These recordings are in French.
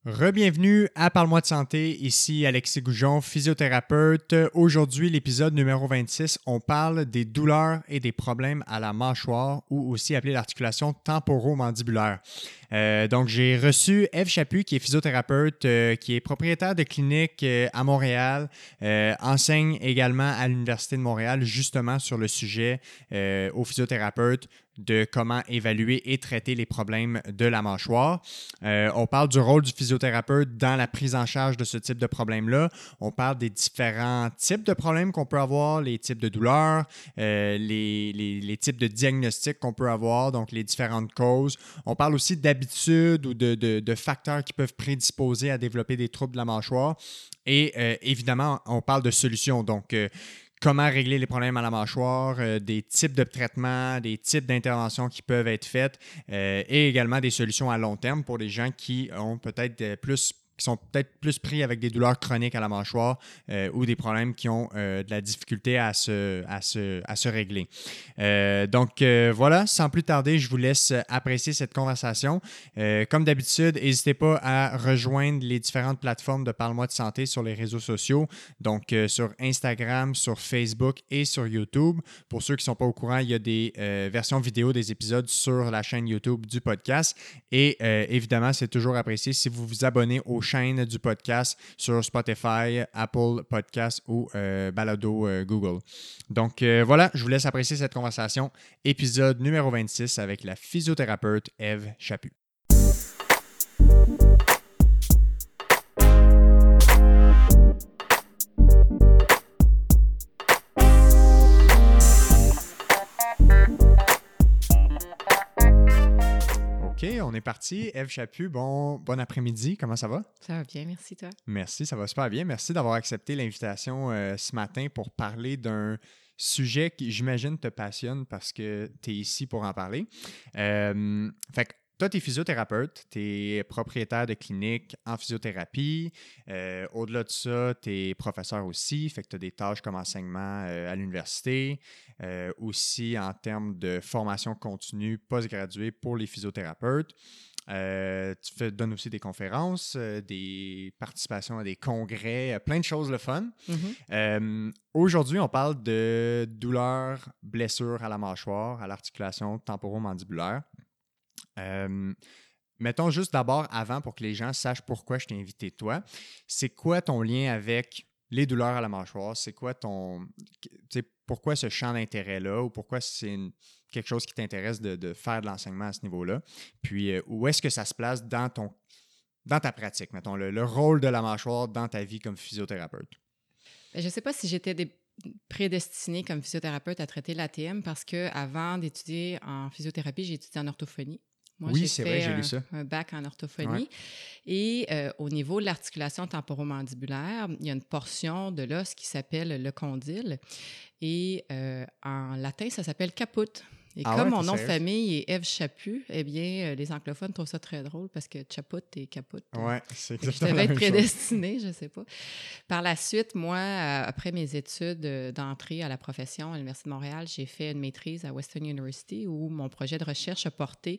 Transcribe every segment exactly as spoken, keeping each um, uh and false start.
Rebienvenue à Parle-moi de santé, ici Alexis Goujon, physiothérapeute. Aujourd'hui, l'épisode numéro vingt-six, on parle des douleurs et des problèmes à la mâchoire ou aussi appelée l'articulation temporomandibulaire. Euh, donc, j'ai reçu Ève Chaput, qui est physiothérapeute, euh, qui est propriétaire de clinique euh, à Montréal, euh, enseigne également à l'Université de Montréal justement sur le sujet euh, aux physiothérapeutes de comment évaluer et traiter les problèmes de la mâchoire. Euh, on parle du rôle du physiothérapeute dans la prise en charge de ce type de problème-là. On parle des différents types de problèmes qu'on peut avoir, les types de douleurs, euh, les, les, les types de diagnostics qu'on peut avoir, donc les différentes causes. On parle aussi d'habitudes ou de, de, de facteurs qui peuvent prédisposer à développer des troubles de la mâchoire. Et euh, évidemment, on parle de solutions. Donc, euh, comment régler les problèmes à la mâchoire, euh, des types de traitements, des types d'interventions qui peuvent être faites euh, et également des solutions à long terme pour les gens qui ont peut-être plus qui sont peut-être plus pris avec des douleurs chroniques à la mâchoire euh, ou des problèmes qui ont euh, de la difficulté à se, à se, à se régler. Euh, donc euh, voilà, sans plus tarder, je vous laisse apprécier cette conversation. Euh, comme d'habitude, n'hésitez pas à rejoindre les différentes plateformes de Parle-moi de santé sur les réseaux sociaux, donc euh, sur Instagram, sur Facebook et sur YouTube. Pour ceux qui ne sont pas au courant, il y a des euh, versions vidéo des épisodes sur la chaîne YouTube du podcast et euh, évidemment, c'est toujours apprécié si vous vous abonnez au chaîne du podcast sur Spotify, Apple Podcasts ou euh, Balado euh, Google. Donc euh, voilà, je vous laisse apprécier cette conversation. Épisode numéro vingt-six avec la physiothérapeute Ève Chaput. OK, on est parti. Ève Chaput, bon, bon après-midi. Comment ça va? Ça va bien, merci toi. Merci, ça va super bien. Merci d'avoir accepté l'invitation euh, ce matin pour parler d'un sujet qui, j'imagine, te passionne parce que tu es ici pour en parler. Euh, fait que toi, tu es physiothérapeute, tu es propriétaire de clinique en physiothérapie. Euh, au-delà de ça, tu es professeur aussi, fait que tu as des tâches comme enseignement euh, à l'université, euh, aussi en termes de formation continue postgraduée pour les physiothérapeutes. Euh, tu fais, donnes aussi des conférences, euh, des participations à des congrès, euh, plein de choses le fun. Mm-hmm. Euh, aujourd'hui, on parle de douleurs, blessures à la mâchoire, à l'articulation temporomandibulaire. Euh, mettons juste d'abord, avant, pour que les gens sachent pourquoi je t'ai invité toi, c'est quoi ton lien avec les douleurs à la mâchoire? C'est quoi ton... Tu sais, pourquoi ce champ d'intérêt-là ou pourquoi c'est une, quelque chose qui t'intéresse de, de faire de l'enseignement à ce niveau-là? Puis, euh, où est-ce que ça se place dans, ton, dans ta pratique, mettons, le, le rôle de la mâchoire dans ta vie comme physiothérapeute? Je ne sais pas si j'étais des... prédestinée comme physiothérapeute à traiter l'A T M parce qu'avant d'étudier en physiothérapie, j'ai étudié en orthophonie. Moi, oui, j'ai c'est fait vrai, j'ai un, lu ça. un bac en orthophonie. Ouais. Et euh, au niveau de l'articulation temporomandibulaire, il y a une portion de l'os qui s'appelle le condyle. Et euh, en latin, ça s'appelle caput. Et ah comme ouais, mon nom sérieux? de famille est Ève Chaput, eh bien, euh, les anglophones trouvent ça très drôle parce que chaput et caput. Oui, c'est Je exactement devais la être même chose. prédestinée, je ne sais pas. Par la suite, moi, euh, après mes études euh, d'entrée à la profession à l'Université de Montréal, j'ai fait une maîtrise à Western University où mon projet de recherche a porté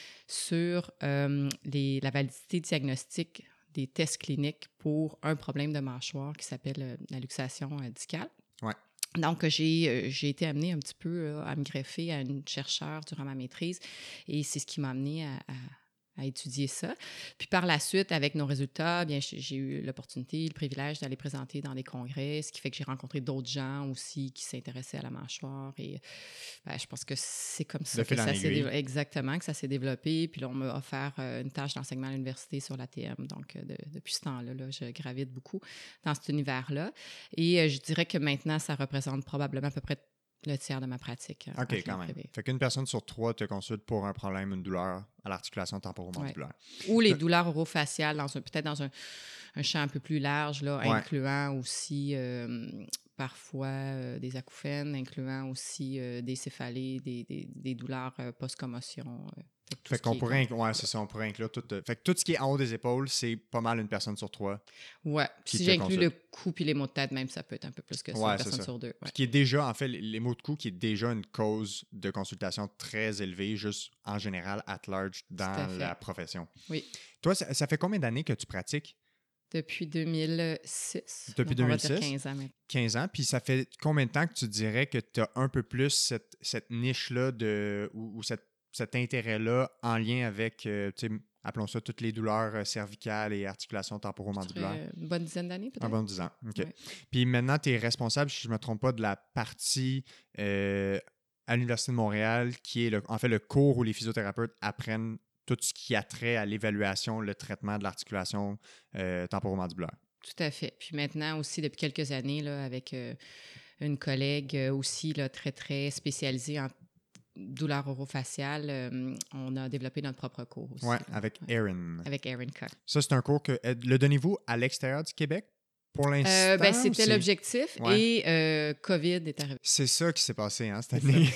sur euh, les, la validité diagnostique des tests cliniques pour un problème de mâchoire qui s'appelle euh, la luxation euh, discale. Ouais. Donc, j'ai, euh, j'ai été amenée un petit peu euh, à me greffer à une chercheure durant ma maîtrise et c'est ce qui m'a amenée à, à, à étudier ça. Puis par la suite, avec nos résultats, bien, j'ai, j'ai eu l'opportunité, le privilège d'aller présenter dans des congrès, ce qui fait que j'ai rencontré d'autres gens aussi qui s'intéressaient à la mâchoire et ben, je pense que c'est comme ça de que ça s'est développé. Exactement, que ça s'est développé. Puis là, on m'a offert euh, une tâche d'enseignement à l'université sur l'A T M. Donc, euh, de, depuis ce temps-là, là, je gravite beaucoup dans cet univers-là. Et euh, je dirais que maintenant, ça représente probablement à peu près le tiers de ma pratique. OK, quand même. Privée. Fait qu'une personne sur trois te consulte pour un problème, une douleur à l'articulation temporomandibulaire. Ouais. Ou les douleurs orofaciales, dans un, peut-être dans un, un champ un peu plus large, là, ouais. incluant aussi euh, parfois euh, des acouphènes, incluant aussi euh, des céphalées, des, des, des douleurs euh, post-commotion. Euh, fait fait qu'on pourrait, inclure, ouais, c'est ça, on pourrait inclure tout. Euh, fait que tout ce qui est en haut des épaules, c'est pas mal une personne sur trois. Ouais. Puis si j'inclus le cou puis les maux de tête, même, ça peut être un peu plus que ça, ouais, une personne sur deux. Ouais. Puis qui est déjà, en fait, les, les maux de cou qui est déjà une cause de consultation très élevée, juste en général, at large, dans la profession. Oui. Toi, ça, ça fait combien d'années que tu pratiques? Depuis deux mille six. Depuis donc deux mille on six? va dire quinze ans maintenant. quinze ans. Puis ça fait combien de temps que tu dirais que tu as un peu plus cette, cette niche-là de, ou, ou cette, cet intérêt-là en lien avec, euh, tu sais, appelons ça toutes les douleurs cervicales et articulations temporomandibulaires? Une bonne dizaine d'années, peut-être? Un bon dix ans. OK. Ouais. Puis maintenant, tu es responsable, si je ne me trompe pas, de la partie euh, à l'Université de Montréal qui est, le, en fait, le cours où les physiothérapeutes apprennent tout ce qui a trait à l'évaluation, le traitement de l'articulation euh, temporomandibulaire. Tout à fait. Puis maintenant aussi, depuis quelques années, là, avec euh, une collègue euh, aussi là, très, très spécialisée en douleurs orofaciales, euh, on a développé notre propre cours aussi. Oui, avec ouais. Erin. Avec Erin Cook. Ça, c'est un cours que... Le donnez-vous à l'extérieur du Québec? Pour l'instant, euh, ben, c'était l'objectif ouais. et euh, COVID est arrivé. C'est ça qui s'est passé hein, cette année.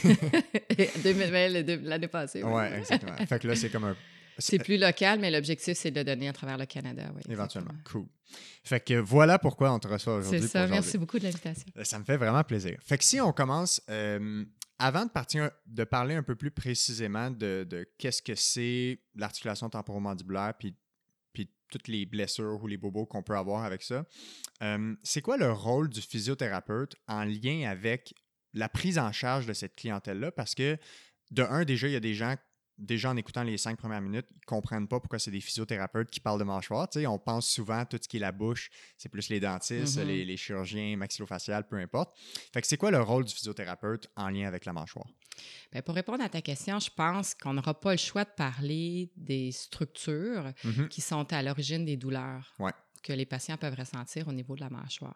deux mille vingt, l'année passée. Oui, ouais, exactement. Fait que là, c'est comme un... C'est plus local, mais l'objectif, c'est de le donner à travers le Canada. Oui, éventuellement. Cool. Fait que voilà pourquoi on te reçoit aujourd'hui. C'est ça. Merci beaucoup de l'invitation. Ça me fait vraiment plaisir. Fait que si on commence... Euh, avant de partir, de parler un peu plus précisément de, de qu'est-ce que c'est l'articulation temporomandibulaire puis puis toutes les blessures ou les bobos qu'on peut avoir avec ça. Euh, c'est quoi le rôle du physiothérapeute en lien avec la prise en charge de cette clientèle-là? Parce que, de un, déjà, il y a des gens, déjà en écoutant les cinq premières minutes, ils ne comprennent pas pourquoi c'est des physiothérapeutes qui parlent de mâchoire. Tu sais, on pense souvent à tout ce qui est la bouche, c'est plus les dentistes, mm-hmm. les, les chirurgiens maxillofaciales, peu importe. Fait que c'est quoi le rôle du physiothérapeute en lien avec la mâchoire? Bien, pour répondre à ta question, je pense qu'on n'aura pas le choix de parler des structures mm-hmm. qui sont à l'origine des douleurs ouais. que les patients peuvent ressentir au niveau de la mâchoire.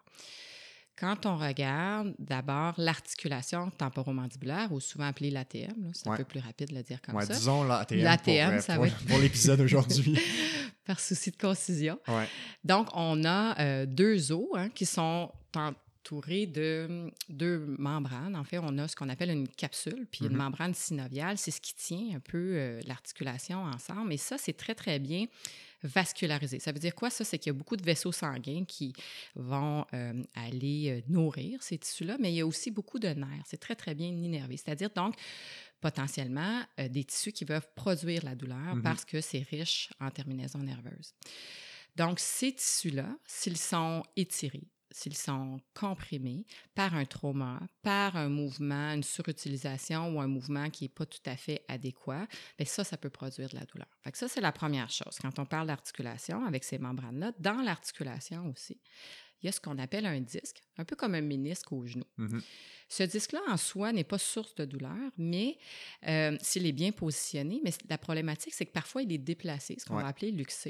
Quand on regarde d'abord l'articulation temporomandibulaire, ou souvent appelée l'A T M, là, c'est ouais. un peu plus rapide de le dire comme ouais, ça. Disons l'A T M, L'A T M pour, ça pour, va être... pour l'épisode aujourd'hui. Par souci de concision. Ouais. Donc, on a euh, deux os hein, qui sont entourés de deux membranes. En fait, on a ce qu'on appelle une capsule, puis mm-hmm. une membrane synoviale. C'est ce qui tient un peu euh, l'articulation ensemble. Et ça, c'est très, très bien vascularisé. Ça veut dire quoi, ça? C'est qu'il y a beaucoup de vaisseaux sanguins qui vont euh, aller euh, nourrir ces tissus-là, mais il y a aussi beaucoup de nerfs. C'est très, très bien innervé. C'est-à-dire, donc, potentiellement, euh, des tissus qui peuvent produire la douleur mm-hmm. parce que c'est riche en terminaisons nerveuses. Donc, ces tissus-là, s'ils sont étirés, s'ils sont comprimés par un trauma, par un mouvement, une surutilisation ou un mouvement qui n'est pas tout à fait adéquat, bien ça, ça peut produire de la douleur. Fait que ça, c'est la première chose. Quand on parle d'articulation avec ces membranes-là, dans l'articulation aussi, il y a ce qu'on appelle un disque, un peu comme un ménisque au genou. Mm-hmm. Ce disque-là, en soi, n'est pas source de douleur, mais euh, s'il est bien positionné, mais la problématique, c'est que parfois, il est déplacé, ce qu'on ouais. va appeler luxé.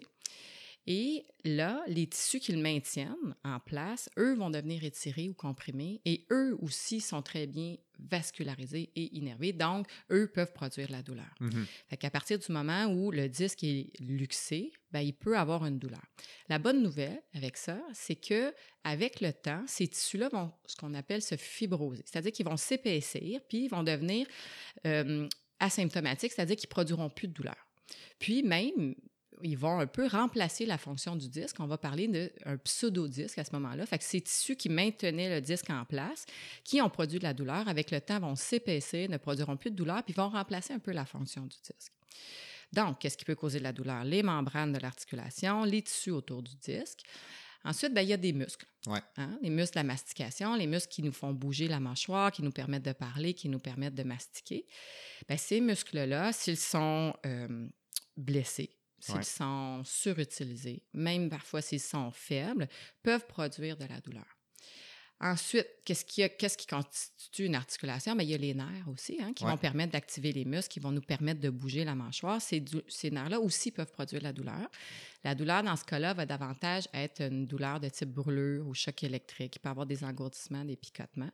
Et là, les tissus qui le maintiennent en place, eux, vont devenir étirés ou comprimés et eux aussi sont très bien vascularisés et innervés. Donc, eux peuvent produire la douleur. Mm-hmm. Fait qu'à partir du moment où le disque est luxé, bien, il peut avoir une douleur. La bonne nouvelle avec ça, c'est qu'avec le temps, ces tissus-là vont, ce qu'on appelle, se fibroser. C'est-à-dire qu'ils vont s'épaissir puis ils vont devenir euh, asymptomatiques, c'est-à-dire qu'ils ne produiront plus de douleur. Puis même... ils vont un peu remplacer la fonction du disque. On va parler d'un pseudodisque à ce moment-là. Fait que ces tissus qui maintenaient le disque en place, qui ont produit de la douleur, avec le temps, vont s'épaissir, ne produiront plus de douleur, puis vont remplacer un peu la fonction du disque. Donc, qu'est-ce qui peut causer de la douleur? Les membranes de l'articulation, les tissus autour du disque. Ensuite, bien, il y a des muscles. Ouais. Hein? Les muscles de la mastication, les muscles qui nous font bouger la mâchoire, qui nous permettent de parler, qui nous permettent de mastiquer. Bien, ces muscles-là, s'ils sont euh, blessés, s'ils ouais. sont surutilisés, même parfois s'ils sont faibles, peuvent produire de la douleur. Ensuite, qu'est-ce qui, a, qu'est-ce qui constitue une articulation? Bien, il y a les nerfs aussi hein, qui ouais. vont permettre d'activer les muscles, qui vont nous permettre de bouger la mâchoire. Ces, du, ces nerfs-là aussi peuvent produire de la douleur. La douleur, dans ce cas-là, va davantage être une douleur de type brûlure ou choc électrique. Il peut y avoir des engourdissements, des picotements.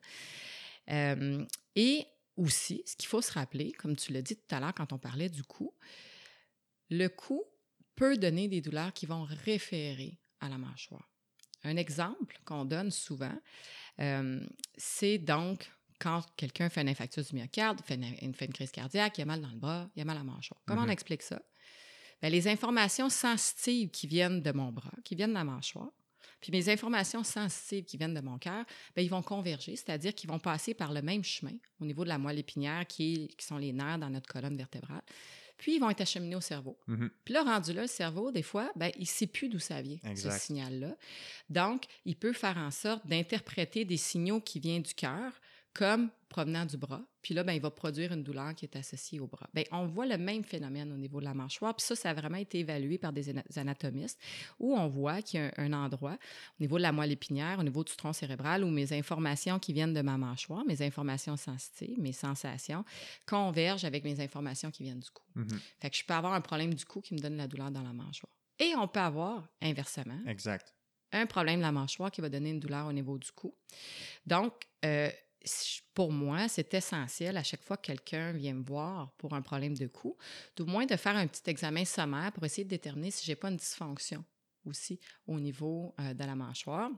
Euh, et aussi, ce qu'il faut se rappeler, comme tu l'as dit tout à l'heure quand on parlait du cou, le cou peut donner des douleurs qui vont référer à la mâchoire. un exemple qu'on donne souvent, euh, c'est donc quand quelqu'un fait une infarctus du myocarde, fait une, fait une crise cardiaque, il a mal dans le bras, il a mal à la mâchoire. Comment mm-hmm. on explique ça? Bien, les informations sensitives qui viennent de mon bras, qui viennent de la mâchoire, puis mes informations sensitives qui viennent de mon cœur, bien, ils vont converger, c'est-à-dire qu'ils vont passer par le même chemin au niveau de la moelle épinière, qui, est, qui sont les nerfs dans notre colonne vertébrale. Puis, ils vont être acheminés au cerveau. Mm-hmm. Puis là, rendu là, le cerveau, des fois, bien, il ne sait plus d'où ça vient, exact. Ce signal-là. Donc, il peut faire en sorte d'interpréter des signaux qui viennent du cœur comme provenant du bras. Puis là, bien, il va produire une douleur qui est associée au bras. Bien, on voit le même phénomène au niveau de la mâchoire. Puis ça, ça a vraiment été évalué par des anatomistes où on voit qu'il y a un, un endroit au niveau de la moelle épinière, au niveau du tronc cérébral, où mes informations qui viennent de ma mâchoire, mes informations sensitives, mes sensations, convergent avec mes informations qui viennent du cou. Mm-hmm. Fait que je peux avoir un problème du cou qui me donne la douleur dans la mâchoire. Et on peut avoir, inversement, exact. un problème de la mâchoire qui va donner une douleur au niveau du cou. Donc, euh, pour moi, c'est essentiel à chaque fois que quelqu'un vient me voir pour un problème de cou, d'au moins de faire un petit examen sommaire pour essayer de déterminer si je n'ai pas une dysfonction aussi au niveau euh, de la mâchoire.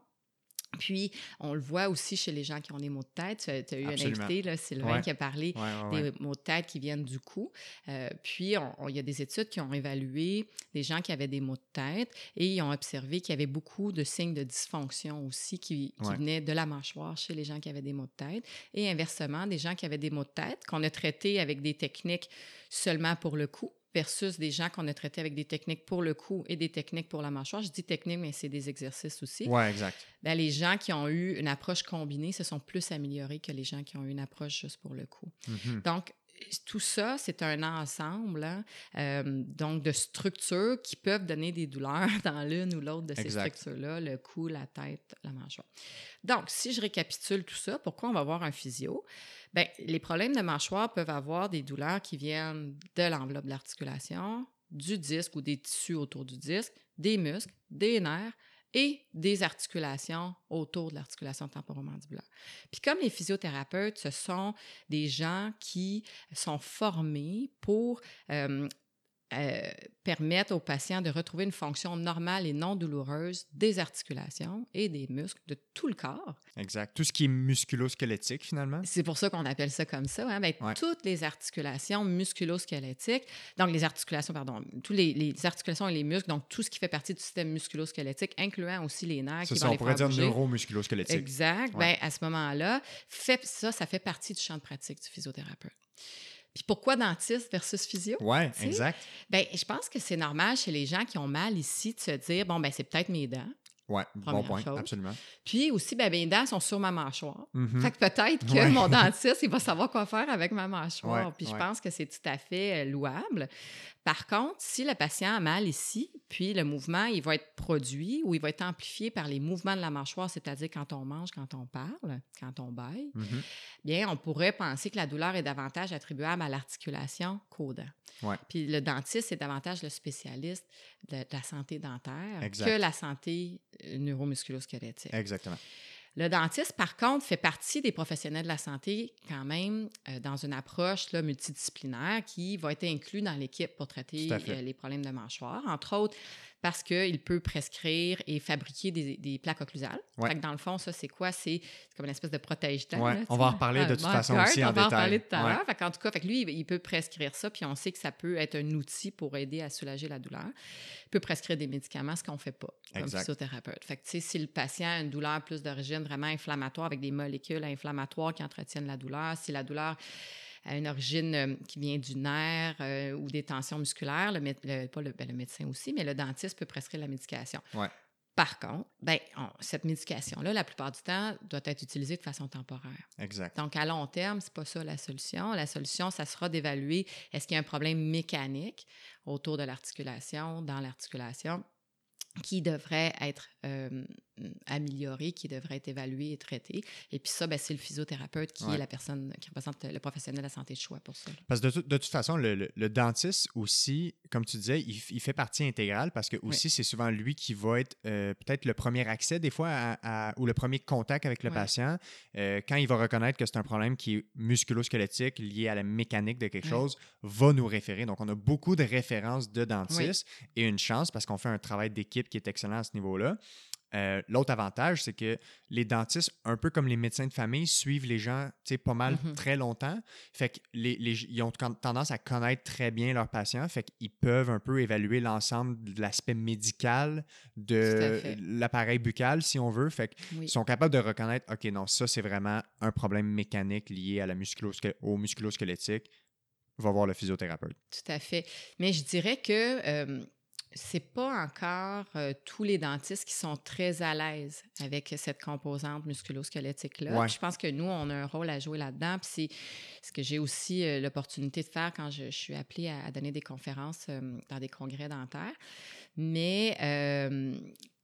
Puis, on le voit aussi chez les gens qui ont des maux de tête. Tu as eu Absolument. Un invité, là, Sylvain, ouais. qui a parlé ouais, ouais, des ouais. maux de tête qui viennent du cou. Euh, puis, il y a des études qui ont évalué des gens qui avaient des maux de tête et ils ont observé qu'il y avait beaucoup de signes de dysfonction aussi qui, qui ouais. venaient de la mâchoire chez les gens qui avaient des maux de tête. Et inversement, des gens qui avaient des maux de tête qu'on a traités avec des techniques seulement pour le cou, versus des gens qu'on a traités avec des techniques pour le cou et des techniques pour la mâchoire. Je dis technique, mais c'est des exercices aussi. Oui, exact. Bien, les gens qui ont eu une approche combinée se sont plus améliorés que les gens qui ont eu une approche juste pour le cou. Mm-hmm. Donc, tout ça, c'est un ensemble hein, euh, donc de structures qui peuvent donner des douleurs dans l'une ou l'autre de ces exact. Structures-là, le cou, la tête, la mâchoire. Donc, si je récapitule tout ça, pourquoi on va voir un physio? Bien, les problèmes de mâchoire peuvent avoir des douleurs qui viennent de l'enveloppe de l'articulation, du disque ou des tissus autour du disque, des muscles, des nerfs et des articulations autour de l'articulation temporomandibulaire. Puis comme les physiothérapeutes, ce sont des gens qui sont formés pour euh, euh, permettre aux patients de retrouver une fonction normale et non douloureuse des articulations et des muscles de tout le corps. Exact. Tout ce qui est musculo-squelettique, finalement. C'est pour ça qu'on appelle ça comme ça. Hein? Bien, ouais. Toutes les articulations musculo-squelettiques, donc les articulations, pardon, tous les, les articulations et les muscles, donc tout ce qui fait partie du système musculo-squelettique, incluant aussi les nerfs ça, qui ça, vont on les pourrait faire dire bouger. Neuro-musculo-squelettique. Exact. Ouais. Bien, à ce moment-là, fait, ça, ça fait partie du champ de pratique du physiothérapeute. Puis pourquoi dentiste versus physio? Oui, exact. Bien, je pense que c'est normal chez les gens qui ont mal ici de se dire, bon, ben c'est peut-être mes dents. Oui, bon point, chose. Absolument. Puis aussi, ben, mes dents sont sur ma mâchoire. Mm-hmm. Fait que peut-être que ouais. mon dentiste, il va savoir quoi faire avec ma mâchoire. Ouais, puis je ouais. pense que c'est tout à fait louable. Par contre, si le patient a mal ici, puis le mouvement, il va être produit ou il va être amplifié par les mouvements de la mâchoire, c'est-à-dire quand on mange, quand on parle, quand on bâille, mm-hmm. bien, on pourrait penser que la douleur est davantage attribuable à l'articulation qu'aux dents. Ouais. Puis le dentiste, c'est davantage le spécialiste de, de la santé dentaire exact. Que la santé neuromusculo-squelettique. Exactement. Le dentiste, par contre, fait partie des professionnels de la santé quand même euh, dans une approche là, multidisciplinaire qui va être inclus dans l'équipe pour traiter euh, les problèmes de mâchoire, entre autres parce qu'il peut prescrire et fabriquer des, des plaques occlusales. Ouais. Fait que dans le fond, ça, c'est quoi? C'est, c'est comme une espèce de protège-dents. Ouais. Là, on va en reparler de toute façon carte, aussi en détail. On va en parler tout à l'heure. Fait en tout cas, fait que lui, il peut prescrire ça, puis on sait que ça peut être un outil pour aider à soulager la douleur. Il peut prescrire des médicaments, ce qu'on ne fait pas comme exact. Physiothérapeute. Fait que, tu sais, si le patient a une douleur plus d'origine vraiment inflammatoire avec des molécules inflammatoires qui entretiennent la douleur, si la douleur à une origine euh, qui vient du nerf euh, ou des tensions musculaires, le, le, pas le, ben, le médecin aussi, mais le dentiste peut prescrire la médication. Ouais. Par contre, ben, on, cette médication-là, la plupart du temps, doit être utilisée de façon temporaire. Exact. Donc, à long terme, c'est pas ça la solution. La solution, ça sera d'évaluer est-ce qu'il y a un problème mécanique autour de l'articulation, dans l'articulation, qui devrait être euh, amélioré, qui devrait être évalué et traité. Et puis ça, ben, c'est le physiothérapeute qui ouais. est la personne qui représente le professionnel de la santé de choix pour ça. Là. Parce que de, tout, de toute façon, le, le, le dentiste aussi, comme tu disais, il, il fait partie intégrale parce que aussi, oui. c'est souvent lui qui va être euh, peut-être le premier accès des fois à, à, ou le premier contact avec le oui. patient euh, quand il va reconnaître que c'est un problème qui est musculo-squelettique lié à la mécanique de quelque oui. chose, va nous référer. Donc, on a beaucoup de références de dentistes oui. et une chance parce qu'on fait un travail d'équipe qui est excellent à ce niveau-là. euh, l'autre avantage, c'est que les dentistes, un peu comme les médecins de famille, suivent les gens pas mal Mm-hmm. très longtemps. Fait que les, les, ils ont tendance à connaître très bien leurs patients. Fait qu'ils peuvent un peu évaluer l'ensemble de l'aspect médical de l'appareil buccal, si on veut. Fait qu'ils oui. sont capables de reconnaître, OK, non, ça, c'est vraiment un problème mécanique lié à la musculo- au musculo-squelettique. Va voir le physiothérapeute. Tout à fait. Mais je dirais que euh, c'est pas encore euh, tous les dentistes qui sont très à l'aise avec cette composante musculo-squelettique-là. Ouais. Je pense que nous, on a un rôle à jouer là-dedans. Puis c'est ce que j'ai aussi euh, l'opportunité de faire quand je, je suis appelée à, à donner des conférences euh, dans des congrès dentaires. Mais... Euh,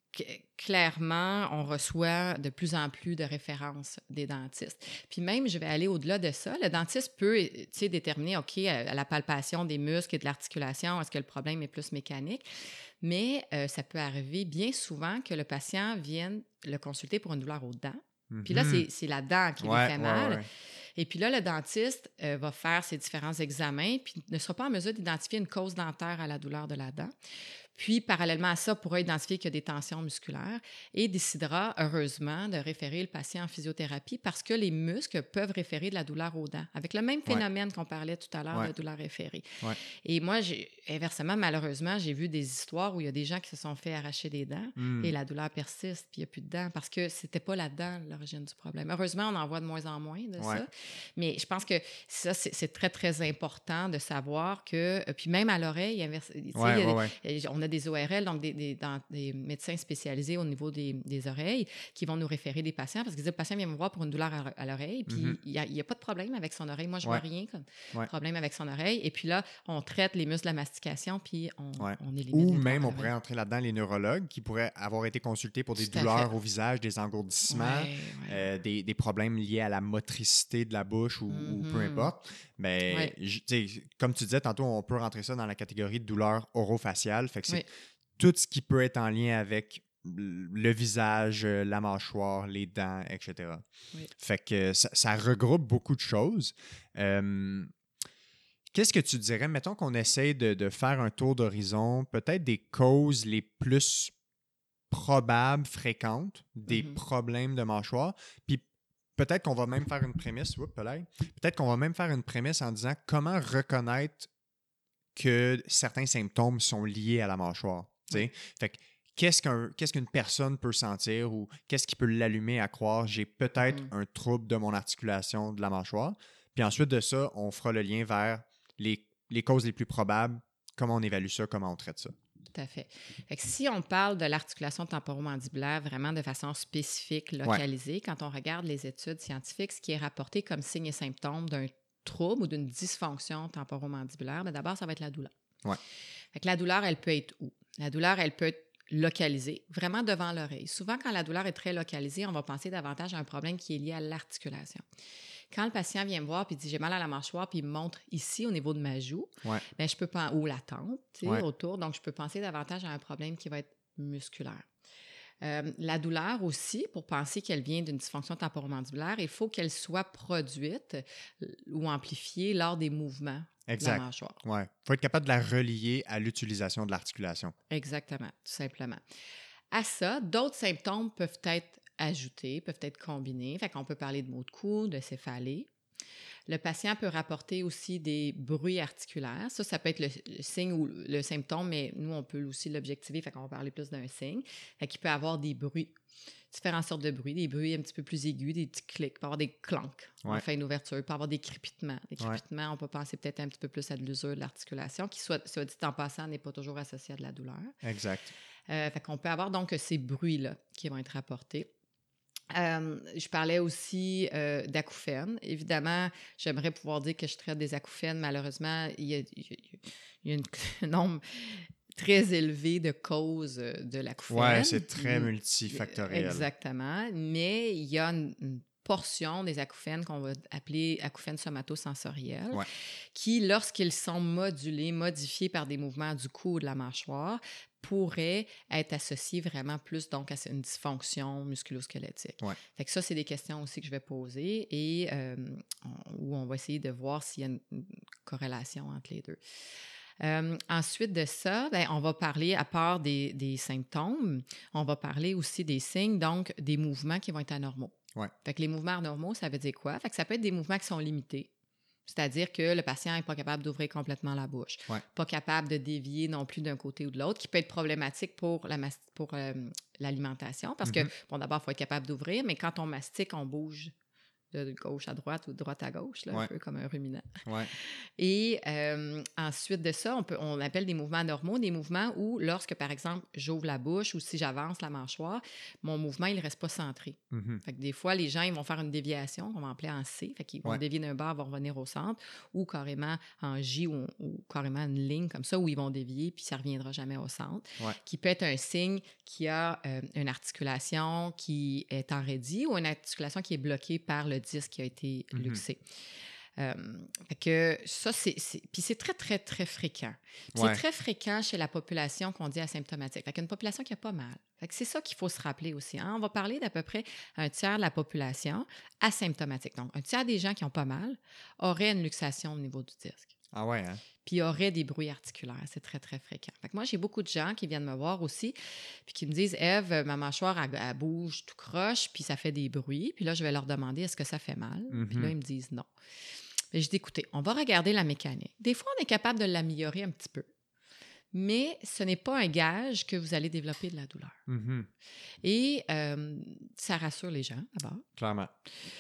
clairement, on reçoit de plus en plus de références des dentistes. Puis même, je vais aller au-delà de ça. Le dentiste peut, tu sais, déterminer, OK, à la palpation des muscles et de l'articulation, est-ce que le problème est plus mécanique? Mais euh, ça peut arriver bien souvent que le patient vienne le consulter pour une douleur aux dents. Mm-hmm. Puis là, c'est, c'est la dent qui ouais, lui fait mal. Ouais, ouais. Et puis là, le dentiste euh, va faire ses différents examens puis ne sera pas en mesure d'identifier une cause dentaire à la douleur de la dent. Puis, parallèlement à ça, pourra identifier qu'il y a des tensions musculaires et décidera, heureusement, de référer le patient en physiothérapie parce que les muscles peuvent référer de la douleur aux dents, avec le même phénomène ouais. qu'on parlait tout à l'heure ouais. de douleur référée. Ouais. Et moi, j'ai, inversement, malheureusement, j'ai vu des histoires où il y a des gens qui se sont fait arracher des dents mm. et la douleur persiste, puis il n'y a plus de dents parce que c'était pas la dent l'origine du problème. Heureusement, on en voit de moins en moins de ouais. ça, mais je pense que ça, c'est, c'est très, très important de savoir que, puis même à l'oreille, inverse, ouais, il y a, ouais, ouais. on a des O R L, donc des, des, dans, des médecins spécialisés au niveau des, des oreilles qui vont nous référer des patients parce qu'ils disent le patient vient me voir pour une douleur à, à l'oreille, puis mm-hmm. il n'y a, a pas de problème avec son oreille. Moi, je ne ouais. vois rien comme ouais. problème avec son oreille. Et puis là, on traite les muscles de la mastication, puis on, ouais. on élimine. Ou même, on pourrait entrer là-dedans les neurologues qui pourraient avoir été consultés pour des Tout douleurs au visage, des engourdissements, ouais, ouais. Euh, des, des problèmes liés à la motricité de la bouche ou, mm-hmm. ou peu importe. Mais ouais. comme tu disais tantôt, on peut rentrer ça dans la catégorie de douleurs orofaciales. Fait que c'est oui. tout ce qui peut être en lien avec le visage, la mâchoire, les dents, et cetera. Oui. Fait que ça, ça regroupe beaucoup de choses. Euh, qu'est-ce que tu dirais? Mettons qu'on essaye de, de faire un tour d'horizon, peut-être des causes les plus probables, fréquentes, des mm-hmm. problèmes de mâchoire, puis peut-être qu'on va même faire une prémisse, oups, peut-être qu'on va même faire une prémisse en disant comment reconnaître que certains symptômes sont liés à la mâchoire. Oui. Fait que qu'est-ce, qu'un, qu'est-ce qu'une personne peut sentir ou qu'est-ce qui peut l'allumer à croire j'ai peut-être mm. un trouble de mon articulation de la mâchoire. Puis ensuite de ça, on fera le lien vers les, les causes les plus probables, comment on évalue ça, comment on traite ça. Tout à fait. Fait que si on parle de l'articulation temporomandibulaire vraiment de façon spécifique, localisée, ouais. quand on regarde les études scientifiques, ce qui est rapporté comme signe et symptôme d'un trouble ou d'une dysfonction temporomandibulaire, bien d'abord, ça va être la douleur. Ouais. Fait que la douleur, elle peut être où? La douleur, elle peut être localisée, vraiment devant l'oreille. Souvent, quand la douleur est très localisée, on va penser davantage à un problème qui est lié à l'articulation. Quand le patient vient me voir et dit « j'ai mal à la mâchoire » puis il me montre ici au niveau de ma joue, ouais. bien, je peux pas, ou la tempe, tu sais, ouais. autour, donc je peux penser davantage à un problème qui va être musculaire. Euh, la douleur aussi, pour penser qu'elle vient d'une dysfonction temporomandibulaire, il faut qu'elle soit produite ou amplifiée lors des mouvements exact. de la mâchoire. Il faut être capable de la relier à l'utilisation de l'articulation. Exactement, tout simplement. À ça, d'autres symptômes peuvent être ajoutés, peuvent être combinés. Fait qu'on peut parler de maux de cou, de céphalée. Le patient peut rapporter aussi des bruits articulaires. Ça, ça peut être le, le signe ou le symptôme, mais nous, on peut aussi l'objectiver, fait qu'on va parler plus d'un signe. Fait qu'il peut avoir des bruits, différentes sortes de bruits, des bruits un petit peu plus aigus, des petits clics, il peut avoir des clanks, ouais. on fait une ouverture, il peut avoir des crépitements. Les crépitements, ouais. on peut penser peut-être un petit peu plus à de l'usure de l'articulation, qui, soit, soit dit en passant, n'est pas toujours associé à de la douleur. Exact. Euh, fait qu'on peut avoir donc ces bruits-là qui vont être rapportés. Euh, je parlais aussi euh, d'acouphènes. Évidemment, j'aimerais pouvoir dire que je traite des acouphènes. Malheureusement, il y a, il y a une, un nombre très élevé de causes de l'acouphène. Oui, c'est très multifactoriel. Exactement. Mais il y a une, une portion des acouphènes qu'on va appeler acouphènes somatosensoriels, ouais. qui, lorsqu'ils sont modulés, modifiés par des mouvements du cou ou de la mâchoire, pourraient être associés vraiment plus donc à une dysfonction musculo-squelettique. Ouais. Fait que ça, c'est des questions aussi que je vais poser et euh, on, où on va essayer de voir s'il y a une, une corrélation entre les deux. Euh, ensuite de ça, ben, on va parler, à part des, des symptômes, on va parler aussi des signes, donc des mouvements qui vont être anormaux. Ouais. Fait que les mouvements anormaux, ça veut dire quoi? Fait que ça peut être des mouvements qui sont limités. C'est-à-dire que le patient n'est pas capable d'ouvrir complètement la bouche, ouais. pas capable de dévier non plus d'un côté ou de l'autre, qui peut être problématique pour, la mas- pour euh, l'alimentation, parce mm-hmm. que, bon, d'abord, il faut être capable d'ouvrir, mais quand on mastique, on bouge de gauche à droite ou de droite à gauche, là, ouais. un peu comme un ruminant. Ouais. Et euh, ensuite de ça, on, peut, on appelle des mouvements normaux, des mouvements où, lorsque, par exemple, j'ouvre la bouche ou si j'avance la mâchoire, mon mouvement, il ne reste pas centré. Mm-hmm. Fait que des fois, les gens, ils vont faire une déviation, on va appeler en C, fait qu'ils vont ouais. dévier d'un bord, vont revenir au centre, ou carrément en J, ou, ou carrément une ligne comme ça, où ils vont dévier, puis ça ne reviendra jamais au centre, ouais. qui peut être un signe qui a euh, une articulation qui est enraidie ou une articulation qui est bloquée par le disque qui a été mm-hmm. luxé. Euh, fait que ça, c'est, c'est... Puis c'est très, très, très fréquent. Puis ouais. C'est très fréquent chez la population qu'on dit asymptomatique. Fait qu'une population qui a pas mal. Fait que c'est ça qu'il faut se rappeler aussi. Hein? On va parler d'à peu près un tiers de la population asymptomatique. Donc, un tiers des gens qui ont pas mal auraient une luxation au niveau du disque. Ah ouais, hein? Puis auraient des bruits articulaires. C'est très, très fréquent. Fait que moi, j'ai beaucoup de gens qui viennent me voir aussi puis qui me disent « Ève, ma mâchoire, elle, elle bouge tout croche, puis ça fait des bruits. » Puis là, je vais leur demander « Est-ce que ça fait mal? Mm-hmm. » Puis là, ils me disent « Non. » Mais je dis, écoutez, on va regarder la mécanique. Des fois, on est capable de l'améliorer un petit peu, mais ce n'est pas un gage que vous allez développer de la douleur. Mm-hmm. Et euh, ça rassure les gens, d'abord. Clairement.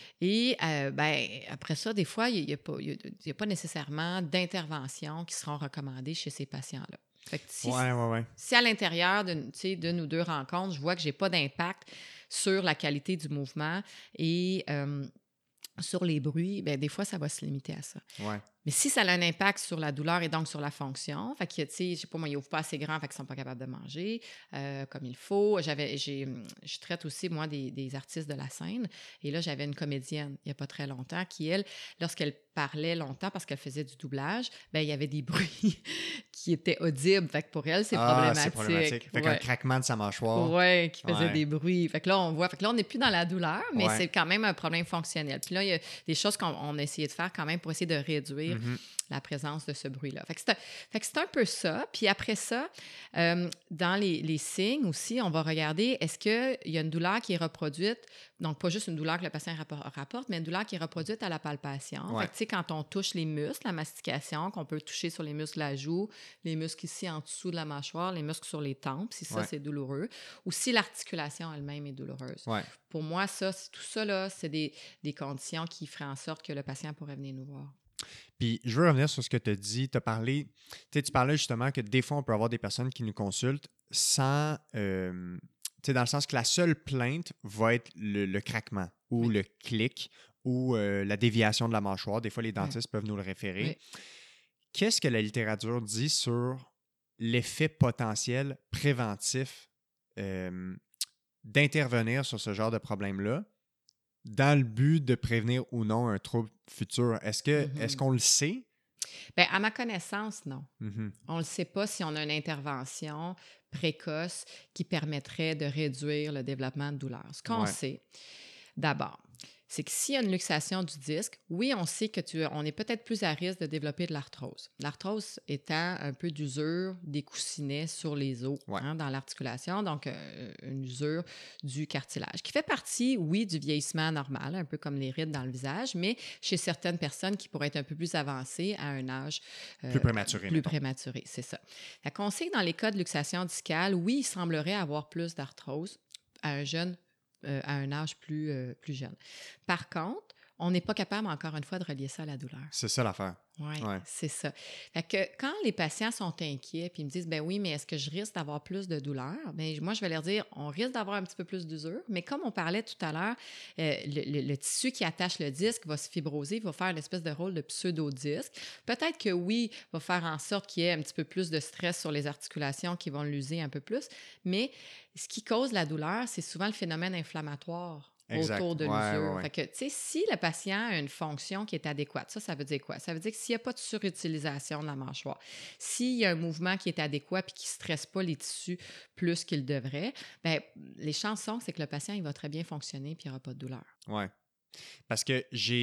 Et euh, ben, après ça, des fois, il n'y a, a, a pas nécessairement d'intervention qui seront recommandées chez ces patients-là. Fait que si, ouais, ouais, ouais. si à l'intérieur d'une, d'une ou deux rencontres, je vois que je n'ai pas d'impact sur la qualité du mouvement et... Euh, sur les bruits, bien, des fois, ça va se limiter à ça. Ouais. Mais si ça a un impact sur la douleur et donc sur la fonction, fait que, tu sais, je sais pas, moi, ils n'ouvrent pas assez grand, fait qu'ils sont pas capables de manger euh, comme il faut. J'avais, j'ai, je traite aussi, moi, des, des artistes de la scène. Et là, j'avais une comédienne, il n'y a pas très longtemps, qui, elle, lorsqu'elle parlait longtemps parce qu'elle faisait du doublage, bien, il y avait des bruits qui étaient audibles. Fait que pour elle, c'est ah, problématique. c'est problématique. Fait qu'un ouais. craquement de sa mâchoire. Oui, qui faisait ouais. des bruits. Fait que là, on voit, fait que là, on n'est plus dans la douleur, mais ouais. c'est quand même un problème fonctionnel. Puis là, il y a des choses qu'on on a essayé de faire quand même pour essayer de réduire mm-hmm. la présence de ce bruit-là. Fait que c'est un, fait que c'est un peu ça. Puis après ça, euh, dans les, les signes aussi, on va regarder est-ce qu'il y a une douleur qui est reproduite, donc pas juste une douleur que le patient rapporte, mais une douleur qui est reproduite à la palpation. Ouais. Fait que tu sais, quand on touche les muscles, la mastication, qu'on peut toucher sur les muscles de la joue, les muscles ici en dessous de la mâchoire, les muscles sur les tempes, si ça, ouais. c'est douloureux, ou si l'articulation elle-même est douloureuse. Ouais. Pour moi, ça, tout ça, là, c'est des, des conditions qui feraient en sorte que le patient pourrait venir nous voir. Puis, je veux revenir sur ce que tu as dit. T'as parlé, tu parlais justement que des fois, on peut avoir des personnes qui nous consultent sans, euh, tu sais, dans le sens que la seule plainte va être le, le craquement ou oui. le clic ou euh, la déviation de la mâchoire. Des fois, les dentistes oui. peuvent nous le référer. Oui. Qu'est-ce que la littérature dit sur l'effet potentiel préventif euh, d'intervenir sur ce genre de problème-là dans le but de prévenir ou non un trouble futur? Est-ce, que, mm-hmm. est-ce qu'on le sait? Bien, à ma connaissance, non. Mm-hmm. On ne le sait pas si on a une intervention précoce qui permettrait de réduire le développement de douleur. Ce qu'on ouais. sait, d'abord, c'est que s'il y a une luxation du disque, oui, on sait que tu, on est peut-être plus à risque de développer de l'arthrose. L'arthrose étant un peu d'usure des coussinets sur les os ouais. hein, dans l'articulation, donc euh, une usure du cartilage, qui fait partie, oui, du vieillissement normal, un peu comme les rides dans le visage, mais chez certaines personnes qui pourraient être un peu plus avancées à un âge euh, plus prématuré. Plus mettons. prématuré, c'est ça. Fait qu'on sait que dans les cas de luxation discale, oui, il semblerait avoir plus d'arthrose à un jeune Euh, à un âge plus, euh, plus jeune. Par contre, on n'est pas capable, encore une fois, de relier ça à la douleur. C'est ça l'affaire. Oui, ouais. c'est ça. Fait que quand les patients sont inquiets puis ils me disent, ben oui, mais est-ce que je risque d'avoir plus de douleur? Bien, moi, je vais leur dire, on risque d'avoir un petit peu plus d'usure, mais comme on parlait tout à l'heure, euh, le, le, le tissu qui attache le disque va se fibroser, va faire une espèce de rôle de pseudo-disque. Peut-être que oui, va faire en sorte qu'il y ait un petit peu plus de stress sur les articulations qui vont l'user un peu plus, mais ce qui cause la douleur, c'est souvent le phénomène inflammatoire. Exact. Autour de l'usure. Ouais, ouais, ouais. Fait que, tu sais, si le patient a une fonction qui est adéquate, ça, ça veut dire quoi? Ça veut dire que s'il n'y a pas de surutilisation de la mâchoire, s'il y a un mouvement qui est adéquat puis qui ne stresse pas les tissus plus qu'il devrait, bien, les chances sont c'est que le patient, il va très bien fonctionner puis il n'y aura pas de douleur. Oui. Parce que j'ai...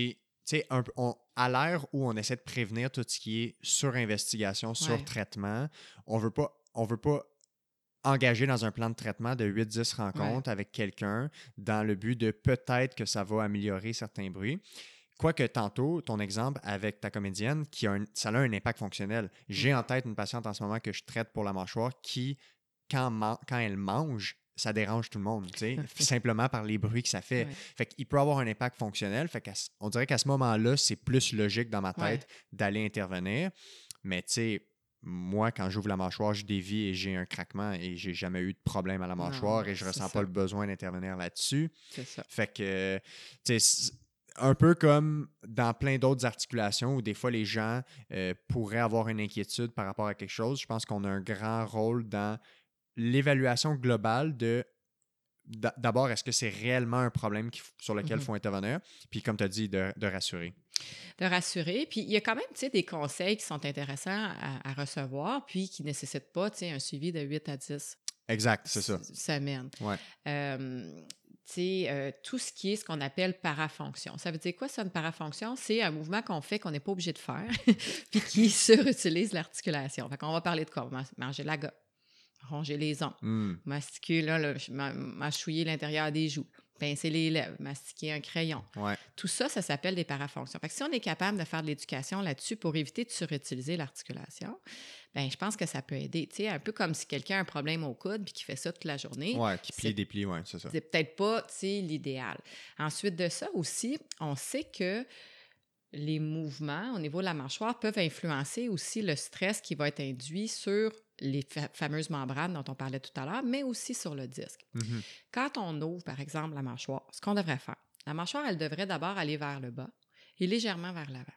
tu sais, à l'ère où on essaie de prévenir tout ce qui est surinvestigation, Ouais. surtraitement, on veut pas, on veut pas engager dans un plan de traitement de huit dix rencontres Ouais. avec quelqu'un dans le but de peut-être que ça va améliorer certains bruits. Quoique tantôt, ton exemple avec ta comédienne, qui a un, ça a un impact fonctionnel. J'ai Mm. en tête une patiente en ce moment que je traite pour la mâchoire qui, quand, man- quand elle mange, ça dérange tout le monde, tu sais, simplement par les bruits que ça fait. Ouais. Fait qu'il peut avoir un impact fonctionnel. Fait qu'on dirait qu'à ce moment-là, c'est plus logique dans ma tête Ouais. d'aller intervenir. Mais tu sais, moi, quand j'ouvre la mâchoire, je dévie et j'ai un craquement et j'ai jamais eu de problème à la mâchoire Non, et je c'est ressens ça. pas le besoin d'intervenir là-dessus. C'est ça. Fait que, tu sais, un peu comme dans plein d'autres articulations où des fois les gens euh, pourraient avoir une inquiétude par rapport à quelque chose, je pense qu'on a un grand rôle dans l'évaluation globale de d'abord, est-ce que c'est réellement un problème qui, sur lequel il Mm-hmm. faut intervenir? Puis comme tu as dit, de, de rassurer. De rassurer. Puis il y a quand même, tu sais, des conseils qui sont intéressants à, à recevoir, puis qui ne nécessitent pas, tu sais, un suivi de huit à dix Exact, c'est ça. semaines. Ouais. Euh, tu sais, euh, tout ce qui est ce qu'on appelle parafonction. Ça veut dire quoi, ça, une parafonction? C'est un mouvement qu'on fait qu'on n'est pas obligé de faire, puis qui surutilise l'articulation. Fait qu'on va parler de quoi? Manger la gomme, ronger les ongles, Mm. mastiquer, là, le, mâchouiller l'intérieur des joues, pincer les lèvres, mastiquer un crayon. Ouais. Tout ça, ça s'appelle des parafonctions. Fait que si on est capable de faire de l'éducation là-dessus pour éviter de surutiliser l'articulation, bien, je pense que ça peut aider. Tu sais, un peu comme si quelqu'un a un problème au coude puis qui fait ça toute la journée. Ouais, qui plie, déplie, ouais, c'est ça. C'est peut-être pas, tu sais, l'idéal. Ensuite de ça aussi, on sait que les mouvements au niveau de la mâchoire peuvent influencer aussi le stress qui va être induit sur les fa- fameuses membranes dont on parlait tout à l'heure, mais aussi sur le disque. Mm-hmm. Quand on ouvre, par exemple, la mâchoire, ce qu'on devrait faire, la mâchoire, elle devrait d'abord aller vers le bas et légèrement vers l'avant.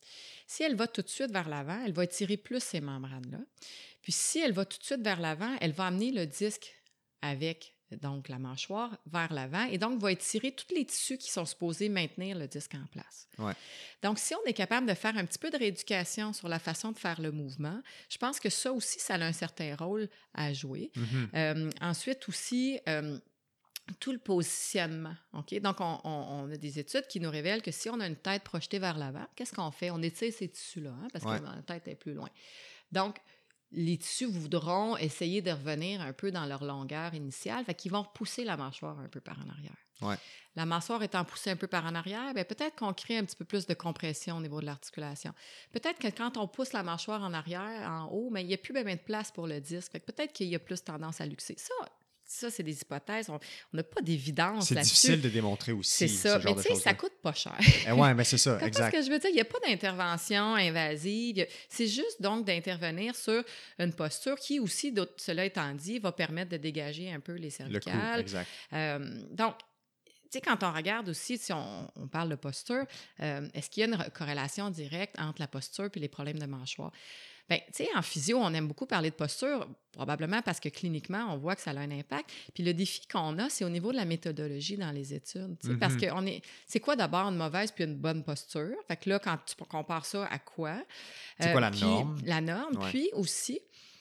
Si elle va tout de suite vers l'avant, elle va étirer plus ces membranes-là. Puis si elle va tout de suite vers l'avant, elle va amener le disque avec donc la mâchoire vers l'avant et donc va étirer tous les tissus qui sont supposés maintenir le disque en place. Ouais. Donc, si on est capable de faire un petit peu de rééducation sur la façon de faire le mouvement, je pense que ça aussi, ça a un certain rôle à jouer. Mm-hmm. Euh, ensuite aussi, euh, tout le positionnement. OK? Donc, on, on, on a des études qui nous révèlent que si on a une tête projetée vers l'avant, qu'est-ce qu'on fait? On étire ces tissus-là, hein, parce ouais. que la tête est plus loin. Donc, les tissus voudront essayer de revenir un peu dans leur longueur initiale, fait qu'ils vont repousser la mâchoire un peu par en arrière. Ouais. La mâchoire étant poussée un peu par en arrière, bien, peut-être qu'on crée un petit peu plus de compression au niveau de l'articulation. Peut-être que quand on pousse la mâchoire en arrière, en haut, mais il n'y a plus bien de place pour le disque. Fait que peut-être qu'il y a plus tendance à luxer. Ça, ça c'est des hypothèses. On n'a pas d'évidence c'est là-dessus. C'est difficile de démontrer aussi. C'est ça. Ce genre mais tu sais, ça choses-là. coûte pas cher. Eh ouais, mais c'est ça, exact. Ce que je veux dire, il n'y a pas d'intervention invasive. C'est juste donc d'intervenir sur une posture qui aussi, cela étant dit, va permettre de dégager un peu les cervicales. Le cou, exact. Euh, donc, tu sais, quand on regarde aussi, si on, on parle de posture, euh, est-ce qu'il y a une corrélation directe entre la posture et les problèmes de mâchoire? Bien, tu sais, en physio, on aime beaucoup parler de posture, probablement parce que cliniquement, on voit que ça a un impact. Puis le défi qu'on a, c'est au niveau de la méthodologie dans les études. Tu sais, Mm-hmm. Parce que on est, c'est quoi d'abord une mauvaise puis une bonne posture? Fait que là, quand tu compares ça à quoi? C'est euh, quoi la norme? La norme. Ouais. Puis aussi,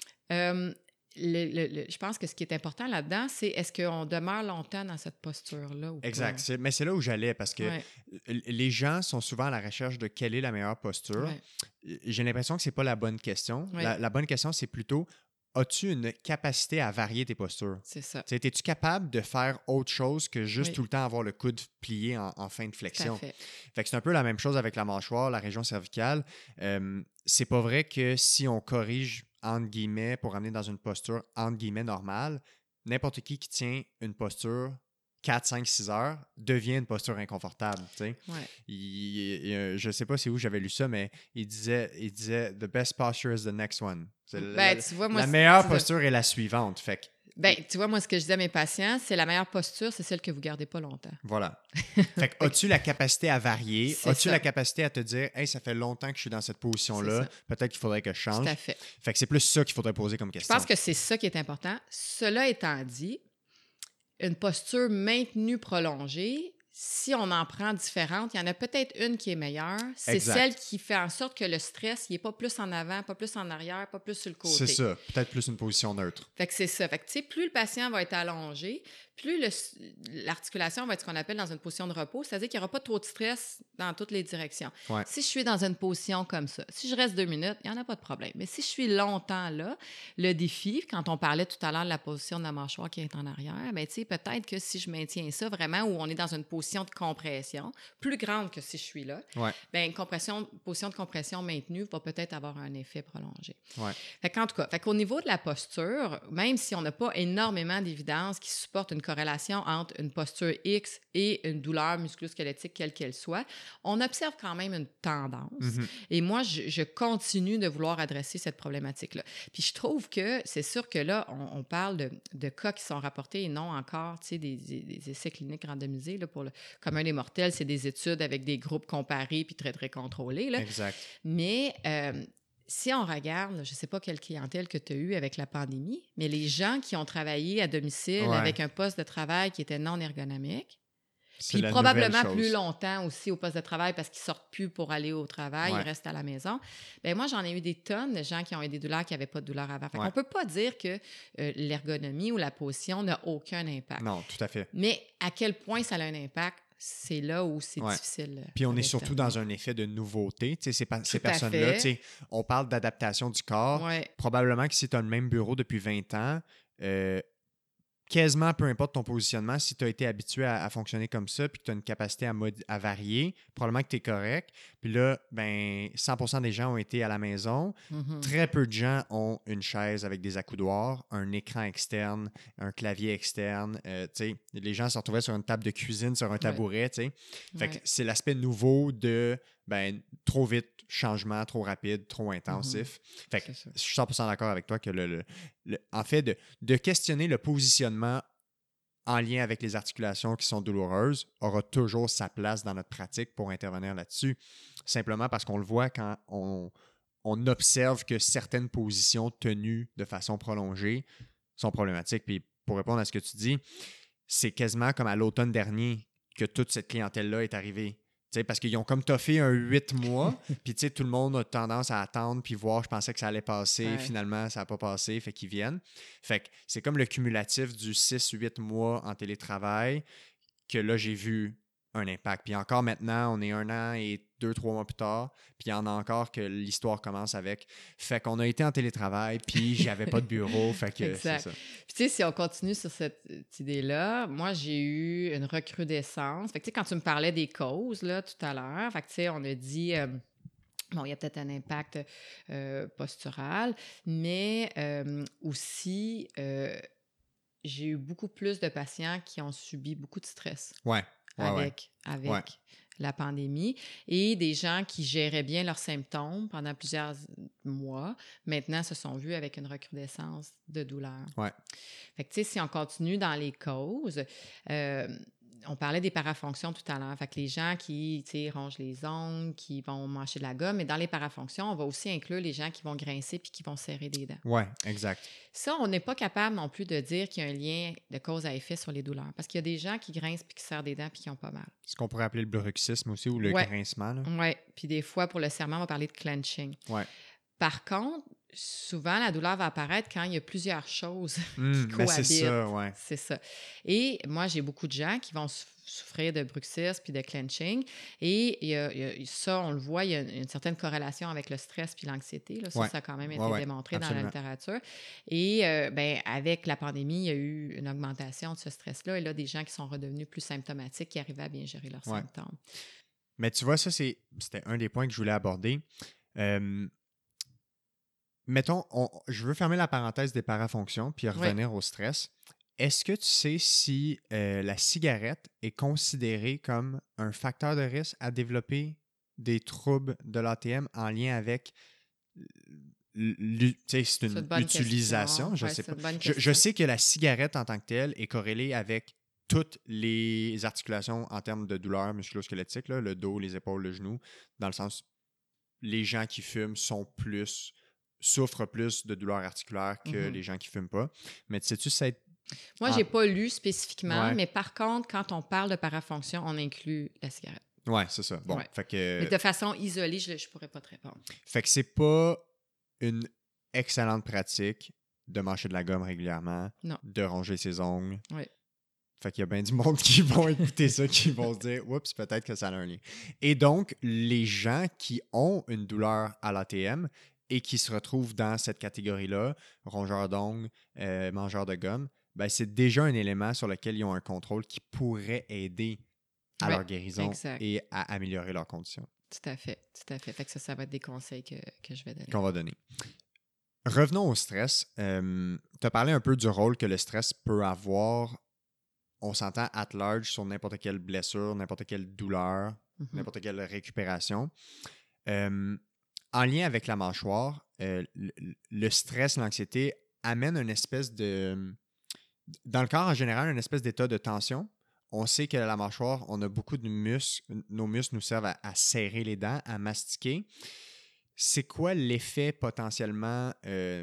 euh, Le, le, le, je pense que ce qui est important là-dedans, c'est est-ce qu'on demeure longtemps dans cette posture-là ou exact. pas? C'est, mais c'est là où j'allais parce que ouais. les gens sont souvent à la recherche de quelle est la meilleure posture. Ouais. J'ai l'impression que ce n'est pas la bonne question. Ouais. La, la bonne question, c'est plutôt as-tu une capacité à varier tes postures? C'est ça. Es-tu capable de faire autre chose que juste oui. tout le temps avoir le coude plié en, en fin de flexion? Tout à fait. Fait que c'est un peu la même chose avec la mâchoire, la région cervicale. Euh, c'est pas vrai que si on corrige entre guillemets pour amener dans une posture entre guillemets normale, n'importe qui qui tient une posture quatre, cinq, six heures devient une posture inconfortable. Ouais. Il, il, je ne sais pas c'est où j'avais lu ça, mais il disait, il disait « The best posture is the next one ». Ben, la, tu vois, moi, la meilleure posture de... est la suivante. Fait que, ben, tu vois, moi, ce que je dis à mes patients, c'est la meilleure posture, c'est celle que vous ne gardez pas longtemps. Voilà. Fait que as-tu la capacité à varier? C'est As-tu ça. la capacité à te dire « Hey, ça fait longtemps que je suis dans cette position-là, peut-être qu'il faudrait que je change. » Tout à fait. Fait que c'est plus ça qu'il faudrait poser comme question. Je pense que c'est ça qui est important. Cela étant dit, une posture maintenue prolongée, si on en prend différentes, il y en a peut-être une qui est meilleure. C'est Exact. celle qui fait en sorte que le stress, il n'est pas plus en avant, pas plus en arrière, pas plus sur le côté. C'est ça. Peut-être plus une position neutre. Fait que c'est ça. Fait que, tu sais, plus le patient va être allongé, plus le, l'articulation va être ce qu'on appelle dans une position de repos, c'est-à-dire qu'il n'y aura pas trop de stress dans toutes les directions. Ouais. Si je suis dans une position comme ça, si je reste deux minutes, il n'y en a pas de problème. Mais si je suis longtemps là, le défi, quand on parlait tout à l'heure de la position de la mâchoire qui est en arrière, bien, tu sais, peut-être que si je maintiens ça vraiment où on est dans une position de compression, plus grande que si je suis là, ouais. bien, une compression, position de compression maintenue va peut-être avoir un effet prolongé. Ouais. Fait qu'en tout cas, fait qu'au niveau de la posture, même si on n'a pas énormément d'évidence qui supporte une corrélation entre une posture X et une douleur musculo-squelettique, quelle qu'elle soit, on observe quand même une tendance. Mm-hmm. Et moi, je, je continue de vouloir adresser cette problématique-là. Puis je trouve que c'est sûr que là, on, on parle de, de cas qui sont rapportés et non encore, tu sais, des, des, des essais cliniques randomisés. Là, pour le commun des mortels, c'est des études avec des groupes comparés puis très, très contrôlés. Là. Exact. Mais... Euh, si on regarde, je ne sais pas quelle clientèle que tu as eue avec la pandémie, mais les gens qui ont travaillé à domicile ouais. avec un poste de travail qui était non ergonomique, c'est puis probablement plus longtemps aussi au poste de travail parce qu'ils ne sortent plus pour aller au travail, ouais. ils restent à la maison. Bien, moi, j'en ai eu des tonnes de gens qui ont eu des douleurs qui n'avaient pas de douleurs avant. Fait ouais. On ne peut pas dire que euh, l'ergonomie ou la position n'a aucun impact. Non, tout à fait. Mais à quel point ça a un impact? C'est là où c'est ouais. difficile. Puis on est surtout dans un effet de nouveauté. Tu sais, ces, pa- ces personnes-là, tu sais, on parle d'adaptation du corps. Ouais. Probablement que si tu as le même bureau depuis vingt ans, euh, quasiment peu importe ton positionnement, si tu as été habitué à, à fonctionner comme ça puis que tu as une capacité à, mod- à varier, probablement que tu es correct. Puis là, ben, cent pour cent des gens ont été à la maison. Mm-hmm. Très peu de gens ont une chaise avec des accoudoirs, un écran externe, un clavier externe. Euh, tu sais, les gens se retrouvaient sur une table de cuisine, sur un tabouret. Ouais. Tu sais. Fait ouais. que c'est l'aspect nouveau de ben, trop vite, changement, trop rapide, trop intensif. Mm-hmm. Fait que je suis cent pour cent d'accord avec toi que le, le, le en fait, de, de questionner le positionnement en lien avec les articulations qui sont douloureuses aura toujours sa place dans notre pratique pour intervenir là-dessus. Simplement parce qu'on le voit quand on, on observe que certaines positions tenues de façon prolongée sont problématiques. Puis pour répondre à ce que tu dis, c'est quasiment comme à l'automne dernier que toute cette clientèle-là est arrivée. T'sais, parce qu'ils ont comme toffé un huit mois, puis tout le monde a tendance à attendre puis voir, je pensais que ça allait passer, ouais. Finalement, ça n'a pas passé, fait qu'ils viennent. Fait que c'est comme le cumulatif du six huit mois en télétravail que là, j'ai vu un impact. Puis encore maintenant, on est un an et deux, trois mois plus tard, puis il y en a encore que l'histoire commence avec. Fait qu'on a été en télétravail, puis j'avais pas de bureau, fait que exact. C'est ça. Puis tu sais, si on continue sur cette idée-là, moi, j'ai eu une recrudescence. Fait que tu sais, quand tu me parlais des causes, là, tout à l'heure, fait que tu sais, on a dit... Euh, Bon, il y a peut-être un impact euh, postural, mais euh, aussi, euh, j'ai eu beaucoup plus de patients qui ont subi beaucoup de stress. Ouais. Ouais, avec, ouais. avec ouais. la pandémie et des gens qui géraient bien leurs symptômes pendant plusieurs mois, maintenant se sont vus avec une recrudescence de douleur. Ouais. Fait que, tu sais, si on continue dans les causes, euh, on parlait des parafonctions tout à l'heure. Fait que les gens qui, tu sais, rongent les ongles, qui vont mâcher de la gomme, mais dans les parafonctions, on va aussi inclure les gens qui vont grincer puis qui vont serrer des dents. Oui, exact. Ça, on n'est pas capable non plus de dire qu'il y a un lien de cause à effet sur les douleurs. Parce qu'il y a des gens qui grincent puis qui serrent des dents puis qui ont pas mal. Ce qu'on pourrait appeler le bruxisme aussi ou le ouais. grincement. Oui. Puis des fois, pour le serrement, on va parler de clenching. Oui. Par contre, souvent, la douleur va apparaître quand il y a plusieurs choses mmh, qui cohabitent. C'est ça, ouais. C'est ça. Et moi, j'ai beaucoup de gens qui vont souffrir de bruxisme puis de clenching. Et il y a, il y a, ça, on le voit, il y a une, une certaine corrélation avec le stress puis l'anxiété. Là. Ça, ouais. ça a quand même été ouais, ouais. démontré Absolument. dans la littérature. Et euh, ben, avec la pandémie, il y a eu une augmentation de ce stress-là. Et là, des gens qui sont redevenus plus symptomatiques, qui arrivaient à bien gérer leurs ouais. symptômes. Mais tu vois, ça, c'est, c'était un des points que je voulais aborder. Euh, Mettons, on, je veux fermer la parenthèse des parafonctions puis revenir oui. au stress. Est-ce que tu sais si euh, la cigarette est considérée comme un facteur de risque à développer des troubles de l'A T M en lien avec l'u, c'est une, c'est une utilisation? Je, ouais, sais pas. Je, je sais que la cigarette en tant que telle est corrélée avec toutes les articulations en termes de douleur musculo-squelettique, là, le dos, les épaules, le genou, dans le sens les gens qui fument sont plus... souffrent plus de douleurs articulaires que mm-hmm. les gens qui ne fument pas. Mais sais-tu si Moi, Ah. je n'ai pas lu spécifiquement, Ouais. mais par contre, quand on parle de parafonction, on inclut la cigarette. Ouais, c'est ça. Bon, Ouais. fait que... Mais de façon isolée, je ne pourrais pas te répondre. Fait que c'est pas une excellente pratique de mâcher de la gomme régulièrement, Non. de ronger ses ongles. Oui. Fait qu'il y a bien du monde qui vont écouter ça, qui vont se dire « Oups, peut-être que ça a un lien ». Et donc, les gens qui ont une douleur à l'A T M et qui se retrouvent dans cette catégorie-là, rongeurs d'ongles, euh, mangeurs de gomme, ben c'est déjà un élément sur lequel ils ont un contrôle qui pourrait aider à Ouais, leur guérison exact. et à améliorer leurs conditions. Tout à fait, tout à fait. Fait que ça, ça va être des conseils que, que je vais donner. Qu'on va donner. Revenons au stress. Euh, tu as parlé un peu du rôle que le stress peut avoir, on s'entend at large sur n'importe quelle blessure, n'importe quelle douleur, Mhm. n'importe quelle récupération. Euh, en lien avec la mâchoire, euh, le, le stress, l'anxiété amène une espèce de... Dans le corps, en général, une espèce d'état de tension. On sait que la mâchoire, on a beaucoup de muscles. Nos muscles nous servent à, à serrer les dents, à mastiquer. C'est quoi l'effet potentiellement euh,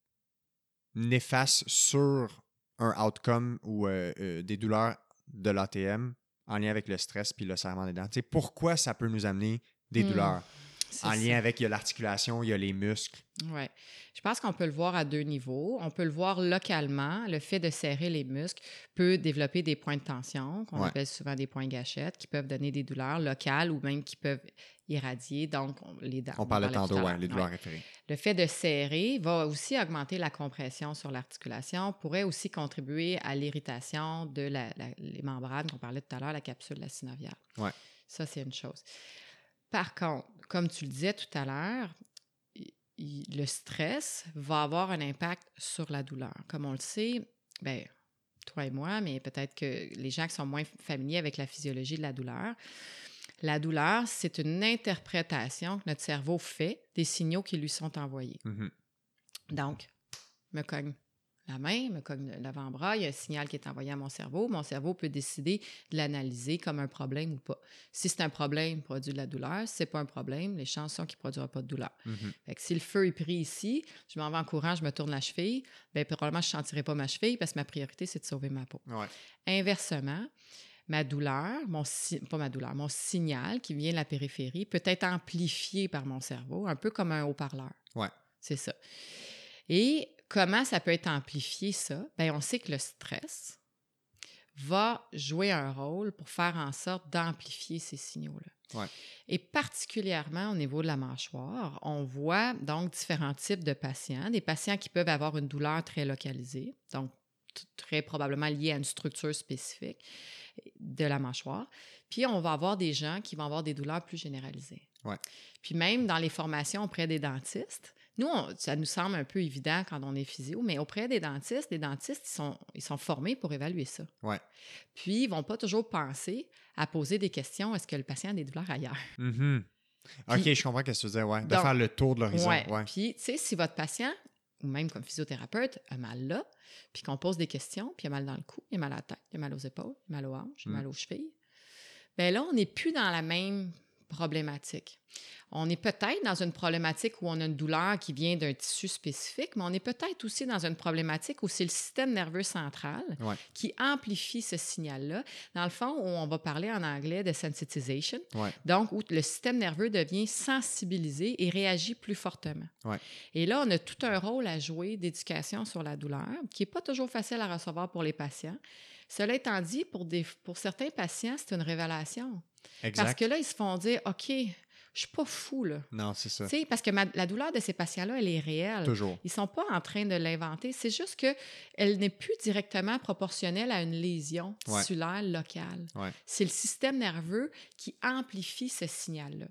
néfaste sur un outcome ou euh, euh, des douleurs de l'A T M en lien avec le stress puis le serrement des dents? T'sais, pourquoi ça peut nous amener des Hmm, douleurs? c'est En ça. lien avec, il y a l'articulation, il y a les muscles. Oui. Je pense qu'on peut le voir à deux niveaux. On peut le voir localement. Le fait de serrer les muscles peut développer des points de tension, qu'on Ouais. appelle souvent des points gâchettes, qui peuvent donner des douleurs locales ou même qui peuvent irradier, donc on- les dents. On parle de parlait tout tendons, à ouais, l'heure. les douleurs Ouais. référées. Le fait de serrer va aussi augmenter la compression sur l'articulation, pourrait aussi contribuer à l'irritation de la, la- les membranes qu'on parlait tout à l'heure, la capsule la synoviale. Ouais. Ça, c'est une chose. Par contre, comme tu le disais tout à l'heure, i- i- le stress va avoir un impact sur la douleur. Comme on le sait, ben, toi et moi, mais peut-être que les gens qui sont moins familiers avec la physiologie de la douleur, la douleur, c'est une interprétation que notre cerveau fait des signaux qui lui sont envoyés. Mhm. Donc, me cogne la main, me cogne l'avant-bras, il y a un signal qui est envoyé à mon cerveau. Mon cerveau peut décider de l'analyser comme un problème ou pas. Si c'est un problème, il produit de la douleur. Si ce n'est pas un problème, les chances sont qu'il ne produira pas de douleur. Mhm. Fait que si le feu est pris ici, je m'en vais en courant, je me tourne la cheville, bien, probablement je ne sentirai pas ma cheville parce que ma priorité, c'est de sauver ma peau. Ouais. Inversement, ma douleur, mon si- pas ma douleur, mon signal qui vient de la périphérie peut être amplifié par mon cerveau, un peu comme un haut-parleur. Ouais. C'est ça. Et comment ça peut être amplifié, ça? Bien, on sait que le stress va jouer un rôle pour faire en sorte d'amplifier ces signaux-là. Ouais. Et particulièrement au niveau de la mâchoire, on voit donc différents types de patients. Des patients qui peuvent avoir une douleur très localisée, donc t- très probablement liée à une structure spécifique de la mâchoire. Puis on va avoir des gens qui vont avoir des douleurs plus généralisées. Ouais. Puis même dans les formations auprès des dentistes, nous, on- ça nous semble un peu évident quand on est physio, mais auprès des dentistes, les dentistes, ils sont, ils sont formés pour évaluer ça. Ouais. Puis, ils ne vont pas toujours penser à poser des questions. Est-ce que le patient a des douleurs ailleurs? Mhm. OK, Puis- je comprends ce que tu veux dire. Ouais. De Donc, faire le tour de l'horizon. Ouais. Ouais. Puis, tu sais, si votre patient, ou même comme physiothérapeute, a mal là, puis qu'on pose des questions, puis il a mal dans le cou, il a mal à la tête, il a mal aux épaules, il a mal aux hanches, il a Mm. mal aux chevilles, bien là, on n'est plus dans la même problématique. On est peut-être dans une problématique où on a une douleur qui vient d'un tissu spécifique, mais on est peut-être aussi dans une problématique où c'est le système nerveux central Ouais. qui amplifie ce signal-là. Dans le fond, où on va parler en anglais de sensitization, Ouais. donc où le système nerveux devient sensibilisé et réagit plus fortement. Ouais. Et là, on a tout un rôle à jouer d'éducation sur la douleur, qui n'est pas toujours facile à recevoir pour les patients. Cela étant dit, pour, des, pour certains patients, c'est une révélation. Exact. Parce que là, ils se font dire, OK, je suis pas fou, là. Non, c'est ça. Tu sais, parce que ma- la douleur de ces patients-là, elle est réelle. Toujours. Ils ne sont pas en train de l'inventer. C'est juste qu'elle n'est plus directement proportionnelle à une lésion Ouais. tissulaire locale. Ouais. C'est le système nerveux qui amplifie ce signal-là.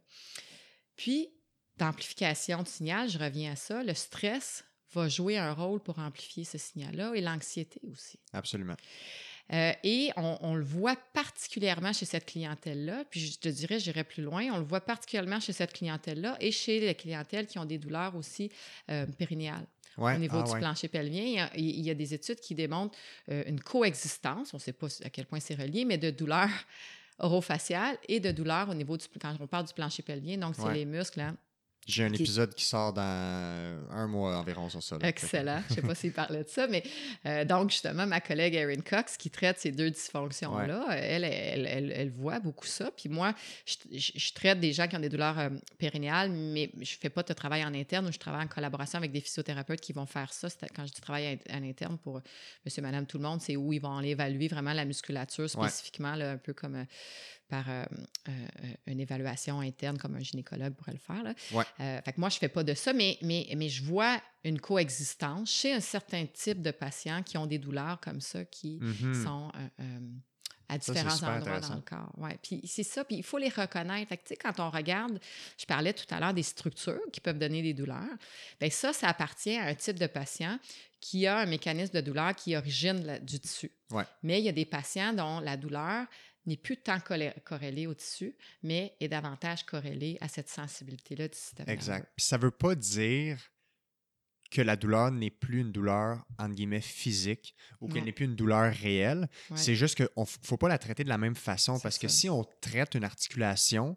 Puis, d'amplification de signal, je reviens à ça, le stress va jouer un rôle pour amplifier ce signal-là et l'anxiété aussi. Absolument. Euh, et on, on le voit particulièrement chez cette clientèle-là, puis je te dirais, j'irai plus loin, on le voit particulièrement chez cette clientèle-là et chez les clientèles qui ont des douleurs aussi euh, périnéales. Ouais. Au niveau Ah, du ouais. plancher pelvien, il y, a, il y a des études qui démontrent euh, une coexistence, on ne sait pas à quel point c'est relié, mais de douleurs orofaciales et de douleurs au niveau du... Quand on parle du plancher pelvien, donc c'est Ouais. les muscles, hein, J'ai un Qui- épisode qui sort dans un mois environ sur ça. Là. Excellent. Je ne sais pas s'il parlait de ça, mais euh, donc, justement, ma collègue Erin Cox, qui traite ces deux dysfonctions-là, ouais. elle, elle, elle, elle voit beaucoup ça. Puis moi, je, je, je traite des gens qui ont des douleurs euh, périnéales, mais je ne fais pas de travail en interne. Je travaille en collaboration avec des physiothérapeutes qui vont faire ça. C'est, quand je dis travail en interne pour euh, monsieur, madame, tout le monde, c'est où ils vont aller évaluer vraiment la musculature spécifiquement, ouais. là, un peu comme... Euh, par euh, euh, une évaluation interne comme un gynécologue pourrait le faire. Là. Ouais. Euh, fait que moi, je ne fais pas de ça, mais, mais, mais je vois une coexistence chez un certain type de patients qui ont des douleurs comme ça, qui mm-hmm. sont euh, euh, à différents ça, endroits dans le corps. Ouais. Puis c'est ça, puis il faut les reconnaître. Fait que, tu sais, quand on regarde, je parlais tout à l'heure des structures qui peuvent donner des douleurs, bien ça, ça appartient à un type de patient qui a un mécanisme de douleur qui origine la, du tissu. Ouais. Mais il y a des patients dont la douleur n'est plus tant corrélée au tissu, mais est davantage corrélée à cette sensibilité-là du système nerveux. Exact. Puis ça ne veut pas dire que la douleur n'est plus une douleur, entre guillemets, physique ou non. qu'elle n'est plus une douleur réelle. Ouais. C'est juste qu'il ne faut pas la traiter de la même façon c'est parce ça. Que si on traite une articulation,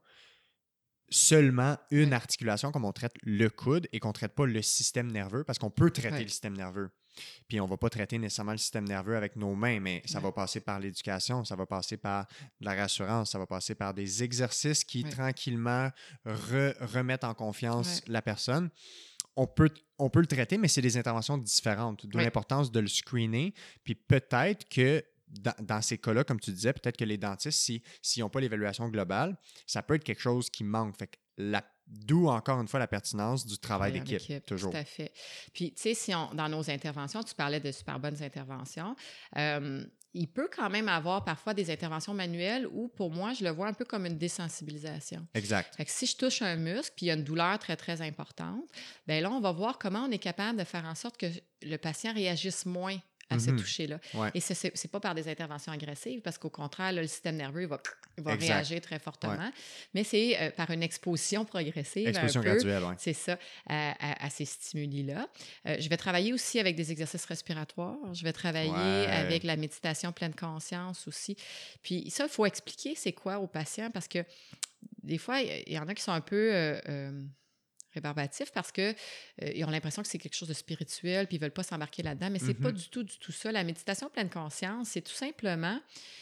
seulement une ouais. articulation comme on traite le coude et qu'on ne traite pas le système nerveux parce qu'on peut traiter ouais. le système nerveux. Puis on ne va pas traiter nécessairement le système nerveux avec nos mains, mais ça ouais. va passer par l'éducation, ça va passer par de la rassurance, ça va passer par des exercices qui ouais. tranquillement re- remettent en confiance ouais. la personne. On peut, on peut le traiter, mais c'est des interventions différentes, d'où ouais. l'importance de le screener. Puis peut-être que dans, dans ces cas-là, comme tu disais, peut-être que les dentistes, s'ils si, n'ont pas l'évaluation globale, ça peut être quelque chose qui manque. Fait que la D'où, encore une fois, la pertinence du travail oui, d'équipe, équipe, toujours. Tout à fait. Puis, tu sais, si on, dans nos interventions, tu parlais de super bonnes interventions, euh, il peut quand même avoir parfois des interventions manuelles où, pour moi, je le vois un peu comme une désensibilisation. Exact. Fait que si je touche un muscle puis il y a une douleur très, très importante, bien là, on va voir comment on est capable de faire en sorte que le patient réagisse moins à mm-hmm. ce toucher-là. Ouais. Et ce n'est pas par des interventions agressives, parce qu'au contraire, là, le système nerveux il va, il va réagir très fortement, ouais. mais c'est euh, par une exposition progressive. Exposition un peu, graduelle, oui. C'est ça, à, à, à ces stimuli-là. Euh, je vais travailler aussi avec des exercices respiratoires. Je vais travailler ouais. avec la méditation pleine conscience aussi. Puis ça, il faut expliquer c'est quoi aux patients, parce que des fois, il y, y en a qui sont un peu... Euh, euh, rébarbatifs parce qu'ils euh, ont l'impression que c'est quelque chose de spirituel puis ils ne veulent pas s'embarquer là-dedans, mais ce n'est mm-hmm. pas du tout, du tout ça. La méditation pleine conscience, c'est tout simplement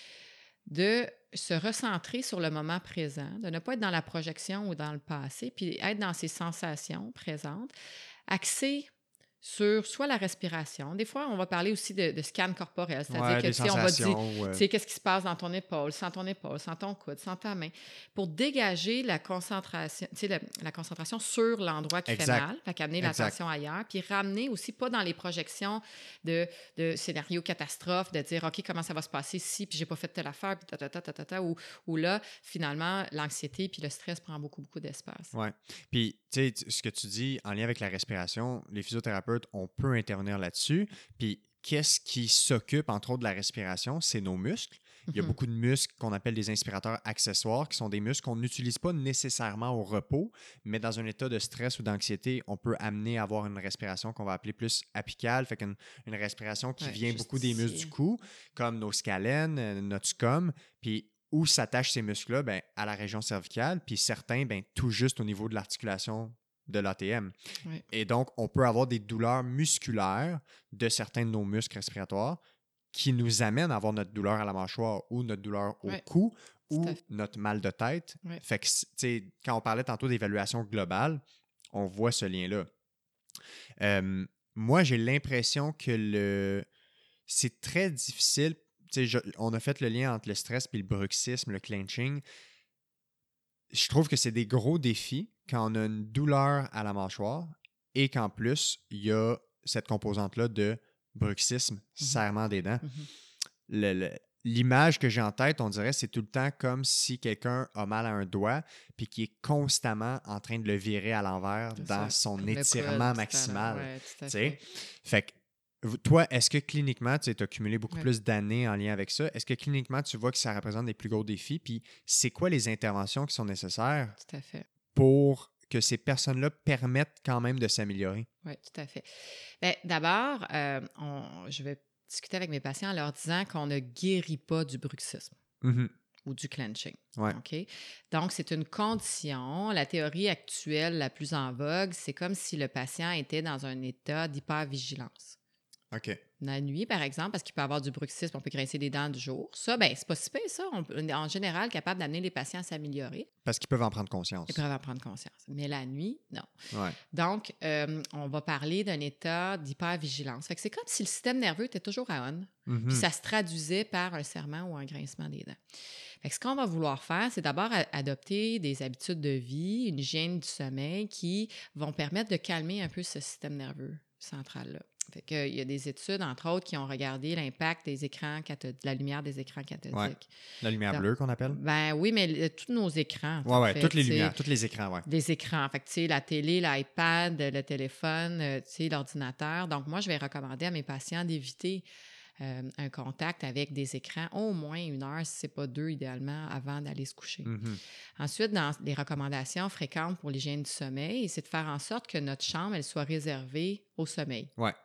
de se recentrer sur le moment présent, de ne pas être dans la projection ou dans le passé, puis être dans ses sensations présentes, axé sur soit la respiration. Des fois, on va parler aussi de, de scan corporel, c'est-à-dire ouais, que tu sais, on va dire, ouais. tu sais, qu'est-ce qui se passe dans ton épaule, sans ton épaule, sans ton coude, sans ta main, pour dégager la concentration, tu sais, la, la concentration sur l'endroit qui exact. fait mal, fait qu'amener l'attention ailleurs, puis ramener aussi pas dans les projections de, de scénarios catastrophes, de dire, OK, comment ça va se passer si, puis j'ai pas fait telle affaire, puis ta, ta, ta, ta, ta, ta, ou, ou là, finalement, l'anxiété puis le stress prend beaucoup, beaucoup d'espace. Oui. Puis, tu sais, ce que tu dis en lien avec la respiration, les physiothérapeutes, on peut intervenir là-dessus. Puis, qu'est-ce qui s'occupe, entre autres, de la respiration? C'est nos muscles. Il y a mm-hmm. beaucoup de muscles qu'on appelle des inspirateurs accessoires, qui sont des muscles qu'on n'utilise pas nécessairement au repos, mais dans un état de stress ou d'anxiété, on peut amener à avoir une respiration qu'on va appeler plus apicale, fait qu'une une respiration qui ouais, vient beaucoup ici. Des muscles du cou, comme nos scalènes, notre scum, puis où s'attachent ces muscles-là? Ben, à la région cervicale, puis certains, ben, tout juste au niveau de l'articulation de l'A T M. Oui. Et donc, on peut avoir des douleurs musculaires de certains de nos muscles respiratoires qui nous amènent à avoir notre douleur à la mâchoire ou notre douleur au oui. cou ou notre mal de tête. Oui. Fait que, tu sais, quand on parlait tantôt d'évaluation globale, on voit ce lien-là. Euh, moi, j'ai l'impression que le... c'est très difficile. Tu sais, je... on a fait le lien entre le stress et le bruxisme, le clenching. Je trouve que c'est des gros défis quand on a une douleur à la mâchoire et qu'en plus, il y a cette composante-là de bruxisme, mm-hmm. serrement des dents. Mm-hmm. Le, le, l'image que j'ai en tête, on dirait, c'est tout le temps comme si quelqu'un a mal à un doigt puis qui est constamment en train de le virer à l'envers c'est dans ça. Son comme étirement maximal. Ouais, tout à fait. fait. Fait que toi, est-ce que cliniquement, tu as cumulé beaucoup ouais. plus d'années en lien avec ça? Est-ce que cliniquement, tu vois que ça représente des plus gros défis? Puis c'est quoi les interventions qui sont nécessaires tout à fait. Pour que ces personnes-là permettent quand même de s'améliorer? Oui, tout à fait. Bien, d'abord, euh, on, je vais discuter avec mes patients en leur disant qu'on ne guérit pas du bruxisme. Mm-hmm. ou du clenching. Ouais. OK? Donc, c'est une condition. La théorie actuelle la plus en vogue, c'est comme si le patient était dans un état d'hypervigilance. OK. La nuit, par exemple, parce qu'il peut avoir du bruxisme, on peut grincer des dents du jour. Ça, bien, c'est pas si pire, ça. On peut, en général, capable d'amener les patients à s'améliorer. Parce qu'ils peuvent en prendre conscience. Ils peuvent en prendre conscience. Mais la nuit, non. Ouais. Donc, euh, on va parler d'un état d'hypervigilance. Fait que c'est comme si le système nerveux était toujours à on, Mm-hmm. puis ça se traduisait par un serrement ou un grincement des dents. Fait que ce qu'on va vouloir faire, c'est d'abord a- adopter des habitudes de vie, une hygiène du sommeil qui vont permettre de calmer un peu ce système nerveux central-là. Fait que, il y a des études, entre autres, qui ont regardé l'impact des écrans cathodiques, de la lumière des écrans cathodiques. Ouais. La lumière Donc, bleue qu'on appelle? Ben oui, mais le- tous nos écrans. Ouais, en ouais, fait, toutes les tu sais, lumières, tous les écrans, ouais. des écrans. Fait que, tu sais, la télé, l'iPad, le téléphone, euh, tu sais, l'ordinateur. Donc, moi, je vais recommander à mes patients d'éviter euh, un contact avec des écrans au moins une heure, si ce n'est pas deux, idéalement, avant d'aller se coucher. Mm-hmm. Ensuite, dans les recommandations fréquentes pour l'hygiène du sommeil, c'est de faire en sorte que notre chambre, elle soit réservée au sommeil. Ouais.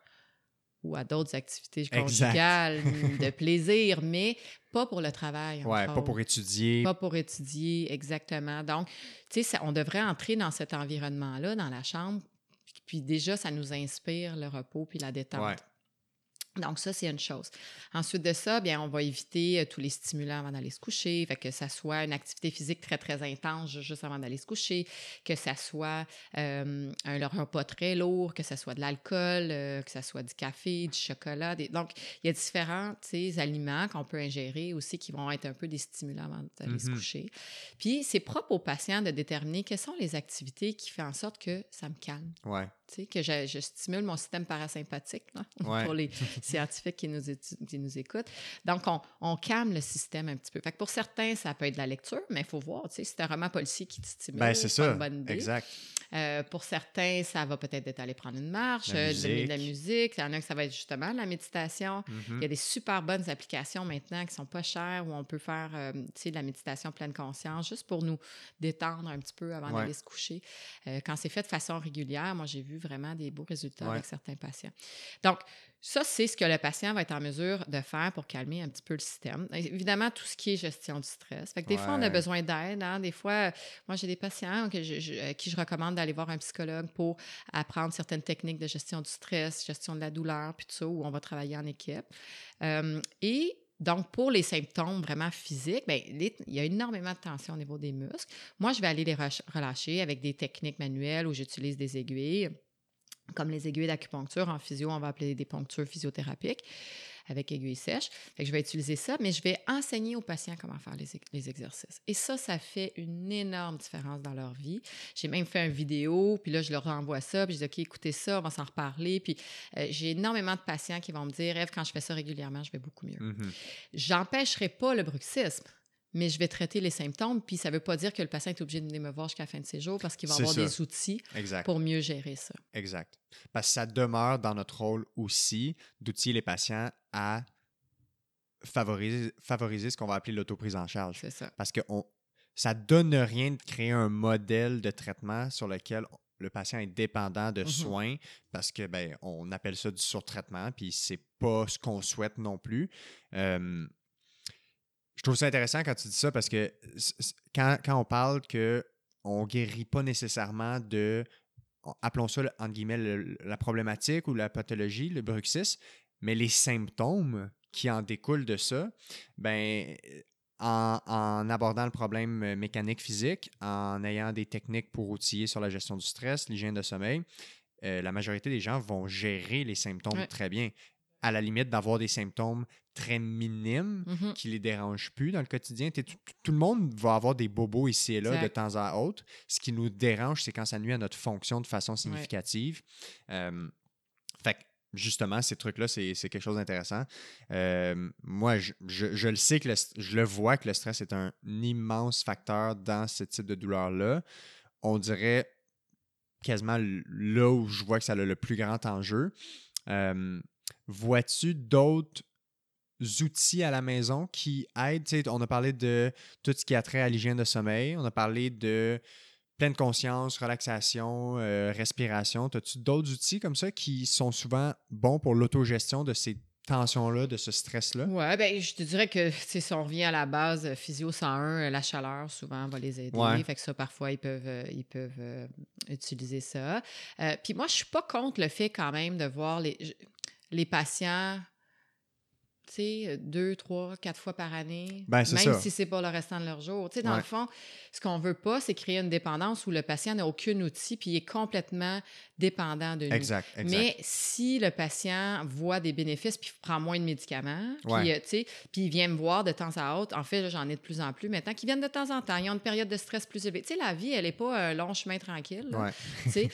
Ou à d'autres activités Exact. conjugales, de plaisir, mais pas pour le travail. Ouais, entre pas autres. pour étudier. Pas pour étudier, exactement. Donc, tu sais, ça- on devrait entrer dans cet environnement-là, dans la chambre, puis déjà, ça nous inspire le repos puis la détente. Ouais. Donc, ça, c'est une chose. Ensuite de ça, bien, on va éviter euh, tous les stimulants avant d'aller se coucher, fait que ça soit une activité physique très, très intense ju- juste avant d'aller se coucher, que ça soit euh, un repas très lourd, que ça soit de l'alcool, euh, que ça soit du café, du chocolat. Des... Donc, il y a différents tu sais, aliments qu'on peut ingérer aussi qui vont être un peu des stimulants avant d'aller se Mhm. coucher. Puis, c'est propre aux patients de déterminer quelles sont les activités qui font en sorte que ça me calme. Ouais. Tu sais, que je, je stimule mon système parasympathique, là, Ouais. pour les scientifiques qui nous, étu- qui nous écoutent. Donc, on, on calme le système un petit peu. Fait que pour certains, ça peut être de la lecture, mais il faut voir, tu sais, si c'est un roman policier qui te stimule, Ben, c'est pas ça. une bonne idée. Exact. Euh, pour certains, ça va peut-être être aller prendre une marche, La euh, de, de la musique. musique. Il y en a que ça va être justement la méditation. Mhm. Il y a des super bonnes applications maintenant qui sont pas chères où on peut faire, euh, tu sais, de la méditation pleine conscience juste pour nous détendre un petit peu avant Ouais. d'aller se coucher. Euh, quand c'est fait de façon régulière, moi, j'ai vu vraiment des beaux résultats Ouais. avec certains patients. Donc, ça, c'est ce que le patient va être en mesure de faire pour calmer un petit peu le système. Évidemment, tout ce qui est gestion du stress. Fait que des fois, on a Ouais. besoin d'aide. Hein? Des fois, moi, j'ai des patients que je, je- à qui je recommande d'aller voir un psychologue pour apprendre certaines techniques de gestion du stress, gestion de la douleur, puis tout ça, où on va travailler en équipe. Euh, et donc, pour les symptômes vraiment physiques, bien, les- il y a énormément de tension au niveau des muscles. Moi, je vais aller les relâ- relâcher avec des techniques manuelles où j'utilise des aiguilles, comme les aiguilles d'acupuncture. En physio, on va appeler des ponctures physiothérapiques avec aiguilles sèches. Fait que je vais utiliser ça, mais je vais enseigner aux patients comment faire les, les exercices. Et ça, ça fait une énorme différence dans leur vie. J'ai même fait une vidéo, puis là, je leur envoie ça, puis je dis, OK, écoutez ça, on va s'en reparler. Puis euh, j'ai énormément de patients qui vont me dire, Ève, quand je fais ça régulièrement, je vais beaucoup mieux. Mhm. J'empêcherai pas le bruxisme, mais je vais traiter les symptômes, puis ça ne veut pas dire que le patient est obligé de venir me voir jusqu'à la fin de ses jours parce qu'il va C'est avoir ça. des outils Exact. pour mieux gérer ça. Exact. Parce que ça demeure dans notre rôle aussi d'outiller les patients à favoriser, favoriser ce qu'on va appeler l'autoprise en charge. C'est ça. Parce que on, ça ne donne rien de créer un modèle de traitement sur lequel le patient est dépendant de Mhm. soins parce que ben, on appelle ça du surtraitement, puis c'est pas ce qu'on souhaite non plus. Euh, je trouve ça intéressant quand tu dis ça parce que c- c- quand, quand on parle qu'on ne guérit pas nécessairement de, appelons ça entre guillemets, le- la problématique ou la pathologie, le bruxisme, mais les symptômes qui en découlent de ça, ben, en, en abordant le problème mécanique physique, en ayant des techniques pour outiller sur la gestion du stress, l'hygiène de sommeil, euh, la majorité des gens vont gérer les symptômes Ouais. très bien. À la limite d'avoir des symptômes très minimes Mhm. qui ne les dérangent plus dans le quotidien. T'es- Tout, tout le monde va avoir des bobos ici et là Exact. de temps à autre. Ce qui nous dérange, c'est quand ça nuit à notre fonction de façon significative. Euh, fait que, justement, ces trucs-là, c'est, c'est quelque chose d'intéressant. Euh, moi, je, je- je le sais, que le, je le vois que le stress est un immense facteur dans ce type de douleur-là. On dirait quasiment là où je vois que ça a le plus grand enjeu. Euh, vois-tu d'autres outils à la maison qui aident? Tu sais, on a parlé de tout ce qui a trait à l'hygiène de sommeil. On a parlé de pleine conscience, relaxation, euh, respiration. As-tu d'autres outils comme ça qui sont souvent bons pour l'autogestion de ces tension-là, de ce stress-là? Oui, bien, je te dirais que si on revient à la base, Physio cent un, la chaleur, souvent, va les aider. Ouais. Fait que ça, parfois, ils peuvent, euh, ils peuvent euh, utiliser ça. Euh, puis moi, je suis pas contre le fait quand même de voir les, les patients... tu sais, deux, trois, quatre fois par année, ben, c'est même ça. si c'est pas le restant de leur jour. Tu sais, dans ouais. le fond, ce qu'on veut pas, c'est créer une dépendance où le patient n'a aucun outil puis il est complètement dépendant de nous. Exact, exact. Mais si le patient voit des bénéfices puis prend moins de médicaments, puis Ouais. euh, tu sais, puis il vient me voir de temps à autre, en fait, là, j'en ai de plus en plus maintenant, qui viennent de temps en temps, ils ont une période de stress plus élevée. Tu sais, la vie, elle est pas un long chemin tranquille. Là. Ouais. Tu sais,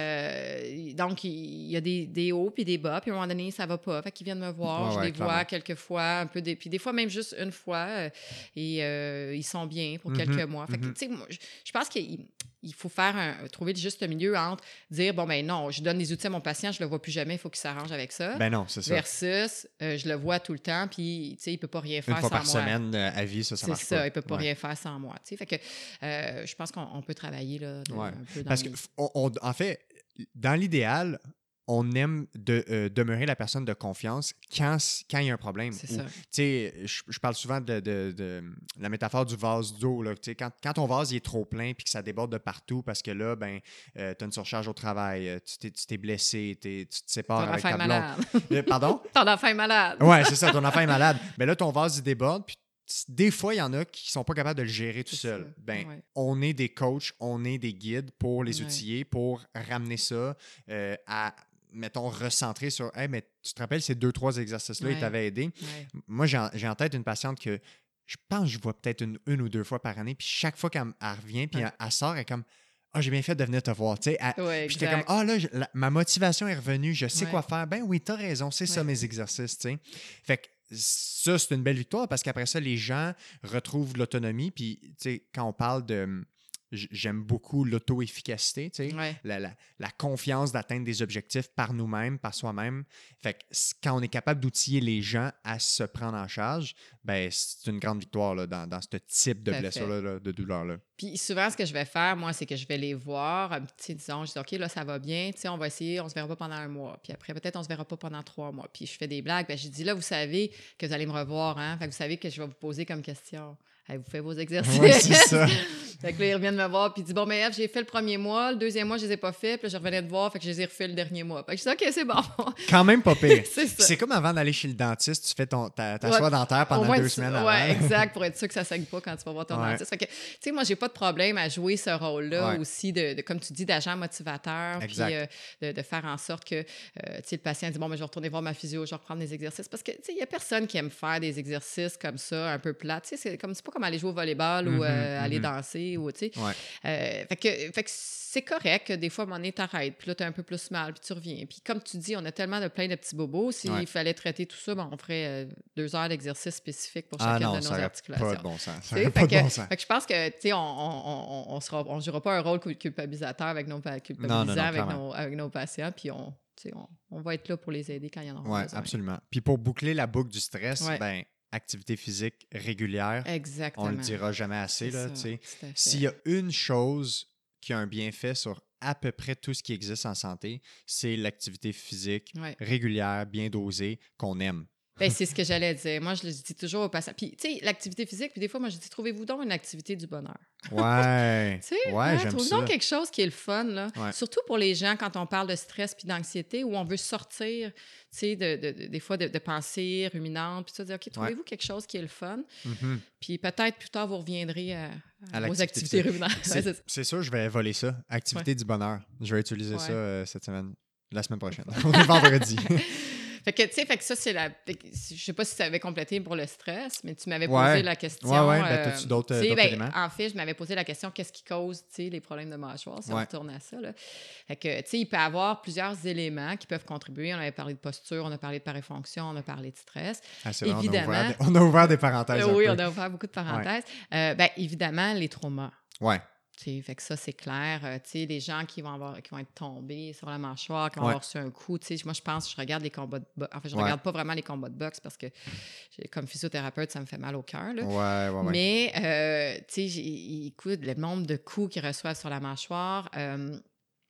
euh, donc, il y a des, des hauts puis des bas, puis à un moment donné, ça va pas. Fait qu'ils viennent me voir, Ouais, je ouais, les clairement. vois quelques fois, un peu des, puis des fois même juste une fois, euh, et euh, ils sont bien pour Mhm, quelques mois. Fait que, mhm. tu sais, moi, je, je pense qu'il il faut faire un, trouver le juste milieu entre dire, bon, ben non, je donne les outils à mon patient, je le vois plus jamais, il faut qu'il s'arrange avec ça. Ben non, c'est ça. Versus, euh, je le vois tout le temps, puis, tu sais, il peut pas rien faire Une fois sans par moi. semaine euh, à vie, ça, ça C'est marche ça, pas. il peut pas Ouais. rien faire sans moi. Tu sais, fait que euh, je pense qu'on on peut travailler là, de, Ouais. un peu dans Parce les... que, f- on, on- en fait, dans l'idéal, on aime de, euh, demeurer la personne de confiance quand, quand il y a un problème. C'est Ou, ça. tu sais, je, je parle souvent de, de- de la métaphore du vase d'eau. Là, tu sais, quand, quand ton vase il est trop plein puis que ça déborde de partout parce que là, ben, euh, tu as une surcharge au travail, euh, tu t'es, tu t'es blessé, t'es- tu te sépares Ton avec enfant ta est blonde. malade. Euh, pardon? Ton enfant est malade. Ouais, c'est ça, ton enfant est malade. Mais là, ton vase, il déborde, puis des fois, il y en a qui sont pas capables de le gérer tout C'est seul. ça, Ben, ouais. on est des coachs, on est des guides pour les Ouais. outiller, pour ramener ça euh, à, mettons, recentrer sur « Hey, mais tu te rappelles, ces deux, trois exercices-là, Ouais. ils t'avaient aidé. Ouais. » Moi, j'ai en, j'ai en tête une patiente que je pense que je vois peut-être une, une ou deux fois par année, puis chaque fois qu'elle elle revient, puis Ouais. elle, elle sort, elle est comme « Ah, j'ai bien fait de venir te voir. » Tu sais, elle- Ouais, puis j'étais comme « exact. Ah, là, je- la- ma motivation est revenue, je sais Ouais. quoi faire. » Ben oui, t'as raison, c'est ça Ouais. mes exercices, tu sais. Fait que ça, c'est une belle victoire parce qu'après ça, les gens retrouvent de l'autonomie. Puis, tu sais, quand on parle de. j- J'aime beaucoup l'auto-efficacité, tu sais, Ouais. la, la, la confiance d'atteindre des objectifs par nous-mêmes, par soi-même. Fait que c- quand on est capable d'outiller les gens à se prendre en charge, ben c'est une grande victoire là, dans, dans ce type de Tout à blessure-là, là, de douleur-là. Puis souvent, ce que je vais faire, moi, c'est que je vais les voir, un petit, disons, je dis, OK, là, ça va bien, tu sais, on va essayer, on se verra pas pendant un mois. Puis après, peut-être, on se verra pas pendant trois mois. Puis je fais des blagues. Ben, je dis, là, vous savez que vous allez me revoir, hein? Fait que vous savez que je vais vous poser comme question. Hey, vous faites vos exercices. Ouais, c'est ça. Fait que là, ils reviennent me voir, puis ils disent, bon, mais F, j'ai fait le premier mois, le deuxième mois, je les ai pas fait, puis là, je revenais te voir, fait que je les ai refait le dernier mois. Fait que je dis, OK, c'est bon. Quand même pas pire. C'est ça. C'est comme avant d'aller chez le dentiste, tu fais ton, ta, ta Ouais, soie dentaire Au pendant moins, deux tu- semaines ouais, avant. exact, pour être sûr que ça saigne pas quand tu vas voir ton Ouais. dentiste. Fait que, tu sais, moi, j'ai pas de problème à jouer ce rôle-là Ouais. aussi, de, de, comme tu dis, d'agent motivateur, puis Exact. euh, de, de faire en sorte que, euh, tu sais, le patient dit, bon, mais je vais retourner voir ma physio, je vais reprendre des exercices. Parce que, tu sais, il y a personne qui aime faire des exercices comme ça, un peu plats. Tu sais, c'est comme, c'est pas comme aller jouer au volleyball Mhm, ou euh, aller mhm. danser, ou, tu sais. Ouais. Euh, fait que, fait que c'est correct que des fois, à un moment donné, t'arrêtes, puis là, t'as un peu plus mal, puis tu reviens. Puis comme tu dis, on a tellement de plein de petits bobos. S'il Ouais. fallait traiter tout ça, ben, on ferait euh, deux heures d'exercice spécifique pour Ah chacune non, de nos ça n'aurait articulations. pas de bon sens. Ça Tu sais, n'aurait pas fait, de que, bon sens. fait que je pense que, tu sais, on on, on, on sera, on jouera pas un rôle cul- culpabilisateur avec nos, pa- culpabilisant Non, non, non, avec, clairement. nos, avec nos patients, puis on, tu sais, on, on va être là pour les aider quand il y en aura Oui, besoin. absolument. Puis pour boucler la boucle du stress, Ouais. ben, activité physique régulière, Exactement. on le dira jamais assez. C'est Là, ça, tu sais. tout à fait. S'il y a une chose qui a un bienfait sur à peu près tout ce qui existe en santé, c'est l'activité physique Ouais. régulière, bien dosée, qu'on aime. Ben, c'est ce que j'allais dire. Moi, je le dis toujours aux patients. Puis, tu sais, l'activité physique, puis des fois, moi, je dis, trouvez-vous donc une activité du bonheur. Ouais, Tu sais, ouais, hein, j'aime trouve ça. donc quelque chose qui est le fun, là. Ouais. Surtout pour les gens, quand on parle de stress puis d'anxiété, où on veut sortir, tu sais, de, de, de- des fois, de, de pensées ruminantes, puis ça, dire, OK, trouvez-vous quelque chose qui est le fun, Mhm. puis peut-être plus tard, vous reviendrez à, À aux l'activité activités physique. ruminantes. Ouais, C'est c'est ça. c'est sûr, je vais voler ça. Activité du bonheur. Je vais utiliser Ouais. ça euh, cette semaine. La semaine prochaine. On est vendredi. Fait que, tu sais, fait que ça, c'est la... Je sais pas si tu avais complété pour le stress, mais tu m'avais Ouais. posé la question... Ouais, ouais. Ben, euh, t'as-tu d'autres- tu sais, d'autres ben, éléments? en fait, je m'avais posé la question, qu'est-ce qui cause, tu sais, les problèmes de mâchoire, si on Ouais. retourne à ça, là. Fait que, tu sais, il peut y avoir plusieurs éléments qui peuvent contribuer. On avait parlé de posture, on a parlé de parefonction, on a parlé de stress. Ah, c'est vrai, Évidemment. On a, ouvert des, on a ouvert des parenthèses. Euh, un oui, peu. on a ouvert beaucoup de parenthèses. Euh, ben, évidemment, les traumas. Ouais. Tu sais, fait que ça, c'est clair. Euh, tu sais, les gens qui vont, avoir, qui vont être tombés sur la mâchoire, qui vont Ouais. avoir reçu un coup. Tu sais, moi, je pense, je regarde les combats de boxe. Enfin, je Ouais. regarde pas vraiment les combats de boxe parce que, j'ai- comme physiothérapeute, ça me fait mal au cœur. là. Ouais, ouais, ouais. Mais, euh, tu sais, j'ai- écoute, le nombre de coups qu'ils reçoivent sur la mâchoire, euh,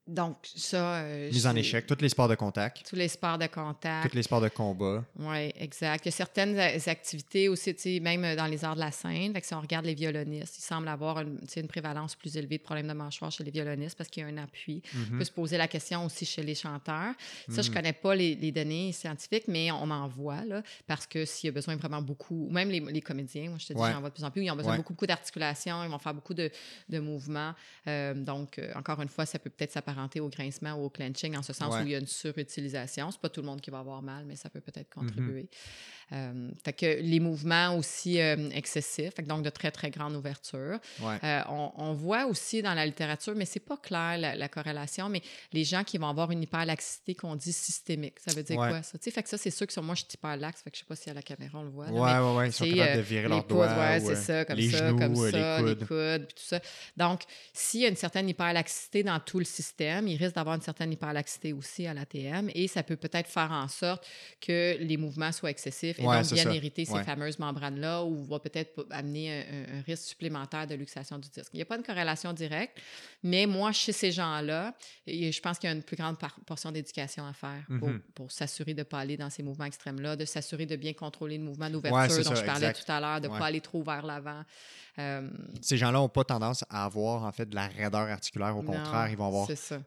Donc, ça... Euh, Mise en échec, tous les sports de contact. Tous les sports de contact. Tous les sports de combat. Oui, exact. Il y a certaines activités aussi, tu sais, même dans les arts de la scène. Fait que si on regarde les violonistes, il semble avoir une, une prévalence plus élevée de problèmes de mâchoire chez les violonistes parce qu'il y a un appui. Mm-hmm. On peut se poser la question aussi chez les chanteurs. Ça, mm-hmm. je ne connais pas les, les données scientifiques, mais on en voit, là, parce que s'il y a besoin vraiment beaucoup, ou même les, les comédiens, moi, je te dis, ouais. j'en vois de plus en plus, ils ont besoin ouais. de beaucoup, beaucoup d'articulation, ils vont faire beaucoup de, de mouvements. Euh, donc, euh, encore une fois, ça peut peut-être s'apparenter au grincement ou au clenching, en ce sens ouais. où il y a une surutilisation. C'est pas tout le monde qui va avoir mal, mais ça peut peut-être contribuer. Mm-hmm. Euh, fait que les mouvements aussi euh, excessifs, fait que donc de très, très grande ouverture. Ouais. Euh, on, on voit aussi dans la littérature, mais c'est pas clair la, la corrélation, mais les gens qui vont avoir une hyperlaxité qu'on dit systémique. Ça veut dire ouais. quoi, ça? T'sais, fait que ça, c'est sûr que sur moi, je suis hyperlaxe, fait que je sais pas si à la caméra, on le voit. Là, ouais, mais, ouais, ouais. Ils sont capables de virer leurs doigts. Ouais, c'est ça, comme les ça, genoux, comme ça, les les coudes, coudes puis tout ça. Donc, s'il y a une certaine hyperlaxité dans tout le système, il risque d'avoir une certaine hyperlaxité aussi à l'A T M et ça peut peut-être faire en sorte que les mouvements soient excessifs et ouais, donc bien ça. hériter ces ouais. fameuses membranes-là ou va peut-être amener un, un risque supplémentaire de luxation du disque. Il n'y a pas une corrélation directe, mais moi, chez ces gens-là, je pense qu'il y a une plus grande par- portion d'éducation à faire pour, mm-hmm. pour s'assurer de ne pas aller dans ces mouvements extrêmes-là, de s'assurer de bien contrôler le mouvement d'ouverture ouais, dont ça, je parlais exact. tout à l'heure, de ne ouais. pas aller trop vers l'avant. Euh... Ces gens-là n'ont pas tendance à avoir en fait de la raideur articulaire. Au non, contraire, ils vont avoir... c'est ça.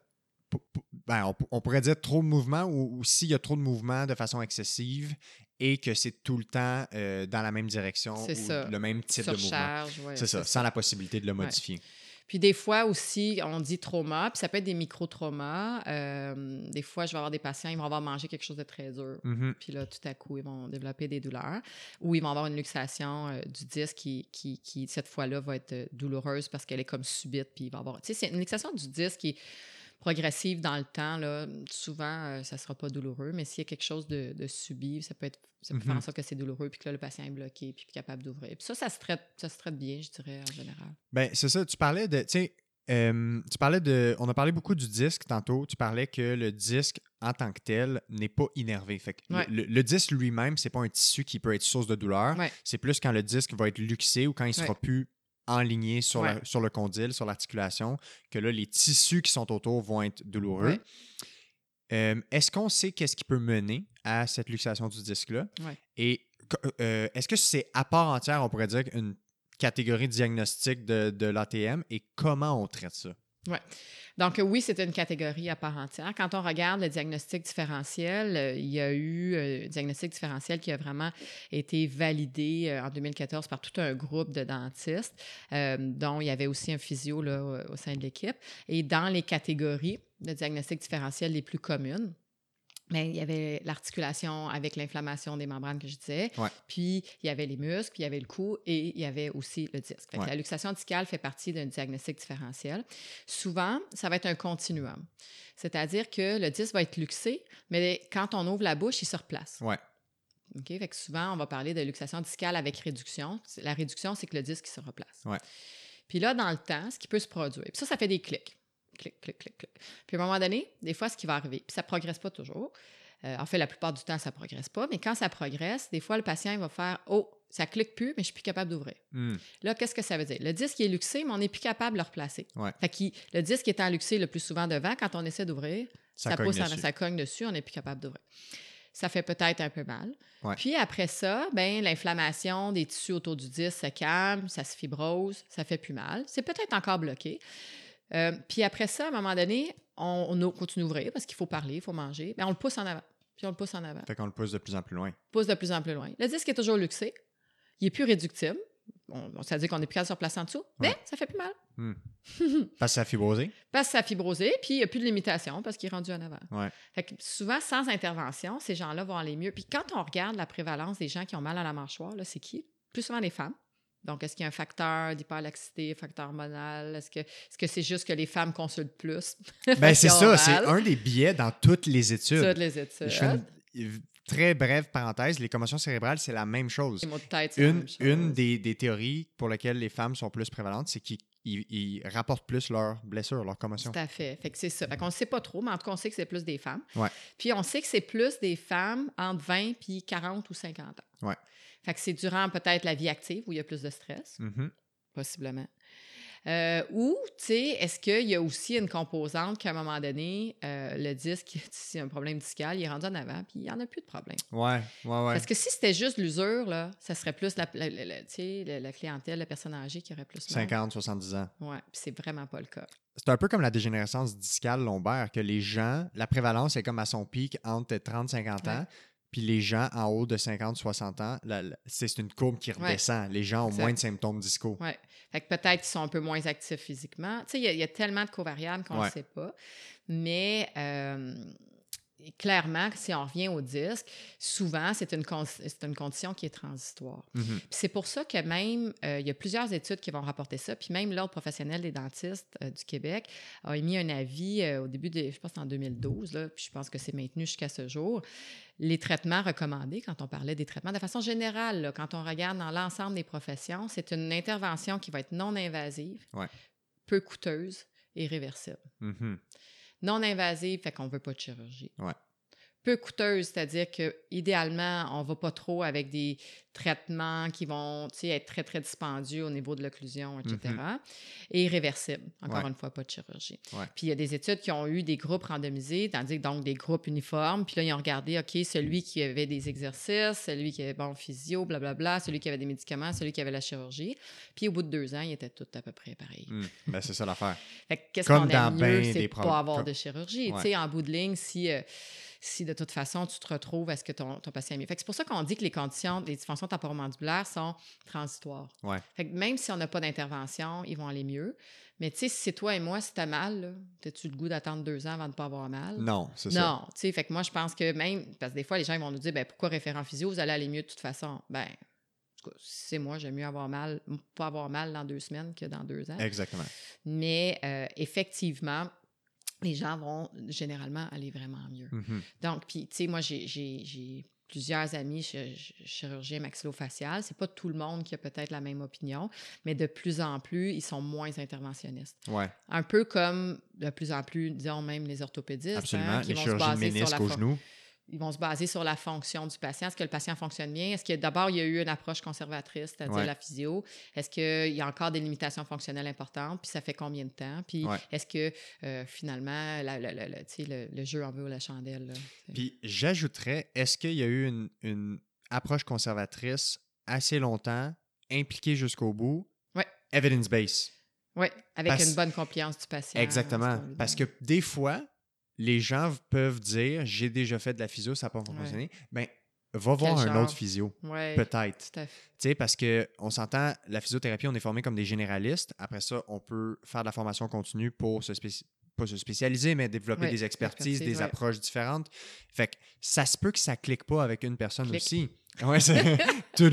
Ben, on, on pourrait dire trop de mouvements ou, ou s'il y a trop de mouvements de façon excessive et que c'est tout le temps euh, dans la même direction c'est ou ça. le même type Surcharge, de mouvement. Ouais, c'est, c'est ça, ça, sans la possibilité de le modifier. Ouais. Puis des fois aussi, on dit trauma, puis ça peut être des micro-traumas. Euh, des fois, je vais avoir des patients, ils vont avoir mangé quelque chose de très dur. Mm-hmm. Puis là, tout à coup, ils vont développer des douleurs. Ou ils vont avoir une luxation euh, du disque qui, qui, qui, cette fois-là, va être douloureuse parce qu'elle est comme subite. Puis il va avoir... Tu sais, c'est une luxation du disque qui est progressive dans le temps. Là. Souvent, euh, ça ne sera pas douloureux, mais s'il y a quelque chose de, de subi, ça peut être ça peut mm-hmm. faire en sorte que c'est douloureux puis que là, le patient est bloqué puis capable d'ouvrir. Puis ça, ça se traite, ça se traite bien, je dirais, en général. Bien, c'est ça. Tu parlais de... Tu sais, euh, tu parlais de... On a parlé beaucoup du disque tantôt. Tu parlais que le disque, en tant que tel, n'est pas innervé. Fait que ouais. le, le disque lui-même, c'est pas un tissu qui peut être source de douleur. Ouais. C'est plus quand le disque va être luxé ou quand il sera ouais. plus enligné sur, ouais. la, sur le condyle, sur l'articulation, que là, les tissus qui sont autour vont être douloureux. Ouais. Euh, est-ce qu'on sait qu'est-ce qui peut mener à cette luxation du disque-là? Ouais. Et euh, est-ce que c'est à part entière, on pourrait dire, une catégorie diagnostique de, de l'A T M et comment on traite ça? Oui. Donc, oui, c'est une catégorie à part entière. Quand on regarde le diagnostic différentiel, euh, il y a eu euh, un diagnostic différentiel qui a vraiment été validé euh, en deux mille quatorze par tout un groupe de dentistes, euh, dont il y avait aussi un physio là, au, au sein de l'équipe. Et dans les catégories de diagnostic différentiel les plus communes, mais il y avait l'articulation avec l'inflammation des membranes que je disais, ouais. puis il y avait les muscles, puis il y avait le cou et il y avait aussi le disque. Fait que ouais. la luxation discale fait partie d'un diagnostic différentiel. Souvent, ça va être un continuum. C'est-à-dire que le disque va être luxé, mais quand on ouvre la bouche, il se replace. Ouais. OK? Fait que souvent, on va parler de luxation discale avec réduction. La réduction, c'est que le disque se replace. Ouais. Puis là, dans le temps, ce qui peut se produire, puis ça, ça fait des clics. Clic, clic, clic, clic. Puis à un moment donné, des fois, ce qui va arriver, puis ça ne progresse pas toujours. Euh, en fait, la plupart du temps, ça ne progresse pas. Mais quand ça progresse, des fois, le patient il va faire « Oh, ça ne clique plus, mais je ne suis plus capable d'ouvrir. Mm. » Là, qu'est-ce que ça veut dire? Le disque est luxé, mais on n'est plus capable de le replacer. Ouais. Fait que le disque étant luxé le plus souvent devant, quand on essaie d'ouvrir, ça, ça, pousse en, ça cogne dessus, on n'est plus capable d'ouvrir. Ça fait peut-être un peu mal. Ouais. Puis après ça, ben, l'inflammation des tissus autour du disque se calme, ça se fibrose, ça ne fait plus mal. C'est peut-être encore bloqué. Euh, puis après ça, à un moment donné, on, on continue d'ouvrir parce qu'il faut parler, il faut manger. Bien, on le pousse en avant. Puis on le pousse en avant. Fait qu'on le pousse de plus en plus loin. Pousse de plus en plus loin. Le disque est toujours luxé. Il n'est plus réductible. On, ça veut dire qu'on n'est plus capable de se replacer en dessous. Mais ouais. ça fait plus mal. Hmm. Parce que ça a fibrosé. Parce que ça a fibrosé, puis il n'y a plus de limitation parce qu'il est rendu en avant. Ouais. Fait que souvent, sans intervention, ces gens-là vont aller mieux. Puis quand on regarde la prévalence des gens qui ont mal à la mâchoire, là, c'est qui? Plus souvent les femmes. Donc, est-ce qu'il y a un facteur d'hyperlaxité, facteur hormonal? Est-ce que, est-ce que c'est juste que les femmes consultent plus? Bien, c'est ça. C'est un des biais dans toutes les études. Toutes les études. Je fais une très brève parenthèse. Les commotions cérébrales, c'est la même chose. Les maux de tête, c'est une, la même chose. Une des, des théories pour lesquelles les femmes sont plus prévalentes, c'est qu'ils ils, ils rapportent plus leurs blessures, leurs commotions. Tout à fait. Fait que c'est ça. Fait qu'on ne sait pas trop, mais en tout cas, on sait que c'est plus des femmes. Ouais. Puis on sait que c'est plus des femmes entre vingt puis quarante ou cinquante ans. Ouais. Fait que c'est durant peut-être la vie active où il y a plus de stress, mm-hmm. possiblement. Euh, ou, tu sais, est-ce qu'il y a aussi une composante qu'à un moment donné, euh, le disque, s'il y a un problème discal, il est rendu en avant, puis il n'y en a plus de problème. Ouais, ouais, ouais. Parce que si c'était juste l'usure, là, ça serait plus la, la, la, la, tu sais, la, la clientèle, la personne âgée qui aurait plus mal. cinquante, soixante-dix ans. Ouais, puis c'est vraiment pas le cas. C'est un peu comme la dégénérescence discale lombaire, que les gens, la prévalence est comme à son pic entre trente et cinquante ans, Ouais. puis les gens en haut de cinquante soixante ans, la, la, c'est, c'est une courbe qui redescend. Ouais. Les gens ont Exact. moins de symptômes discaux. Oui. Fait que peut-être qu'ils sont un peu moins actifs physiquement. Tu sais, il y, y a tellement de covariables qu'on ne Ouais. sait pas. Mais euh, clairement, si on revient au disque, souvent, c'est une, con- c'est une condition qui est transitoire. Mm-hmm. Puis c'est pour ça que même, euh, il y a plusieurs études qui vont rapporter ça. Puis même l'Ordre professionnel des dentistes euh, du Québec a émis un avis euh, au début, de, je pense en deux mille douze, là, puis je pense que c'est maintenu jusqu'à ce jour. Les traitements recommandés, quand on parlait des traitements, de façon générale, là, quand on regarde dans l'ensemble des professions, c'est une intervention qui va être non invasive, Ouais. peu coûteuse et réversible. Mm-hmm. Non invasive, fait qu'on ne veut pas de chirurgie. Ouais. Peu coûteuse, c'est-à-dire qu'idéalement, on ne va pas trop avec des traitements qui vont être très, très dispendieux au niveau de l'occlusion, et cetera. Mm-hmm. Et irréversible. Encore ouais. une fois, pas de chirurgie. Ouais. Puis il y a des études qui ont eu des groupes randomisés, tandis que donc des groupes uniformes. Puis là, ils ont regardé, OK, celui qui avait des exercices, celui qui avait bon physio, blablabla, celui qui avait des médicaments, celui qui avait la chirurgie. Puis au bout de deux ans, ils étaient tous à peu près pareils. Mm. Ben, c'est ça l'affaire. Fait que qu'est-ce Comme qu'on aime ben mieux, c'est de pro... pas avoir Comme... de chirurgie. Ouais. Tu sais, en bout de ligne, si... Euh, si de toute façon, tu te retrouves à ce que ton, ton patient est mieux. Fait que c'est pour ça qu'on dit que les conditions, les dysfonctions temporomandibulaires sont transitoires. Ouais. Fait que même si on n'a pas d'intervention, ils vont aller mieux. Mais tu sais, si c'est toi et moi, si t'as mal, as-tu le goût d'attendre deux ans avant de ne pas avoir mal? Non, c'est non, ça. Non, tu sais, fait que moi, je pense que même, parce que des fois, les gens ils vont nous dire, ben pourquoi référent physio, vous allez aller mieux de toute façon? Ben, si c'est moi, j'aime mieux avoir mal, pas avoir mal dans deux semaines que dans deux ans. Exactement. Mais euh, effectivement, les gens vont généralement aller vraiment mieux. Mm-hmm. Donc, puis, tu sais, moi, j'ai, j'ai, j'ai plusieurs amis ch- chirurgiens maxillofaciales. C'est pas tout le monde qui a peut-être la même opinion, mais de plus en plus, ils sont moins interventionnistes. Ouais. Un peu comme de plus en plus, disons même les orthopédistes. Absolument. Hein, qui les vont chirurgies se baser de ménisque sur la aux fo- genoux. Ils vont se baser sur la fonction du patient. Est-ce que le patient fonctionne bien? Est-ce que d'abord, il y a eu une approche conservatrice, c'est-à-dire ouais. la physio? Est-ce qu'il y a encore des limitations fonctionnelles importantes? Puis ça fait combien de temps? Puis ouais. est-ce que euh, finalement, la, la, la, la, le, le jeu en veut la chandelle? Là, Puis j'ajouterais, est-ce qu'il y a eu une, une approche conservatrice assez longtemps, impliquée jusqu'au bout? Oui. Evidence-based. Oui, avec Parce... une bonne compliance du patient. Exactement. Parce que des fois, les gens peuvent dire « j'ai déjà fait de la physio, ça n'a pas fonctionné ouais. ». Bien, va voir Quel un genre? autre physio, ouais, peut-être. Tu sais, parce qu'on s'entend, la physiothérapie, on est formé comme des généralistes. Après ça, on peut faire de la formation continue pour se spécialiser. Pas se spécialiser, mais développer ouais, des expertises, des ouais. approches différentes. Fait que ça se peut que ça ne clique pas avec une personne Clic. aussi. Ouais, c'est tout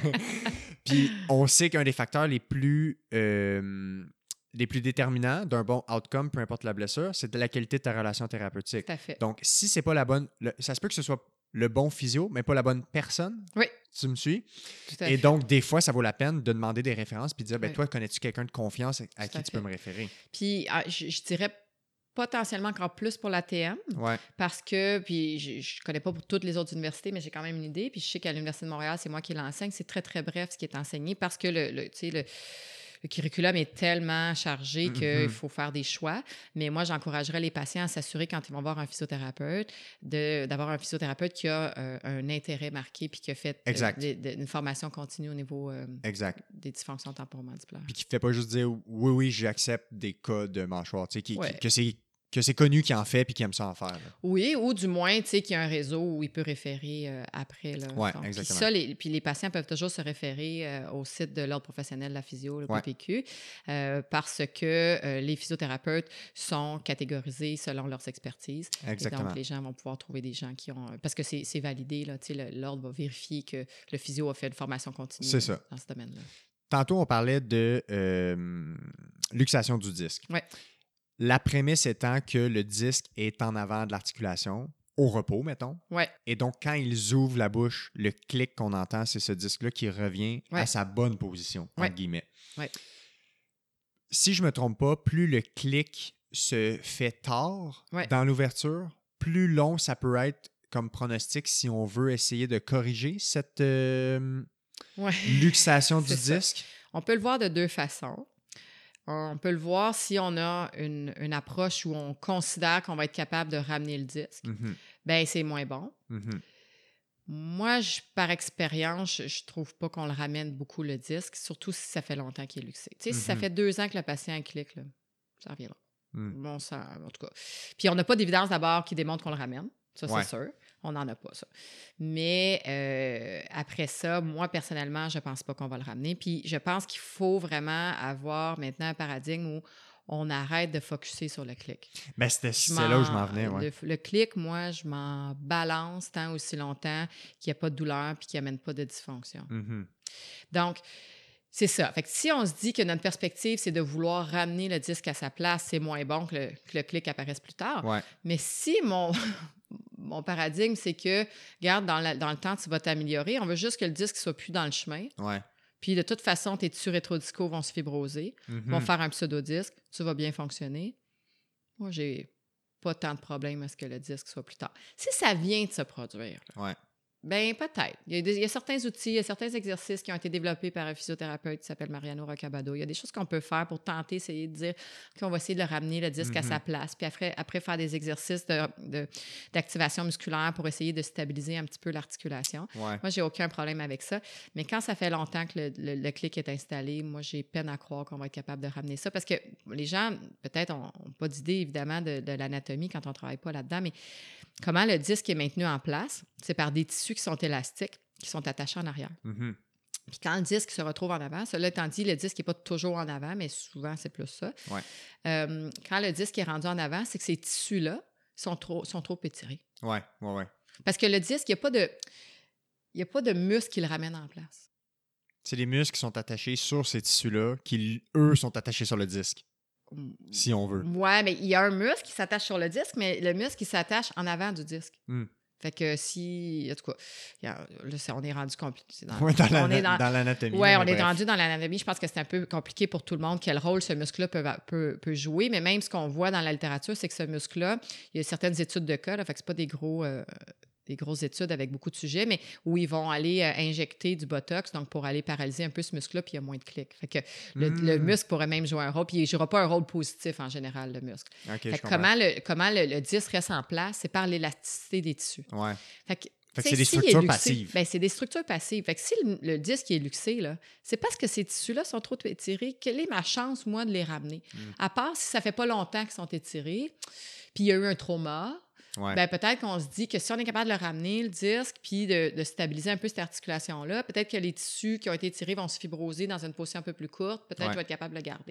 Puis on sait qu'un des facteurs les plus... Euh, les plus déterminants d'un bon outcome, peu importe la blessure, c'est de la qualité de ta relation thérapeutique. Tout à fait. Donc, si c'est pas la bonne... Le, ça se peut que ce soit le bon physio, mais pas la bonne personne. Oui. Tu me suis? Tout à Et fait. donc, des fois, ça vaut la peine de demander des références puis de dire, ben oui. toi, connais-tu quelqu'un de confiance à Tout qui à tu fait. peux me référer? Puis, je, je dirais potentiellement encore plus pour l'A T M. Ouais. Parce que, puis je ne connais pas pour toutes les autres universités, mais j'ai quand même une idée. Puis je sais qu'à l'Université de Montréal, c'est moi qui l'enseigne. C'est très, très bref ce qui est enseigné parce que le, le, tu sais, le, le curriculum est tellement chargé qu'il mm-hmm. faut faire des choix. Mais moi, j'encouragerais les patients à s'assurer quand ils vont voir un physiothérapeute de, d'avoir un physiothérapeute qui a euh, un intérêt marqué puis qui a fait euh, de, de, une formation continue au niveau euh, exact. des dysfonctions temporomandibulaires. Puis qui ne fait pas juste dire « oui, oui, j'accepte des cas de mâchoire », tu sais, qui, ouais. qui, que c'est... que c'est connu qui en fait puis qui aime ça en faire. Là. Oui, ou du moins, tu sais, qu'il y a un réseau où il peut référer euh, après. Oui, exactement. Puis ça, les, puis les patients peuvent toujours se référer euh, au site de l'Ordre professionnel de la physio, le ouais. P P Q, euh, parce que euh, les physiothérapeutes sont catégorisés selon leurs expertises. Exactement. Et donc, les gens vont pouvoir trouver des gens qui ont... Parce que c'est, c'est validé, là, tu sais, l'Ordre va vérifier que le physio a fait une formation continue c'est ça. dans ce domaine-là. Tantôt, on parlait de euh, luxation du disque. Oui. La prémisse étant que le disque est en avant de l'articulation, au repos, mettons. Ouais. Et donc, quand ils ouvrent la bouche, le clic qu'on entend, c'est ce disque-là qui revient ouais. à sa bonne position, ouais. entre guillemets. Ouais. Si je ne me trompe pas, plus le clic se fait tard ouais. dans l'ouverture, plus long ça peut être comme pronostic si on veut essayer de corriger cette euh, ouais. luxation du disque. Ça. On peut le voir de deux façons. on peut le voir si on a une, une approche où on considère qu'on va être capable de ramener le disque. Mm-hmm. Bien, c'est moins bon. Mm-hmm. Moi, je, par expérience, je, je trouve pas qu'on le ramène beaucoup, le disque, surtout si ça fait longtemps qu'il est luxé. Tu sais, mm-hmm. si ça fait deux ans que le patient clique, là, ça reviendra. Mm. Bon, ça, en tout cas. Puis on n'a pas d'évidence d'abord qui démontre qu'on le ramène. Ça, ouais. c'est sûr. On n'en a pas, ça. Mais euh, après ça, moi, personnellement, je pense pas qu'on va le ramener. Puis je pense qu'il faut vraiment avoir maintenant un paradigme où on arrête de focusser sur le clic. Ben, c'était, c'est là où je m'en venais. Ouais. Le, le clic, moi, je m'en balance tant aussi longtemps qu'il n'y a pas de douleur puis qu'il n'amène pas de dysfonction. Mm-hmm. Donc, c'est ça. Fait que si on se dit que notre perspective, c'est de vouloir ramener le disque à sa place, c'est moins bon que le, que le clic apparaisse plus tard. Ouais. Mais si mon, mon paradigme, c'est que, regarde, dans, la, dans le temps, tu vas t'améliorer, on veut juste que le disque ne soit plus dans le chemin. Ouais. Puis de toute façon, tes tissus rétrodiscaux vont se fibroser, mm-hmm. vont faire un pseudodisque, tu vas bien fonctionner. Moi, j'ai pas tant de problème à ce que le disque soit plus tard. Si ça vient de se produire, là, ouais. bien, peut-être. Il y, a des, il y a certains outils, il y a certains exercices qui ont été développés par un physiothérapeute qui s'appelle Mariano Roccabado. Il y a des choses qu'on peut faire pour tenter, essayer de dire qu'on va essayer de le ramener, le disque, mm-hmm. à sa place. Puis après, après faire des exercices de, de, d'activation musculaire pour essayer de stabiliser un petit peu l'articulation. Ouais. Moi, j'ai aucun problème avec ça. Mais quand ça fait longtemps que le, le, le clic est installé, moi, j'ai peine à croire qu'on va être capable de ramener ça. Parce que les gens, peut-être, n'ont pas d'idée, évidemment, de, de l'anatomie quand on ne travaille pas là-dedans, mais comment le disque est maintenu en place, c'est par des tissus qui sont élastiques, qui sont attachés en arrière. Mm-hmm. Puis quand le disque se retrouve en avant, cela étant dit, le disque n'est pas toujours en avant, mais souvent, c'est plus ça. Ouais. Euh, quand le disque est rendu en avant, c'est que ces tissus-là sont trop, sont trop étirés. Oui, oui, oui. Parce que le disque, il n'y a pas de, il n'y a pas de muscles qui le ramènent en place. C'est les muscles qui sont attachés sur ces tissus-là, qui, eux, sont attachés sur le disque. Si on veut. Oui, mais il y a un muscle qui s'attache sur le disque, mais le muscle qui s'attache en avant du disque. Mm. Fait que si... En tout cas, là, on est rendu compliqué. Dans, oui, dans, on la, est dans, dans l'anatomie. Oui, on est rendu dans l'anatomie. Je pense que c'est un peu compliqué pour tout le monde quel rôle ce muscle-là peut, peut, peut jouer. Mais même ce qu'on voit dans la littérature, c'est que ce muscle-là, il y a certaines études de cas, là, fait que c'est pas des gros... Euh, des grosses études avec beaucoup de sujets, mais où ils vont aller euh, injecter du Botox, donc pour aller paralyser un peu ce muscle-là, puis il y a moins de clics. Fait que le, mmh. le muscle pourrait même jouer un rôle, puis il ne jouera pas un rôle positif en général, le muscle. Okay, fait que comment le, comment le, le disque reste en place, c'est par l'élasticité des tissus. Ouais. Fait que, fait que c'est des structures luxé, passives. Ben, c'est des structures passives. Fait que si le, le disque est luxé, là, c'est parce que ces tissus-là sont trop étirés. Quelle est ma chance, moi, de les ramener? Mmh. À part si ça fait pas longtemps qu'ils sont étirés, puis il y a eu un trauma. Ouais. Ben, peut-être qu'on se dit que si on est capable de le ramener, le disque, puis de, de stabiliser un peu cette articulation-là, peut-être que les tissus qui ont été tirés vont se fibroser dans une position un peu plus courte. Peut-être ouais. qu'on va être capable de le garder.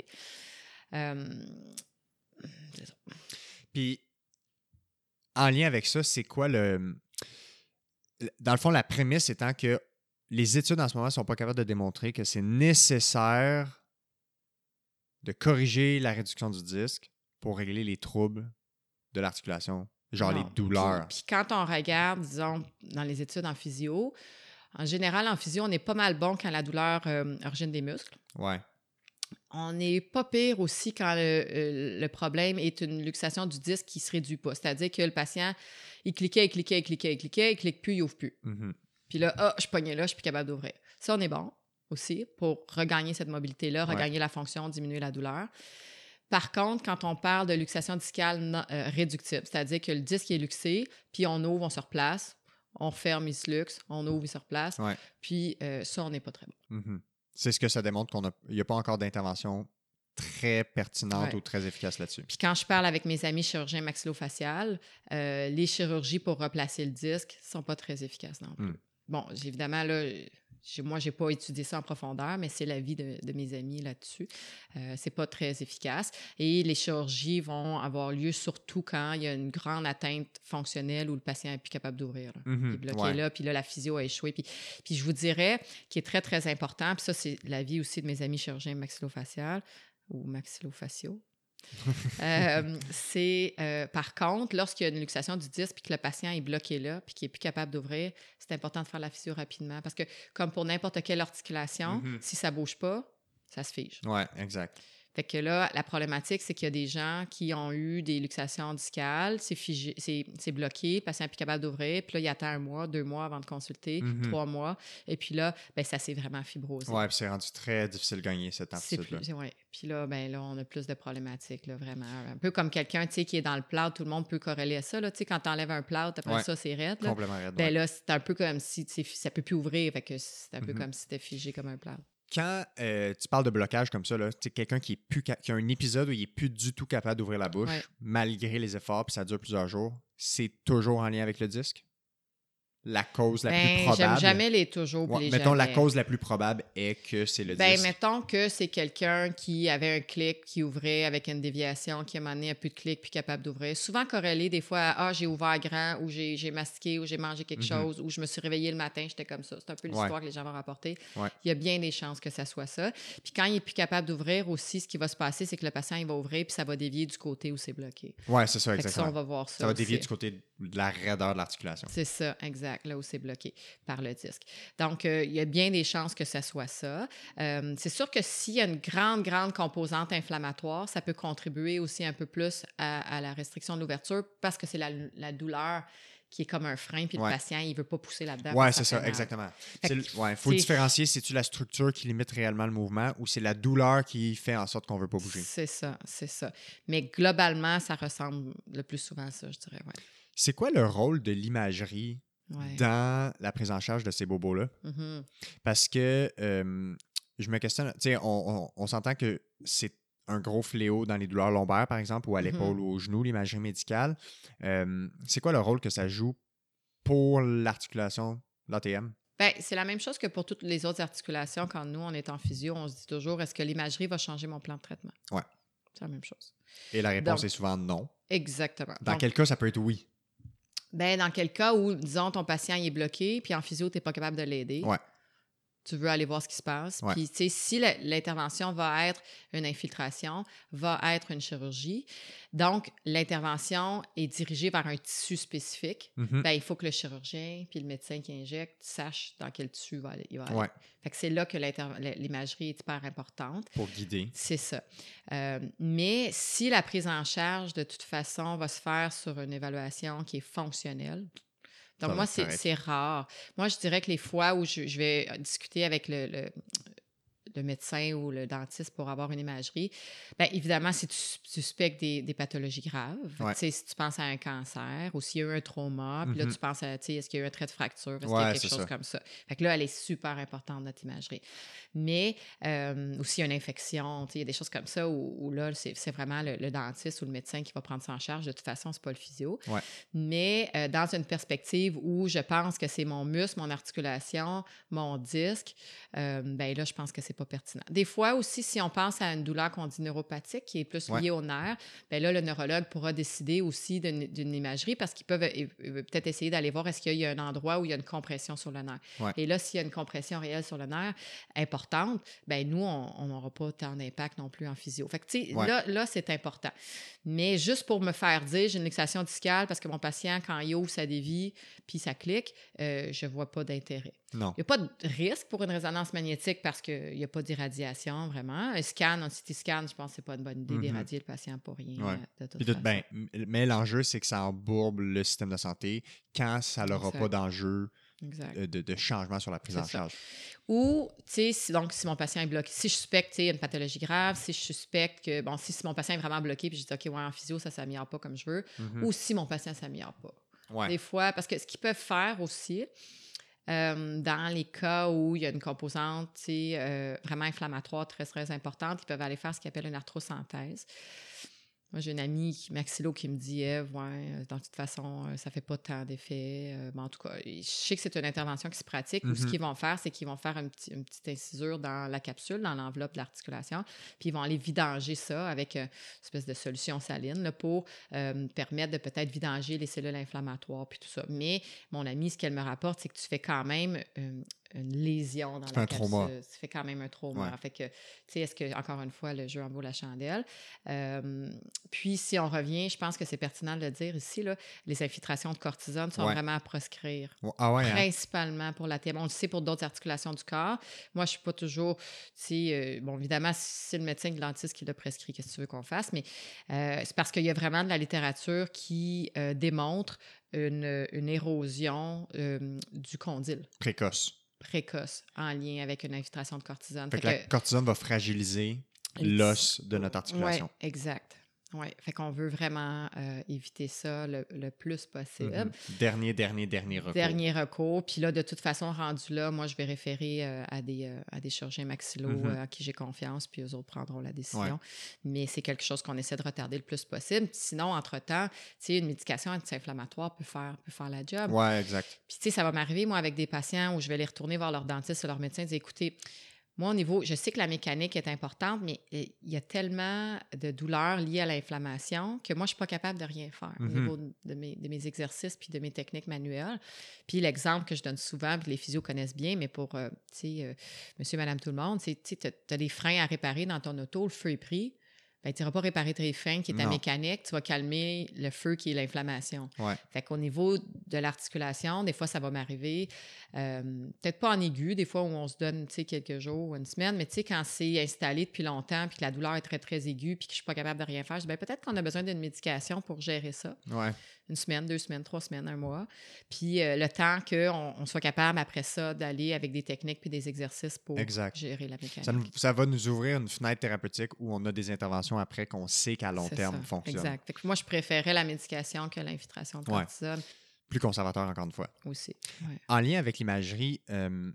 Euh... C'est ça. Puis, en lien avec ça, c'est quoi le... Dans le fond, la prémisse étant que les études en ce moment ne sont pas capables de démontrer que c'est nécessaire de corriger la réduction du disque pour régler les troubles de l'articulation. Genre non. Les douleurs. Puis, puis quand on regarde, disons, dans les études en physio, en général, en physio, on est pas mal bon quand la douleur euh, origine des muscles. Ouais. On n'est pas pire aussi quand le, le problème est une luxation du disque qui ne se réduit pas. C'est-à-dire que le patient, il cliquait, il cliquait, il cliquait, il cliquait, il ne clique plus, il n'ouvre plus. Mm-hmm. Puis là, ah, je pognais là, je ne suis plus capable d'ouvrir. Ça, on est bon aussi pour regagner cette mobilité-là, regagner ouais. la fonction, diminuer la douleur. Par contre, quand on parle de luxation discale non, euh, réductible, c'est-à-dire que le disque est luxé, puis on ouvre, on se replace, on ferme, il se luxe, on ouvre, il se replace, ouais. puis euh, ça, on n'est pas très bon. Mm-hmm. C'est ce que ça démontre qu'il n'y a, a pas encore d'intervention très pertinente ouais. ou très efficace là-dessus. Puis quand je parle avec mes amis chirurgiens maxillofaciales, euh, les chirurgies pour replacer le disque ne sont pas très efficaces non plus. Mm. Bon, évidemment, là... Moi, je n'ai pas étudié ça en profondeur, mais c'est l'avis de, de mes amis là-dessus. Euh, c'est pas très efficace. Et les chirurgies vont avoir lieu surtout quand il y a une grande atteinte fonctionnelle où le patient n'est plus capable d'ouvrir. Là. Mm-hmm, il est bloqué ouais. là, puis là, la physio a échoué. Puis, puis je vous dirais, qui est très, très important, puis ça, c'est l'avis aussi de mes amis chirurgiens maxillofaciales ou maxillofaciaux. euh, c'est euh, par contre, lorsqu'il y a une luxation du disque puis que le patient est bloqué là puis qu'il n'est plus capable d'ouvrir, c'est important de faire la physio rapidement parce que, comme pour n'importe quelle articulation, mm-hmm. si ça ne bouge pas, ça se fige. Oui, exact. Fait que là, la problématique, c'est qu'il y a des gens qui ont eu des luxations discales, c'est figé, c'est, c'est bloqué, le patient n'est plus capable d'ouvrir, puis là, il attend un mois, deux mois avant de consulter, mm-hmm. trois mois, et puis là, ben ça s'est vraiment fibrosé. Oui, puis c'est rendu très difficile de gagner cette amplitude-là. Oui, puis là, ben là, on a plus de problématiques, là, vraiment. Un peu comme quelqu'un, tu sais, qui est dans le plâtre, tout le monde peut corréler à ça, là, tu sais, quand tu enlèves un plâtre, après ouais. ça, c'est raide, là. Complètement raide, ben ouais. là, c'est un peu comme si, tu sais, ça peut plus ouvrir, fait que c'est un peu mm-hmm. comme si c'était figé comme un plâtre. Quand euh, tu parles de blocage comme ça, là, quelqu'un qui, est plus ca- qui a un épisode où il n'est plus du tout capable d'ouvrir la bouche, ouais. malgré les efforts, puis ça dure plusieurs jours, c'est toujours en lien avec le disque? La cause la ben, plus probable... J'aime jamais les toujours, ouais, les mettons, jamais. La cause la plus probable est que c'est le ben, disque. Mettons que c'est quelqu'un qui avait un clic, qui ouvrait avec une déviation, qui a amené un peu de clic, puis capable d'ouvrir. Souvent corrélé, des fois, à, ah, j'ai ouvert grand, ou j'ai, j'ai mastiqué, ou j'ai mangé quelque mm-hmm. chose, ou je me suis réveillée le matin, j'étais comme ça. C'est un peu l'histoire ouais. que les gens vont rapporter. Ouais. Il y a bien des chances que ça soit ça. Puis quand il n'est plus capable d'ouvrir aussi, ce qui va se passer, c'est que le patient, il va ouvrir, puis ça va dévier du côté où c'est bloqué. Oui, c'est ça, exactement. Ça, on va voir ça. Ça va aussi. dévier du côté de la raideur de l'articulation. C'est ça, exact, là où c'est bloqué par le disque. Donc, euh, il y a bien des chances que ça soit ça. Euh, c'est sûr que s'il y a une grande, grande composante inflammatoire, ça peut contribuer aussi un peu plus à, à la restriction de l'ouverture parce que c'est la, la douleur qui est comme un frein, puis ouais. le patient, il ne veut pas pousser là-dedans. Oui, c'est ça, mal. exactement. Il ouais, faut différencier, c'est-tu la structure qui limite réellement le mouvement ou c'est la douleur qui fait en sorte qu'on ne veut pas bouger? C'est ça, c'est ça. Mais globalement, ça ressemble le plus souvent à ça, je dirais, oui. C'est quoi le rôle de l'imagerie ouais. dans la prise en charge de ces bobos-là? Mm-hmm. Parce que euh, je me questionne, tu sais, on, on, on s'entend que c'est un gros fléau dans les douleurs lombaires, par exemple, ou à l'épaule mm-hmm. ou au genou, l'imagerie médicale. Euh, c'est quoi le rôle que ça joue pour l'articulation, l'A T M? Bien, c'est la même chose que pour toutes les autres articulations. Quand nous, on est en physio, on se dit toujours, est-ce que l'imagerie va changer mon plan de traitement? Oui. C'est la même chose. Et la réponse Donc, est souvent non. Exactement. Dans Donc, quel cas ça peut être oui? Ben, dans quel cas où, disons, ton patient il est bloqué, puis en physio, tu n'es pas capable de l'aider. Ouais. Tu veux aller voir ce qui se passe. Ouais. Puis, tu sais, si la, l'intervention va être une infiltration, va être une chirurgie, donc l'intervention est dirigée vers un tissu spécifique, mm-hmm. ben, il faut que le chirurgien puis le médecin qui injecte sache dans quel tissu il va aller. Il va aller. Ouais. Fait que c'est là que l'imagerie est hyper importante. Pour guider. C'est ça. Euh, mais si la prise en charge, de toute façon, va se faire sur une évaluation qui est fonctionnelle, donc, moi, c'est, c'est rare. Moi, je dirais que les fois où je, je vais discuter avec le, le, le médecin ou le dentiste pour avoir une imagerie, bien évidemment, si tu suspectes des, des pathologies graves, ouais. tu sais, si tu penses à un cancer ou s'il y a eu un trauma, puis mm-hmm. là, tu penses à, tu sais, est-ce qu'il y a eu un trait de fracture, est-ce ouais, qu'il y a quelque chose ça. Comme ça. Fait que là, elle est super importante, notre imagerie. Mais euh, aussi, il y a une infection, tu sais, il y a des choses comme ça où, où là, c'est, c'est vraiment le, le dentiste ou le médecin qui va prendre ça en charge. De toute façon, c'est pas le physio. Ouais. Mais euh, dans une perspective où je pense que c'est mon muscle, mon articulation, mon disque, euh, bien là, je pense que c'est pas pertinent. Des fois aussi, si on pense à une douleur qu'on dit neuropathique, qui est plus liée ouais. au nerf, bien là, le neurologue pourra décider aussi d'une, d'une imagerie parce qu'ils peuvent euh, peut-être essayer d'aller voir est-ce qu'il y a un endroit où il y a une compression sur le nerf. Ouais. Et là, s'il y a une compression réelle sur le nerf importante, ben nous, on n'aura pas tant d'impact non plus en physio. Fait que, tu sais, ouais. là, là, c'est important. Mais juste pour me faire dire, j'ai une luxation discale parce que mon patient, quand il ouvre, ça dévie, puis ça clique, euh, je ne vois pas d'intérêt. Non. Il n'y a pas de risque pour une résonance magnétique parce qu'il n'y a pas d'irradiation, vraiment. Un scan, un C T scan, je pense que ce n'est pas une bonne idée mm-hmm. d'irradier le patient pour rien. Ouais. De toute puis façon. Ben, mais l'enjeu, c'est que ça embourbe le système de santé quand ça n'aura pas d'enjeu de, de, de changement sur la prise c'est en ça. charge. Ou, tu sais, si, donc, si mon patient est bloqué, si je suspecte, tu sais, une pathologie grave, si je suspecte que, bon, si, si mon patient est vraiment bloqué, puis je dis, OK, ouais, en physio, ça ne s'améliore pas comme je veux, mm-hmm. ou si mon patient ne s'améliore pas. Ouais. Des fois, parce que ce qu'ils peuvent faire aussi, euh, dans les cas où il y a une composante, tu sais, euh, vraiment inflammatoire très, très importante, ils peuvent aller faire ce qu'ils appellent une arthrosynthèse. Moi, j'ai une amie, Maxillo, qui me dit, Ève, ouais, de toute façon, ça ne fait pas tant d'effet. Euh, mais en tout cas, je sais que c'est une intervention qui se pratique mm-hmm. où ce qu'ils vont faire, c'est qu'ils vont faire un petit, une petite incisure dans la capsule, dans l'enveloppe de l'articulation, puis ils vont aller vidanger ça avec une espèce de solution saline là, pour euh, permettre de peut-être vidanger les cellules inflammatoires puis tout ça. Mais mon amie, ce qu'elle me rapporte, c'est que tu fais quand même euh, une lésion dans ça la fait capsule. un trauma. Ça fait quand même un trauma. Ouais. Fait que, tu sais, est-ce que, encore une fois, le jeu en vaut la chandelle? Euh, puis, si on revient, je pense que c'est pertinent de le dire ici, là, les infiltrations de cortisone sont Ouais. vraiment à proscrire. Ah ouais, hein? Principalement pour l'A T M. On le sait pour d'autres articulations du corps. Moi, je ne suis pas toujours... Tu sais, euh, bon, évidemment, si c'est le médecin le dentiste qui l'a prescrit, qu'est-ce que tu veux qu'on fasse? Mais euh, c'est parce qu'il y a vraiment de la littérature qui euh, démontre une, une érosion euh, du condyle. Précoce. Précoce en lien avec une infiltration de cortisone. Fait, Fait que, que la cortisone va fragiliser l'os de notre articulation. Oui, exact. Oui, fait qu'on veut vraiment euh, éviter ça le, le plus possible. Mm-hmm. Dernier, dernier, dernier recours. Dernier recours. Puis là, de toute façon, rendu là, moi, je vais référer euh, à, des, euh, à des chirurgiens maxillo mm-hmm. euh, à qui j'ai confiance, puis eux autres prendront la décision. Ouais. Mais c'est quelque chose qu'on essaie de retarder le plus possible. Sinon, entre-temps, tu sais, une médication anti-inflammatoire peut faire, peut faire la job. Oui, exact. Puis, tu sais, ça va m'arriver, moi, avec des patients où je vais les retourner voir leur dentiste ou leur médecin et dire, écoutez, moi, au niveau, je sais que la mécanique est importante, mais il y a tellement de douleurs liées à l'inflammation que moi, je ne suis pas capable de rien faire mm-hmm. au niveau de mes, de mes exercices puis de mes techniques manuelles. Puis l'exemple que je donne souvent, puis les physios connaissent bien, mais pour, euh, tu sais, euh, monsieur, madame, tout le monde, tu as des freins à réparer dans ton auto, le feu est pris. Ben, tu n'iras pas réparer tes freins qui est ta non. mécanique, tu vas calmer le feu qui est l'inflammation. Ouais. Fait qu'au niveau de l'articulation, des fois, ça va m'arriver, euh, peut-être pas en aigu, des fois où on se donne quelques jours ou une semaine, mais tu sais, quand c'est installé depuis longtemps puis que la douleur est très, très aiguë puis que je ne suis pas capable de rien faire, je dis, ben, peut-être qu'on a besoin d'une médication pour gérer ça. Ouais. Une semaine, deux semaines, trois semaines, un mois. Puis euh, le temps qu'on on soit capable, après ça, d'aller avec des techniques puis des exercices pour exact. Gérer la mécanique. Ça, nous, ça va nous ouvrir une fenêtre thérapeutique où on a des interventions après qu'on sait qu'à long c'est terme ça. fonctionnent. Exact. Fait que moi, je préférais la médication que l'infiltration de cortisone. Ouais. Plus conservateur, encore une fois. Aussi. Ouais. En lien avec l'imagerie, euh,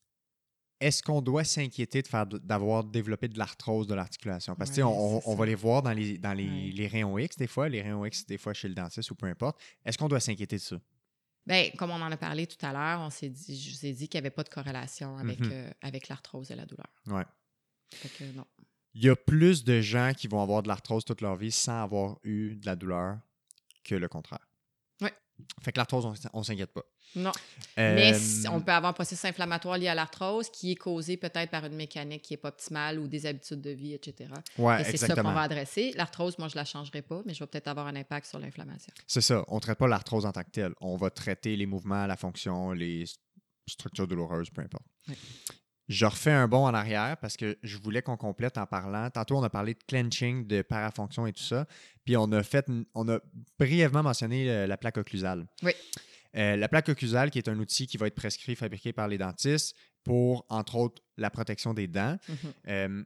est-ce qu'on doit s'inquiéter de faire, d'avoir développé de l'arthrose de l'articulation? Parce que ouais, on, on va les voir dans les, dans les, ouais. les rayons X des fois, les rayons X des fois chez le dentiste ou peu importe. Est-ce qu'on doit s'inquiéter de ça? Bien, comme on en a parlé tout à l'heure, on s'est dit, je vous ai dit qu'il n'y avait pas de corrélation avec, mm-hmm. euh, avec l'arthrose et la douleur. Oui. Fait que non. Il y a plus de gens qui vont avoir de l'arthrose toute leur vie sans avoir eu de la douleur que le contraire. Oui. Fait que l'arthrose, on ne s'inquiète pas. Non. Euh... Mais on peut avoir un processus inflammatoire lié à l'arthrose qui est causé peut-être par une mécanique qui n'est pas optimale ou des habitudes de vie, et cetera. Ouais, et c'est exactement. ça qu'on va adresser. L'arthrose, moi, je ne la changerai pas, mais je vais peut-être avoir un impact sur l'inflammation. C'est ça. On ne traite pas l'arthrose en tant que telle. On va traiter les mouvements, la fonction, les structures douloureuses, peu importe. Oui. Je refais un bond en arrière parce que je voulais qu'on complète en parlant. Tantôt, on a parlé de clenching, de parafonction et tout ça. Puis on a fait, on a brièvement mentionné la plaque occlusale. Oui. Euh, la plaque occlusale, qui est un outil qui va être prescrit, fabriqué par les dentistes pour, entre autres, la protection des dents. Mm-hmm. Euh,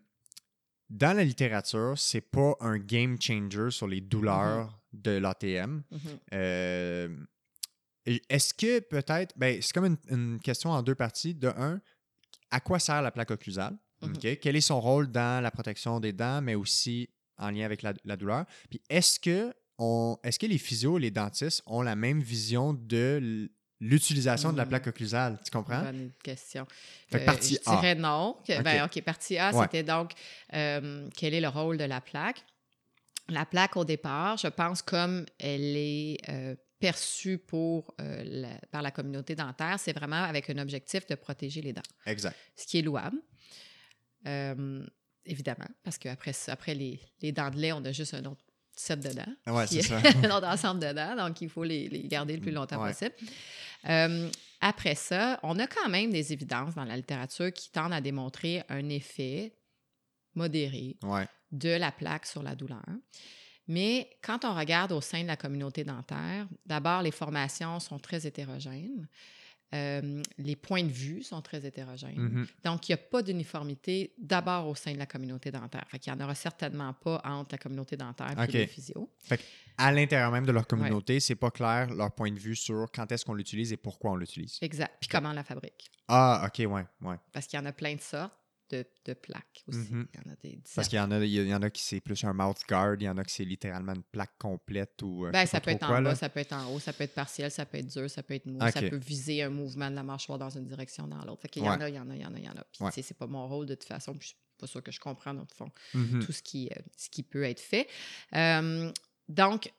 dans la littérature, c'est pas un game changer sur les douleurs mm-hmm. de l'A T M. Mm-hmm. Euh, est-ce que peut-être, ben, c'est comme une, une question en deux parties. De un, à quoi sert la plaque occlusale? Mm-hmm. Okay? Quel est son rôle dans la protection des dents, mais aussi en lien avec la, la douleur? Puis est-ce que, on, est-ce que les physios et les dentistes ont la même vision de l'utilisation mmh. de la plaque occlusale? Tu comprends? Bonne question. Fait que partie euh, je A. dirais non. Que, okay. Ben, OK, partie A, ouais. C'était donc euh, quel est le rôle de la plaque? La plaque, au départ, je pense, comme elle est... Euh, perçue pour, euh, la, par la communauté dentaire, c'est vraiment avec un objectif de protéger les dents. Exact. Ce qui est louable, euh, évidemment, parce qu'après après les, les dents de lait, on a juste un autre set de dents. Oui, c'est ça. Un autre ensemble de dents, donc il faut les, les garder le plus longtemps ouais. possible. Euh, après ça, on a quand même des évidences dans la littérature qui tendent à démontrer un effet modéré ouais. de la plaque sur la douleur. Mais quand on regarde au sein de la communauté dentaire, d'abord, les formations sont très hétérogènes. Euh, les points de vue sont très hétérogènes. Mm-hmm. Donc, il n'y a pas d'uniformité d'abord au sein de la communauté dentaire. Fait qu'il n'y en aura certainement pas entre la communauté dentaire et okay. les physios. Fait à l'intérieur même de leur communauté, ouais. c'est pas clair leur point de vue sur quand est-ce qu'on l'utilise et pourquoi on l'utilise. Exact. Puis comment on la fabrique. Ah, OK, ouais, ouais. Parce qu'il y en a plein de sortes. De, de plaques aussi. Mm-hmm. Il y en a des Parce qu'il y en a, il y en a qui c'est plus un mouth guard, il y en a qui c'est littéralement une plaque complète ou ben, ça peut être quoi, en là. bas, ça peut être en haut, ça peut être partiel, ça peut être dur, ça peut être mou, okay. ça peut viser un mouvement de la mâchoire dans une direction dans l'autre. Fait qu'il y ouais. en a, il y en a, il y en a, il y en a. Puis ouais. c'est pas mon rôle de toute façon, puis je suis pas sûre que je comprends dans le fond mm-hmm. tout ce qui, euh, ce qui peut être fait. Euh, donc,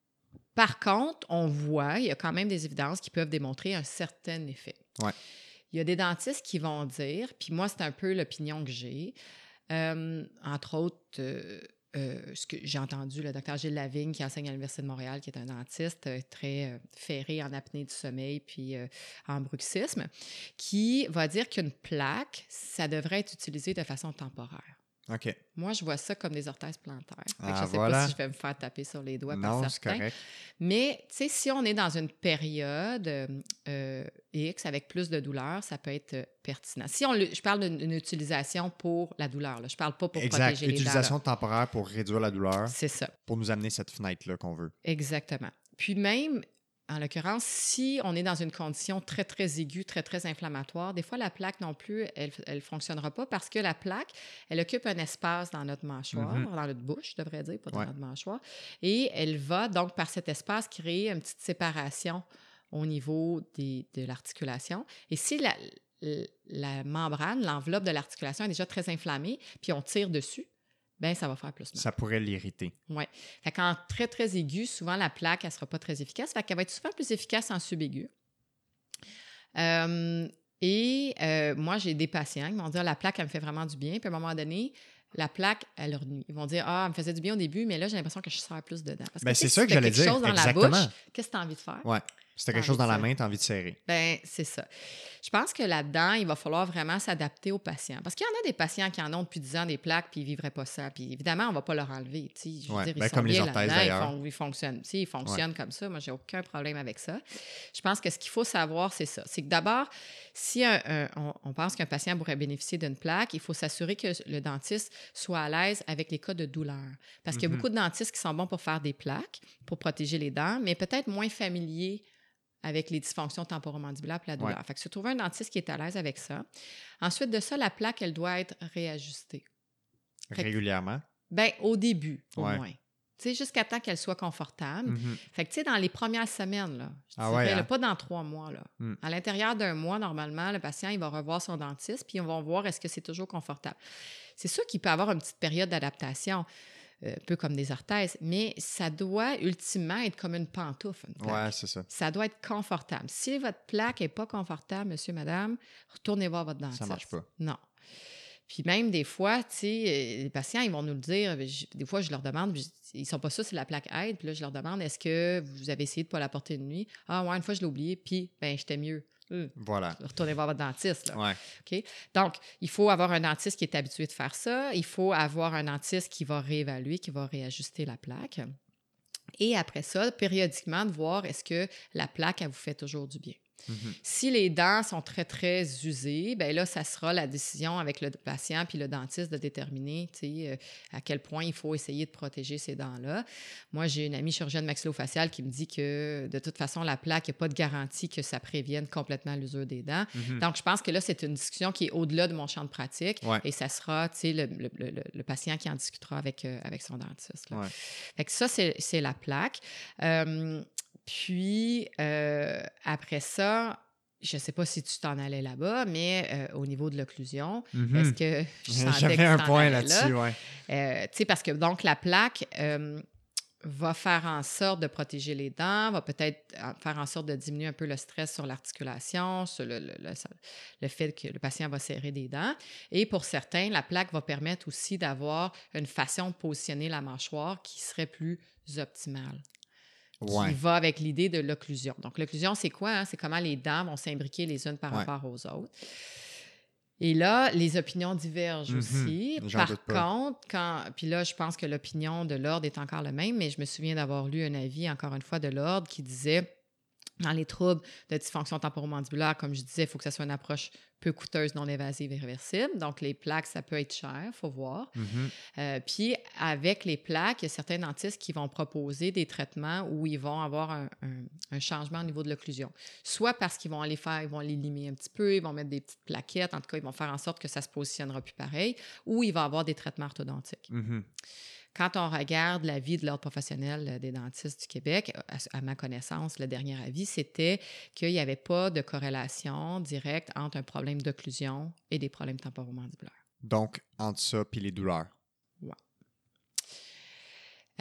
par contre, on voit, il y a quand même des évidences qui peuvent démontrer un certain effet. Ouais. Il y a des dentistes qui vont dire, puis moi, c'est un peu l'opinion que j'ai, euh, entre autres, euh, euh, ce que j'ai entendu, le docteur Gilles Lavigne, qui enseigne à l'Université de Montréal, qui est un dentiste euh, très euh, ferré en apnée du sommeil puis euh, en bruxisme, qui va dire qu'une plaque, ça devrait être utilisé de façon temporaire. OK. Moi, je vois ça comme des orthèses plantaires. Fait que Ah, je ne sais voilà. pas si je vais me faire taper sur les doigts par Non, c'est certains. correct. Mais, tu sais, si on est dans une période euh, X avec plus de douleur, ça peut être euh, pertinent. Si on, je parle d'une utilisation pour la douleur, là. Je ne parle pas pour Exact. protéger les dents. Utilisation temporaire pour réduire la douleur. C'est ça. Pour nous amener cette fenêtre-là qu'on veut. Exactement. Puis même, en l'occurrence, si on est dans une condition très, très aiguë, très, très inflammatoire, des fois, la plaque non plus, elle ne fonctionnera pas parce que la plaque, elle occupe un espace dans notre mâchoire, mm-hmm. dans notre bouche, je devrais dire, pas dans ouais. notre mâchoire, et elle va donc, par cet espace, créer une petite séparation au niveau des, de l'articulation. Et si la, la membrane, l'enveloppe de l'articulation est déjà très inflammée, puis on tire dessus, bien, ça va faire plus mal. Ça pourrait l'irriter. Oui. Fait qu'en très, très aigu, souvent, la plaque, elle ne sera pas très efficace. Fait qu'elle va être souvent plus efficace en subaigu. Euh, et euh, moi, j'ai des patients qui vont dire, la plaque, elle me fait vraiment du bien. Puis à un moment donné, la plaque, elle leur nuit. Ils vont dire, ah, elle me faisait du bien au début, mais là, j'ai l'impression que je serre plus dedans. Parce que ben, si c'est ça tu que j'allais quelque dire. chose dans Exactement. la bouche, qu'est-ce que tu as envie de faire? Oui. Si tu as quelque chose dans la main, tu as envie de serrer. Bien, c'est ça. Je pense que là-dedans, il va falloir vraiment s'adapter aux patients. Parce qu'il y en a des patients qui en ont depuis dix ans des plaques puis ils ne vivraient pas ça. Puis évidemment, on ne va pas leur enlever. Je veux ouais, dire, ben ils sont comme bien les orthèses, là-dedans, d'ailleurs. Ils, font, ils fonctionnent, ils fonctionnent ouais. comme ça. Moi, je n'ai aucun problème avec ça. Je pense que ce qu'il faut savoir, c'est ça. C'est que d'abord, si un, un, on, on pense qu'un patient pourrait bénéficier d'une plaque, il faut s'assurer que le dentiste soit à l'aise avec les cas de douleur. Parce mm-hmm. qu'il y a beaucoup de dentistes qui sont bons pour faire des plaques, pour protéger les dents, mais peut-être moins familiers avec les dysfonctions temporomandibulaires et la douleur. Ouais. Fait que se trouver un dentiste qui est à l'aise avec ça. Ensuite de ça, la plaque, elle doit être réajustée. Fait Régulièrement? Bien, au début, au ouais. moins. Tu sais, jusqu'à temps qu'elle soit confortable. Mm-hmm. Fait que, tu sais, dans les premières semaines, là, je ah dirais, ouais, là, hein? pas dans trois mois, là. Mm. À l'intérieur d'un mois, normalement, le patient, il va revoir son dentiste, puis on va voir est-ce que c'est toujours confortable. C'est sûr qu'il peut avoir une petite période d'adaptation. Un peu comme des orthèses, mais ça doit ultimement être comme une pantoufle. Une oui, c'est ça. Ça doit être confortable. Si votre plaque n'est pas confortable, monsieur, madame, retournez voir votre dentiste. Ça ne marche pas. Non. Puis même des fois, tu sais, les patients, ils vont nous le dire. Des fois, je leur demande, ils ne sont pas sûrs si la plaque aide. Puis là, je leur demande, est-ce que vous avez essayé de ne pas la porter de nuit? Ah ouais, une fois, je l'ai oublié, puis ben j'étais mieux. Voilà. Retournez voir votre dentiste. Là. Ouais. Okay? Donc, il faut avoir un dentiste qui est habitué de faire ça. Il faut avoir un dentiste qui va réévaluer, qui va réajuster la plaque. Et après ça, périodiquement, de voir est-ce que la plaque, elle vous fait toujours du bien. Mm-hmm. Si les dents sont très, très usées, bien là, ça sera la décision avec le patient puis le dentiste de déterminer, tu sais, euh, à quel point il faut essayer de protéger ces dents-là. Moi, j'ai une amie chirurgienne maxillofaciale qui me dit que, de toute façon, la plaque, il n'y a pas de garantie que ça prévienne complètement l'usure des dents. Mm-hmm. Donc, je pense que là, c'est une discussion qui est au-delà de mon champ de pratique ouais. et ça sera, tu sais, le, le, le, le patient qui en discutera avec, euh, avec son dentiste. Là. Ouais. Fait que ça, c'est, c'est la plaque. Euh, Puis, euh, après ça, je ne sais pas si tu t'en allais là-bas, mais euh, au niveau de l'occlusion, mm-hmm. est-ce que je sentais J'avais que un tu point là? là-dessus, oui. Euh, tu sais, parce que donc, la plaque euh, va faire en sorte de protéger les dents, va peut-être faire en sorte de diminuer un peu le stress sur l'articulation, sur le, le, le, le fait que le patient va serrer des dents. Et pour certains, la plaque va permettre aussi d'avoir une façon de positionner la mâchoire qui serait plus optimale. Ouais. Qui va avec l'idée de l'occlusion. Donc, l'occlusion, c'est quoi? Hein? C'est comment les dents vont s'imbriquer les unes par ouais. rapport aux autres. Et là, les opinions divergent mm-hmm. aussi. J'en par contre, quand, puis là, je pense que l'opinion de l'Ordre est encore la même, mais je me souviens d'avoir lu un avis, encore une fois, de l'Ordre qui disait, dans les troubles de dysfonction temporomandibulaire, comme je disais, il faut que ça soit une approche peu coûteuse, non invasive et réversible. Donc, les plaques, ça peut être cher, il faut voir. Mm-hmm. Euh, puis, avec les plaques, il y a certains dentistes qui vont proposer des traitements où ils vont avoir un, un, un changement au niveau de l'occlusion. Soit parce qu'ils vont aller faire, ils vont les limer un petit peu, ils vont mettre des petites plaquettes, en tout cas, ils vont faire en sorte que ça se positionnera plus pareil, ou il va avoir des traitements orthodontiques. Mm-hmm. Quand on regarde l'avis de l'Ordre professionnel des dentistes du Québec, à, à ma connaissance, le dernier avis, c'était qu'il n'y avait pas de corrélation directe entre un problème d'occlusion et des problèmes temporomandibulaires. Donc, entre ça et les douleurs. Oui.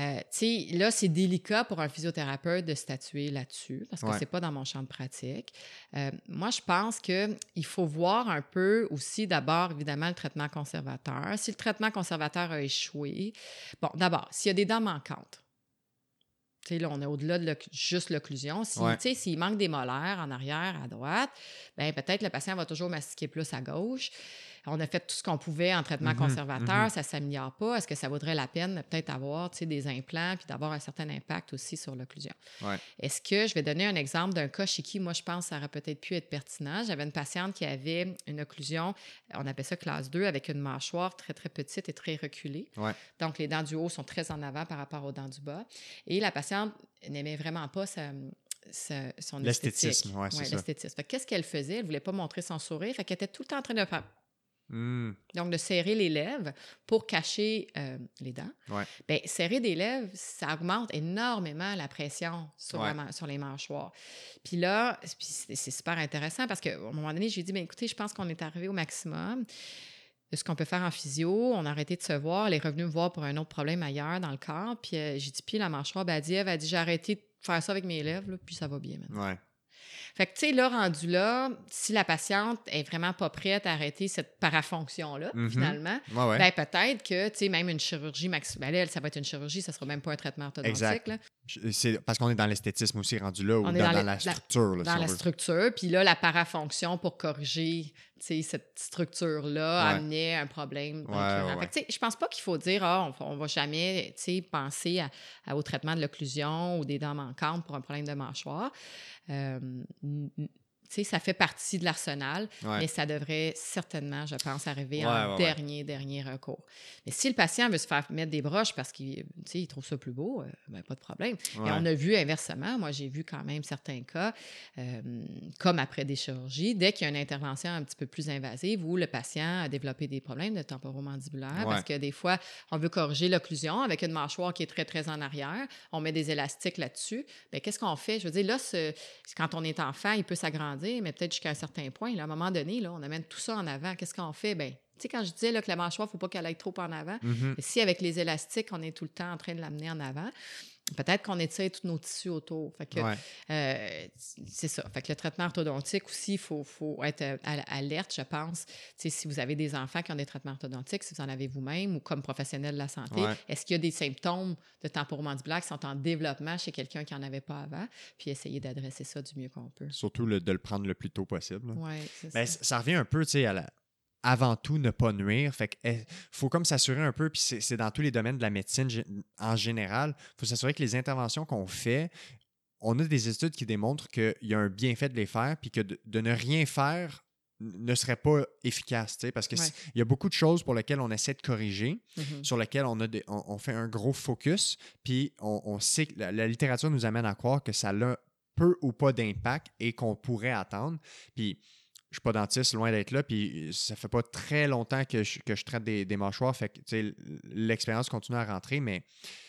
Euh, tu sais, là, c'est délicat pour un physiothérapeute de statuer là-dessus parce que Ouais. c'est pas dans mon champ de pratique. Euh, moi, je pense qu'il faut voir un peu aussi, d'abord, évidemment, le traitement conservateur. Si le traitement conservateur a échoué, bon, d'abord, s'il y a des dents manquantes, tu sais, là, on est au-delà de l'oc- juste l'occlusion. Si, Ouais. tu sais, s'il manque des molaires en arrière, à droite, bien, peut-être le patient va toujours mastiquer plus à gauche. On a fait tout ce qu'on pouvait en traitement Mhm, conservateur, mhm. ça ne s'améliore pas. Est-ce que ça vaudrait la peine de peut-être avoir, tu sais, des implants puis d'avoir un certain impact aussi sur l'occlusion? Ouais. Est-ce que, je vais donner un exemple d'un cas chez qui, moi, je pense que ça aurait peut-être pu être pertinent. J'avais une patiente qui avait une occlusion, on appelle ça classe deux, avec une mâchoire très, très petite et très reculée. Ouais. Donc, les dents du haut sont très en avant par rapport aux dents du bas. Et la patiente n'aimait vraiment pas sa, sa- son L'esthétisme, esthétique. ouais, c'est Ouais, ça. l'esthétisme. Fait que qu'est-ce qu'elle faisait? Elle ne voulait pas montrer son sourire. Fait qu'elle était tout le temps en train de faire... Mm. Donc, de serrer les lèvres pour cacher euh, les dents. Ouais. Bien, serrer des lèvres, ça augmente énormément la pression sur, Ouais. la ma- sur les mâchoires. Puis là, puis c'est c'est super intéressant parce qu'à un moment donné, j'ai dit, bien, écoutez, je pense qu'on est arrivé au maximum de ce qu'on peut faire en physio. On a arrêté de se voir. Elle est revenue me voir pour un autre problème ailleurs dans le corps. Puis euh, j'ai dit, puis la mâchoire, ben, elle dit, elle a dit, j'ai arrêté de faire ça avec mes lèvres, là, puis ça va bien maintenant. Ouais. Fait que, tu sais, là, rendu là, si la patiente est vraiment pas prête à arrêter cette parafonction-là, Mhm. finalement, Ouais, ouais. ben peut-être que, tu sais, même une chirurgie maximale, elle, ça va être une chirurgie, ça sera même pas un traitement orthodontique. Exact. Là. Je- C'est parce qu'on est dans l'esthétisme aussi rendu là, ou On dans, est dans dans les- la la- structure, là, Dans si on la veut. structure, puis là, la parafonction pour corriger, tu sais, cette structure-là Ouais. amenait un problème Ouais, récurrent. ouais, ouais. Fait que, tu sais, je pense pas qu'il faut dire, ah, on, on va jamais, tu sais, penser à- à- au traitement de l'occlusion ou des dents manquantes pour un problème de mâchoire. Euh, n- n- tu sais, ça fait partie de l'arsenal, Ouais. mais ça devrait certainement, je pense, arriver Ouais, en ouais, ouais. dernier, dernier recours. Mais si le patient veut se faire mettre des broches parce qu'il tu sais, il trouve ça plus beau, euh, ben, pas de problème. Ouais. Mais on a vu inversement, moi j'ai vu quand même certains cas, euh, comme après des chirurgies, dès qu'il y a une intervention un petit peu plus invasive où le patient a développé des problèmes de temporomandibulaire, Ouais. parce que des fois, on veut corriger l'occlusion avec une mâchoire qui est très, très en arrière, on met des élastiques là-dessus. Bien, qu'est-ce qu'on fait? Je veux dire, là, ce, quand on est enfant, il peut s'agrandir, mais peut-être jusqu'à un certain point. Là, à un moment donné, là, on amène tout ça en avant. Qu'est-ce qu'on fait? Bien, tu sais, quand je disais là, que la mâchoire, il ne faut pas qu'elle aille trop en avant, Mhm. mais si avec les élastiques, on est tout le temps en train de l'amener en avant, peut-être qu'on étire tous nos tissus autour. Fait que, Ouais. euh, c'est ça. Fait que le traitement orthodontique aussi, il faut, faut être à- alerte, je pense. Tu sais, si vous avez des enfants qui ont des traitements orthodontiques, si vous en avez vous-même ou comme professionnel de la santé, Ouais. est-ce qu'il y a des symptômes de temporomandibulaire qui sont en développement chez quelqu'un qui n'en avait pas avant? Puis essayer d'adresser ça du mieux qu'on peut. Surtout le- de le prendre le plus tôt possible. là. Oui, c'est Ben, ça. c- ça revient un peu, tu sais, à la... avant tout, ne pas nuire. Fait que, eh, faut comme s'assurer un peu, puis c'est c'est dans tous les domaines de la médecine gé- en général, il faut s'assurer que les interventions qu'on fait, on a des études qui démontrent qu'il y a un bienfait de les faire, puis que de, de ne rien faire n- ne serait pas efficace, tu sais, parce qu'il Ouais. y a beaucoup de choses pour lesquelles on essaie de corriger, Mhm. sur lesquelles on, a des- on, on fait un gros focus, puis on, on sait que la, la littérature nous amène à croire que ça a peu ou pas d'impact et qu'on pourrait attendre. Puis, je suis pas dentiste, loin d'être là, puis ça fait pas très longtemps que je, que je traite des, des mâchoires, fait que, tu sais, l'expérience continue à rentrer, mais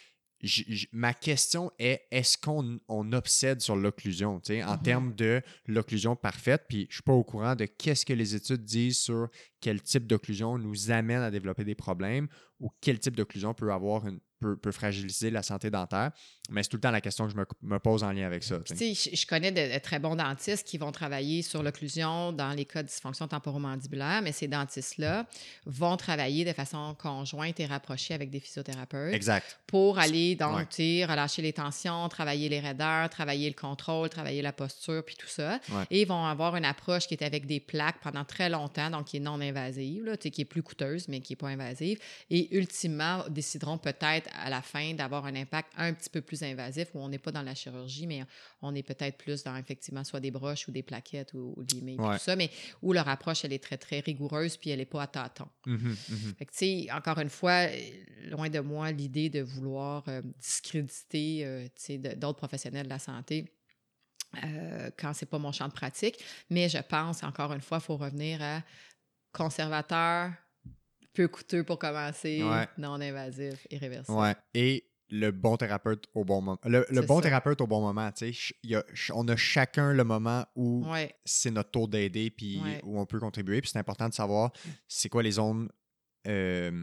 j- j- ma question est, est-ce qu'on on obsède sur l'occlusion, tu sais, en Mhm. termes de l'occlusion parfaite, puis je suis pas au courant de qu'est-ce que les études disent sur quel type d'occlusion nous amène à développer des problèmes ou quel type d'occlusion peut avoir une peut, peut fragiliser la santé dentaire. Mais c'est tout le temps la question que je me, me pose en lien avec ça. tu sais. Tu sais, je, je connais de, de très bons dentistes qui vont travailler sur l'occlusion dans les cas de dysfonction temporomandibulaire, mais ces dentistes-là vont travailler de façon conjointe et rapprochée avec des physiothérapeutes Exact. pour aller, donc, Ouais. tu sais, relâcher les tensions, travailler les raideurs, travailler le contrôle, travailler la posture, puis tout ça. Ouais. Et ils vont avoir une approche qui est avec des plaques pendant très longtemps, donc qui est non invasive, là, tu sais, qui est plus coûteuse, mais qui n'est pas invasive. Et ultimement, décideront peut-être à la fin d'avoir un impact un petit peu plus invasif où on n'est pas dans la chirurgie, mais on est peut-être plus dans, effectivement, soit des broches ou des plaquettes ou, ou des mains, Ouais. tout ça, mais où leur approche, elle est très, très rigoureuse puis elle n'est pas à tâtons. Mhm, mhm. Fait que, tu sais, encore une fois, euh, loin de moi l'idée de vouloir euh, discréditer euh, tu sais, de- d'autres professionnels de la santé euh, quand c'est pas mon champ de pratique, mais je pense, encore une fois, il faut revenir à conservateur, peu coûteux pour commencer, Ouais. non invasif, irréversible. Ouais. Et le bon thérapeute au bon moment. Le, le C'est bon ça. thérapeute au bon moment, tu sais, ch- il y a- ch- on a chacun le moment où Ouais. c'est notre tour d'aider puis Ouais. où on peut contribuer. Puis c'est important de savoir c'est quoi les zones euh,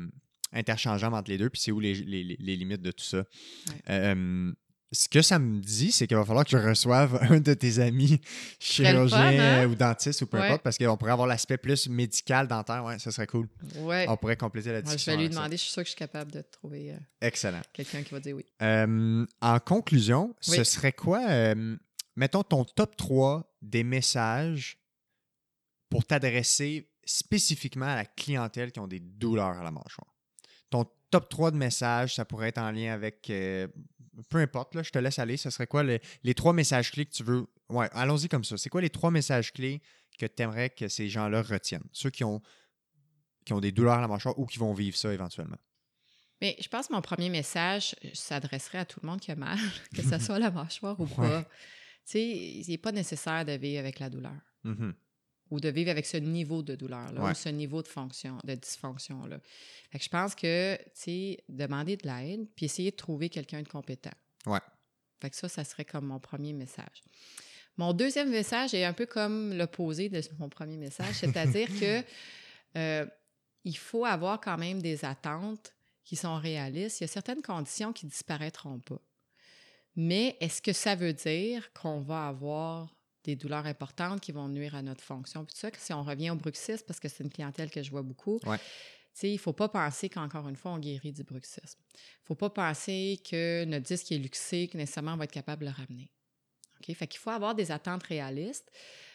interchangeable entre les deux, puis c'est où les, les, les limites de tout ça. Ouais. Euh, ce que ça me dit, c'est qu'il va falloir que je reçoive un de tes amis chirurgien fun, hein? ou dentiste ou peu Ouais. importe, parce qu'on pourrait avoir l'aspect plus médical, dentaire. Ouais, ça serait cool. Ouais. On pourrait compléter la Ouais, je discussion. vais lui avec ça. demander, je suis sûre que je suis capable de trouver euh, Excellent. quelqu'un qui va dire oui. Euh, en conclusion, Oui. ce serait quoi, euh, mettons, ton top trois des messages pour t'adresser spécifiquement à la clientèle qui ont des douleurs à la mâchoire? Ton top trois de messages, ça pourrait être en lien avec... euh, peu importe, là, je te laisse aller. Ce serait quoi le- les trois messages clés que tu veux... Ouais, allons-y comme ça. C'est quoi les trois messages clés que tu aimerais que ces gens-là retiennent? Ceux qui ont, qui ont des douleurs à la mâchoire ou qui vont vivre ça éventuellement. Mais je pense que mon premier message s'adresserait à tout le monde qui a mal, que ce soit la mâchoire ou pas. Ouais. Tu sais, il n'est pas nécessaire de vivre avec la douleur Mhm. ou de vivre avec ce niveau de douleur-là Ouais. ou ce niveau de fonction, de dysfonction-là. Fait que je pense que, tu sais, demander de l'aide puis essayer de trouver quelqu'un de compétent. Ouais. Fait que ça, ça serait comme mon premier message. Mon deuxième message est un peu comme l'opposé de mon premier message, c'est-à-dire que euh, il faut avoir quand même des attentes qui sont réalistes. Il y a certaines conditions qui ne disparaîtront pas. Mais est-ce que ça veut dire qu'on va avoir des douleurs importantes qui vont nuire à notre fonction? Puis tout ça, si on revient au bruxisme, parce que c'est une clientèle que je vois beaucoup, Ouais. tu sais, il ne faut pas penser qu'encore une fois, on guérit du bruxisme. Il ne faut pas penser que notre disque est luxé, que nécessairement on va être capable de le ramener. OK? Fait qu'il faut avoir des attentes réalistes,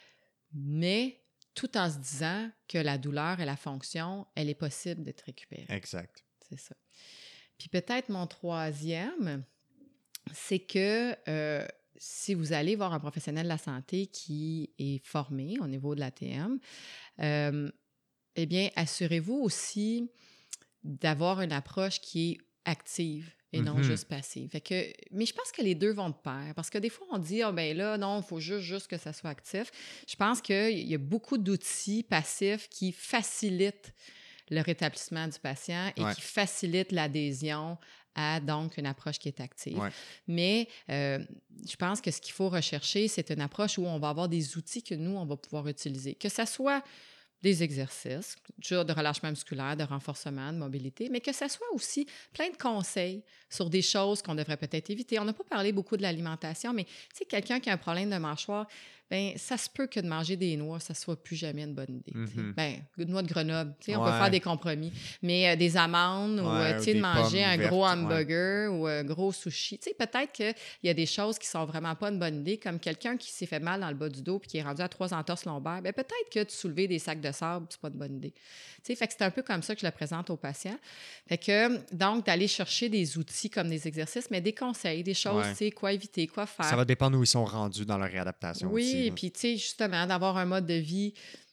mais tout en se disant que la douleur et la fonction, elle est possible d'être récupérée. Exact. C'est ça. Puis peut-être mon troisième, c'est que euh, si vous allez voir un professionnel de la santé qui est formé au niveau de l'A T M, euh, eh bien, assurez-vous aussi d'avoir une approche qui est active et non Mhm. juste passive. Fait que, mais je pense que les deux vont de pair, parce que des fois, on dit « Ah, ben là, non, il faut juste, juste que ça soit actif ». Je pense qu'il y a beaucoup d'outils passifs qui facilitent le rétablissement du patient et Ouais. qui facilitent l'adhésion à donc une approche qui est active. Ouais. Mais euh, je pense que ce qu'il faut rechercher, c'est une approche où on va avoir des outils que nous, on va pouvoir utiliser. Que ce soit des exercices, toujours de relâchement musculaire, de renforcement, de mobilité, mais que ce soit aussi plein de conseils sur des choses qu'on devrait peut-être éviter. On n'a pas parlé beaucoup de l'alimentation, mais tu sais, quelqu'un qui a un problème de mâchoire, bien, ça se peut que de manger des noix, ça ne soit plus jamais une bonne idée. Mm-hmm. Bien, une noix de Grenoble, tu sais, on Ouais. peut faire des compromis, mais euh, des amandes Ouais, ou, euh, tu ou sais, de des manger pommes un vertes, gros ouais. hamburger ou un gros sushi. Tu sais, peut-être qu'il y a des choses qui sont vraiment pas une bonne idée, comme quelqu'un qui s'est fait mal dans le bas du dos puis qui est rendu à trois entorses lombaires, bien, peut-être que de soulever des sacs de sable, c'est pas une bonne idée. Tu sais, fait que c'est un peu comme ça que je le présente aux patients. Fait que, donc, d'aller chercher des outils comme des exercices, mais des conseils, des choses, Ouais. tu sais, quoi éviter, quoi faire. Ça va dépendre où ils sont rendus dans leur réadaptation Oui, aussi. et puis, tu sais, justement, d'avoir un mode de vie,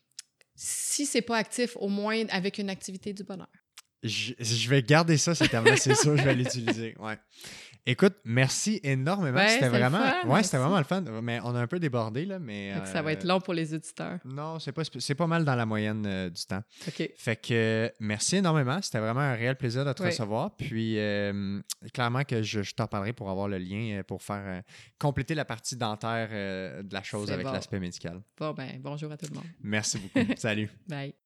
si c'est pas actif, au moins avec une activité du bonheur. Je, je vais garder ça, cet terme-là, c'est sûr, je vais l'utiliser. Ouais. Écoute, merci énormément. Ouais, c'était c'était le vraiment, fun, ouais, merci. c'était vraiment le fun. Mais on a un peu débordé là, mais Fait que ça va euh, être long pour les auditeurs. non, c'est pas, c'est pas mal dans la moyenne euh, du temps. OK. Fait que euh, merci énormément. C'était vraiment un réel plaisir de te Oui. recevoir. Puis euh, clairement que je, je t'en parlerai pour avoir le lien euh, pour faire euh, compléter la partie dentaire euh, de la chose C'est avec bon. l'aspect médical. Bon, ben, bonjour à tout le monde. Merci beaucoup. Salut. Bye.